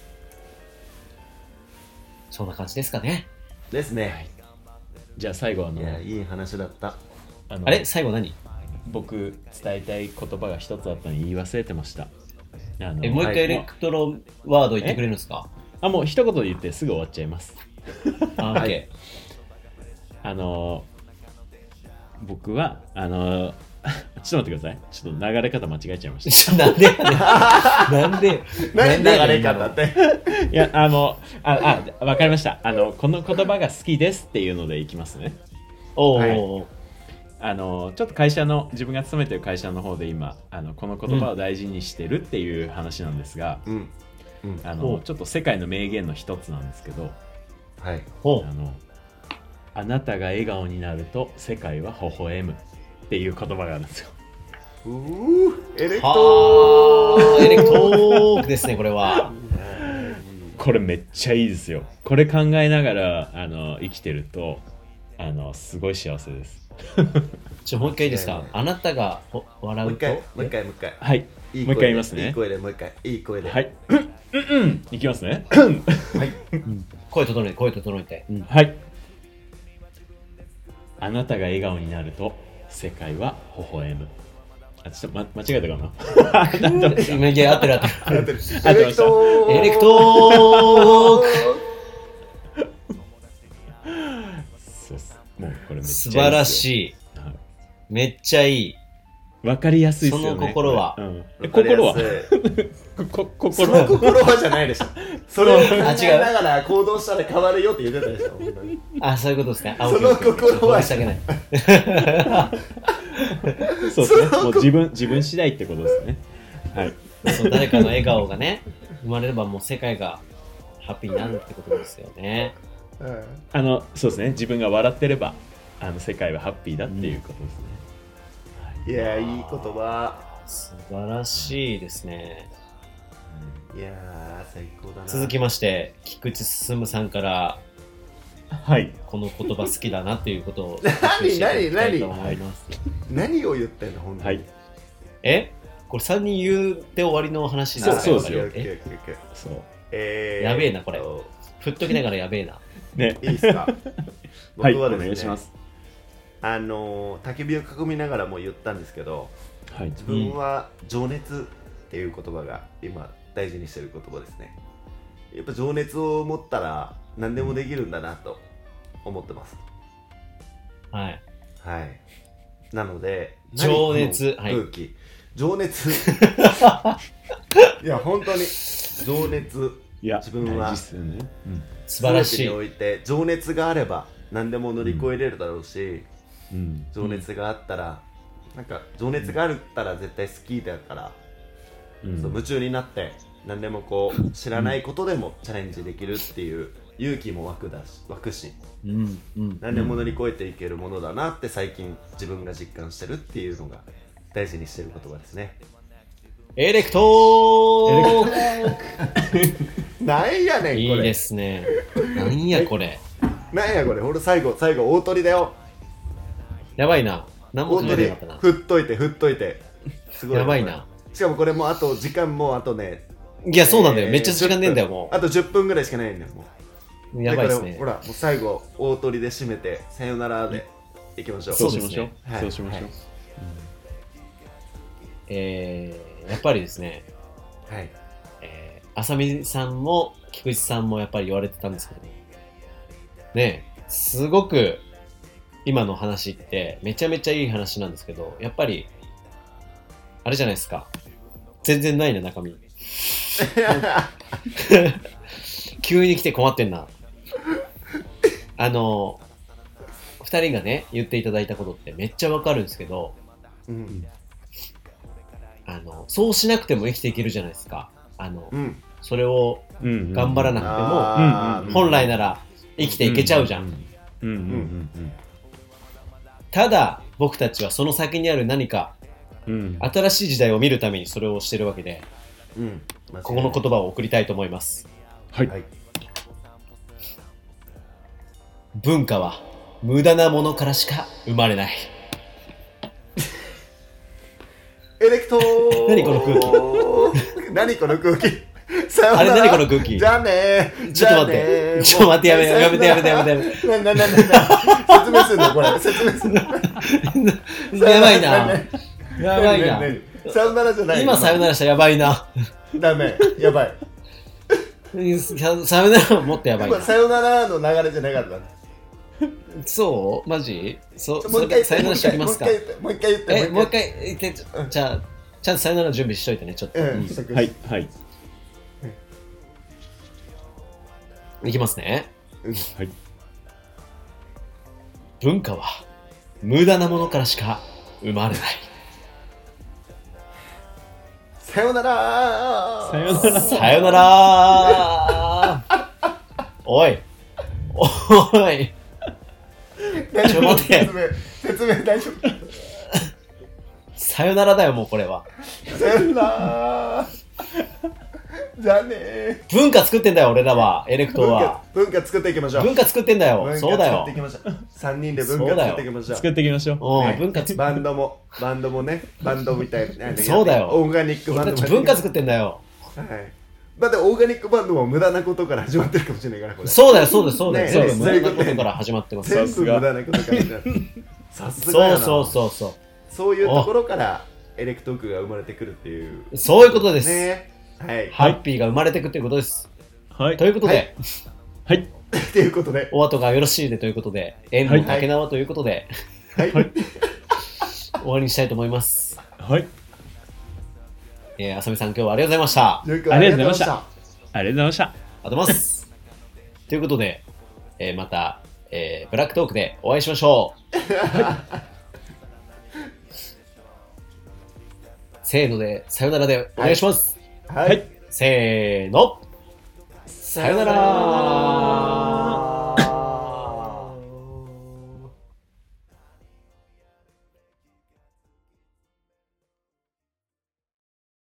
A: そんな感じですかね。
B: ですね。はい、
C: じゃあ最後あの、
B: いやいい話だった。
A: あ, あれ最後何？
C: 僕伝えたい言葉が一つあったのに言い忘れてました。
A: あのえもう一回エレクトロワード言ってくれるんですか？
C: あ、もう一言で言ってすぐ終わっちゃいます。
A: あ、はい、
C: あの僕はあのちょっと待ってください。ちょっと流れ方間違えちゃいました。
A: なんでなんで
B: 何流れ方って
C: いやあのああわかりました。あのこの言葉が好きですっていうのでいきますね。
A: おー、はい、
C: あのちょっと会社の自分が勤めてる会社の方で今あのこの言葉を大事にしてるっていう話なんですが、うんうん、あのちょっと世界の名言の一つなんですけど、
B: はい、
C: あのあなたが笑顔になると世界は微笑むっていう言葉があるんですよ。
B: うーエレクト
A: ーエレクトークですねこれは。
C: これめっちゃいいですよ。これ考えながらあの生きてるとあのすごい幸せです。
A: ちょもう一回いいですか？あなたが笑うと
B: もう一回もう一回
C: はい、いいもう一回言いますね。
B: いい声でもう一回いい声で
C: はいうんうんいきますね。はい
A: 声整えて声整えて、
C: うん、はいあなたが笑顔になると世界は微笑む。あ、ちょっと、ま、間違えたかな。
A: 今いや合ってる合ってる
B: エレクトー
A: エレクトーク
C: そうっす。もうこれめっちゃいい
A: 素晴らしい、はい、めっちゃいい。
C: 分かりやすいですよね。
A: その心は、
C: うん、心はこ心
B: その心はじゃないでしょ。それを考えながら行動したら変わるよって言ってたでしょ。本当に
A: あ、そういうことですね。あ、
B: その心は
A: 申し訳ない。
C: そうですね。もう自分自分次第ってことですね。はい。
A: そう、誰かの笑顔がね生まれればもう世界がハッピーになるってことですよね。
B: うん、
C: あのそうですね。自分が笑ってればあの世界はハッピーだっていうことですね。
B: うん、いやいい言葉。
A: 素晴らしいですね。
B: いや最高だな。
A: 続きまして菊池進さんから
C: はい
A: この言葉好きだなっていうことを
B: 何何何何を言ってんの本当に、はい、
A: えこれさんにん言うて終わりの話ですか？
C: そうですよ。
A: そう、えー、やべえなこれ振っときながらやべえな
B: ね、いいですか？僕はですね、はい、お願いします。あの焚き火を囲みながらも言ったんですけど、はい、自分は情熱っていう言葉が今大事にしてる言葉ですね。やっぱ情熱を持ったら何でもできるんだなと思ってます。
A: はい
B: はいなので
A: 情熱
B: 空気、はい、情熱いや本当に情熱いや自分は、ねうん、
A: 素晴らしい
B: 全てにおいて情熱があれば何でも乗り越えれるだろうし、うん、情熱があったら、うん、なんか情熱があったら絶対好きだから、うん、そう夢中になって何でもこう知らないことでもチャレンジできるっていう勇気も湧くだし湧くし、うんうん、何でも乗り越えていけるものだなって最近自分が実感してるっていうのが大事にしてる言葉ですね。
A: エレクトー
B: なんやねんこれ。
A: いいですね。なんやこれ。
B: なんやこれ。俺最後最後大鳥だよ。
A: やばいな。何も考えてなかったな。
B: 振っといて振っといて。
A: すごいやばいな。
B: しかもこれもうあと時間もあとね。
A: いやそうなんだよ、えー、めっちゃ時間ねえんだよもう。
B: あとじゅっぷんぐらいしかないんだよも
A: う。やばいですね。
B: ほらもう最後大鳥で締めてさよならでいきましょう。
C: そうしましょう。はい、そうしましょう。はい、
A: えー、やっぱりですね。はい。えー、あさみさんも菊池さんもやっぱり言われてたんですけどね。ねえ、すごく今の話ってめちゃめちゃいい話なんですけど、やっぱりあれじゃないですか。全然ないな中身。急に来て困ってんな。あのふたりがね言っていただいたことってめっちゃわかるんですけど、うん、あのそうしなくても生きていけるじゃないですか。あの、うん、それを頑張らなくても、うん、本来なら生きていけちゃうじゃん。ただ僕たちはその先にある何か、うん、新しい時代を見るためにそれをしてるわけで、うん、ここの言葉を送りたいと思います。はい、はい、文化は無駄なものからしか生まれない。
B: エレクトー
A: 何この空気
B: 何この空気
A: あれ何この空気
B: じゃあね
A: ーちょっと待ってちょっと待ってやめやめてやめてやめてやめて
B: なななな説明するのこれ説明する
A: のやばいなやばいな
B: さよならじゃない
A: 今さよならしたらやばいな
B: ダメやばい
A: さよならもっとやばいな
B: さよならの流れじゃなかった
A: そうマジそ
B: もう一回
A: さよならしておきますか。
B: もう一回言って
A: えもう一回言ってじゃあちゃんとさよなら準備しといてねちょっと、うん、
C: はいはい
A: いきますね、
B: うん、はい。
A: 文化は無駄なものからしか生まれない。
B: さよなら
C: さよなら
A: さよならおいおいちょ待って
B: 説明説明大丈夫
A: さよならだよもうこれは
B: さよならじゃあね
A: 文化作ってんだよ俺らはエレクトは
B: 文化、文化作っていきましょう。
A: 文化作ってんだよそうだよ
B: さんにんで文化作っていきましょう。
C: 作っていきましょう、
A: ね、文化
B: バンドもバンドもねバンドみたいな
A: そうだよ
B: オーガニックバンドも
A: 文化作ってんだよ。
B: はいだってオーガニックバンドも無駄なことから始まってるかもしれないからこれ
A: そうだよそうですそうだよ、ね、
B: 全
A: 部無駄なことから始まってます。
B: 全部無駄なことからさすがやな
A: そうそうそうそう
B: そういうところからエレクトークが生まれてくるっていう
A: そういうことです、
B: ねはい、
A: ハッピーが生まれてくっていうことです。
C: はい。
A: ということで、
C: はい。
B: ということで、
A: お後がよろしいでということで、縁の竹縄ということで、
B: はい。はい、
A: 終わりにしたいと思います。
C: はい。
A: えー、あさみさん今日はありがとうございました。
B: ありがとうございました。
C: ありがとうございました。
A: ありがとうございます。ということで、えー、また、えー、ブラックトークでお会いしましょう。せーので、さよならでお願いします。
B: はい。はい、
A: せーの。さよなら。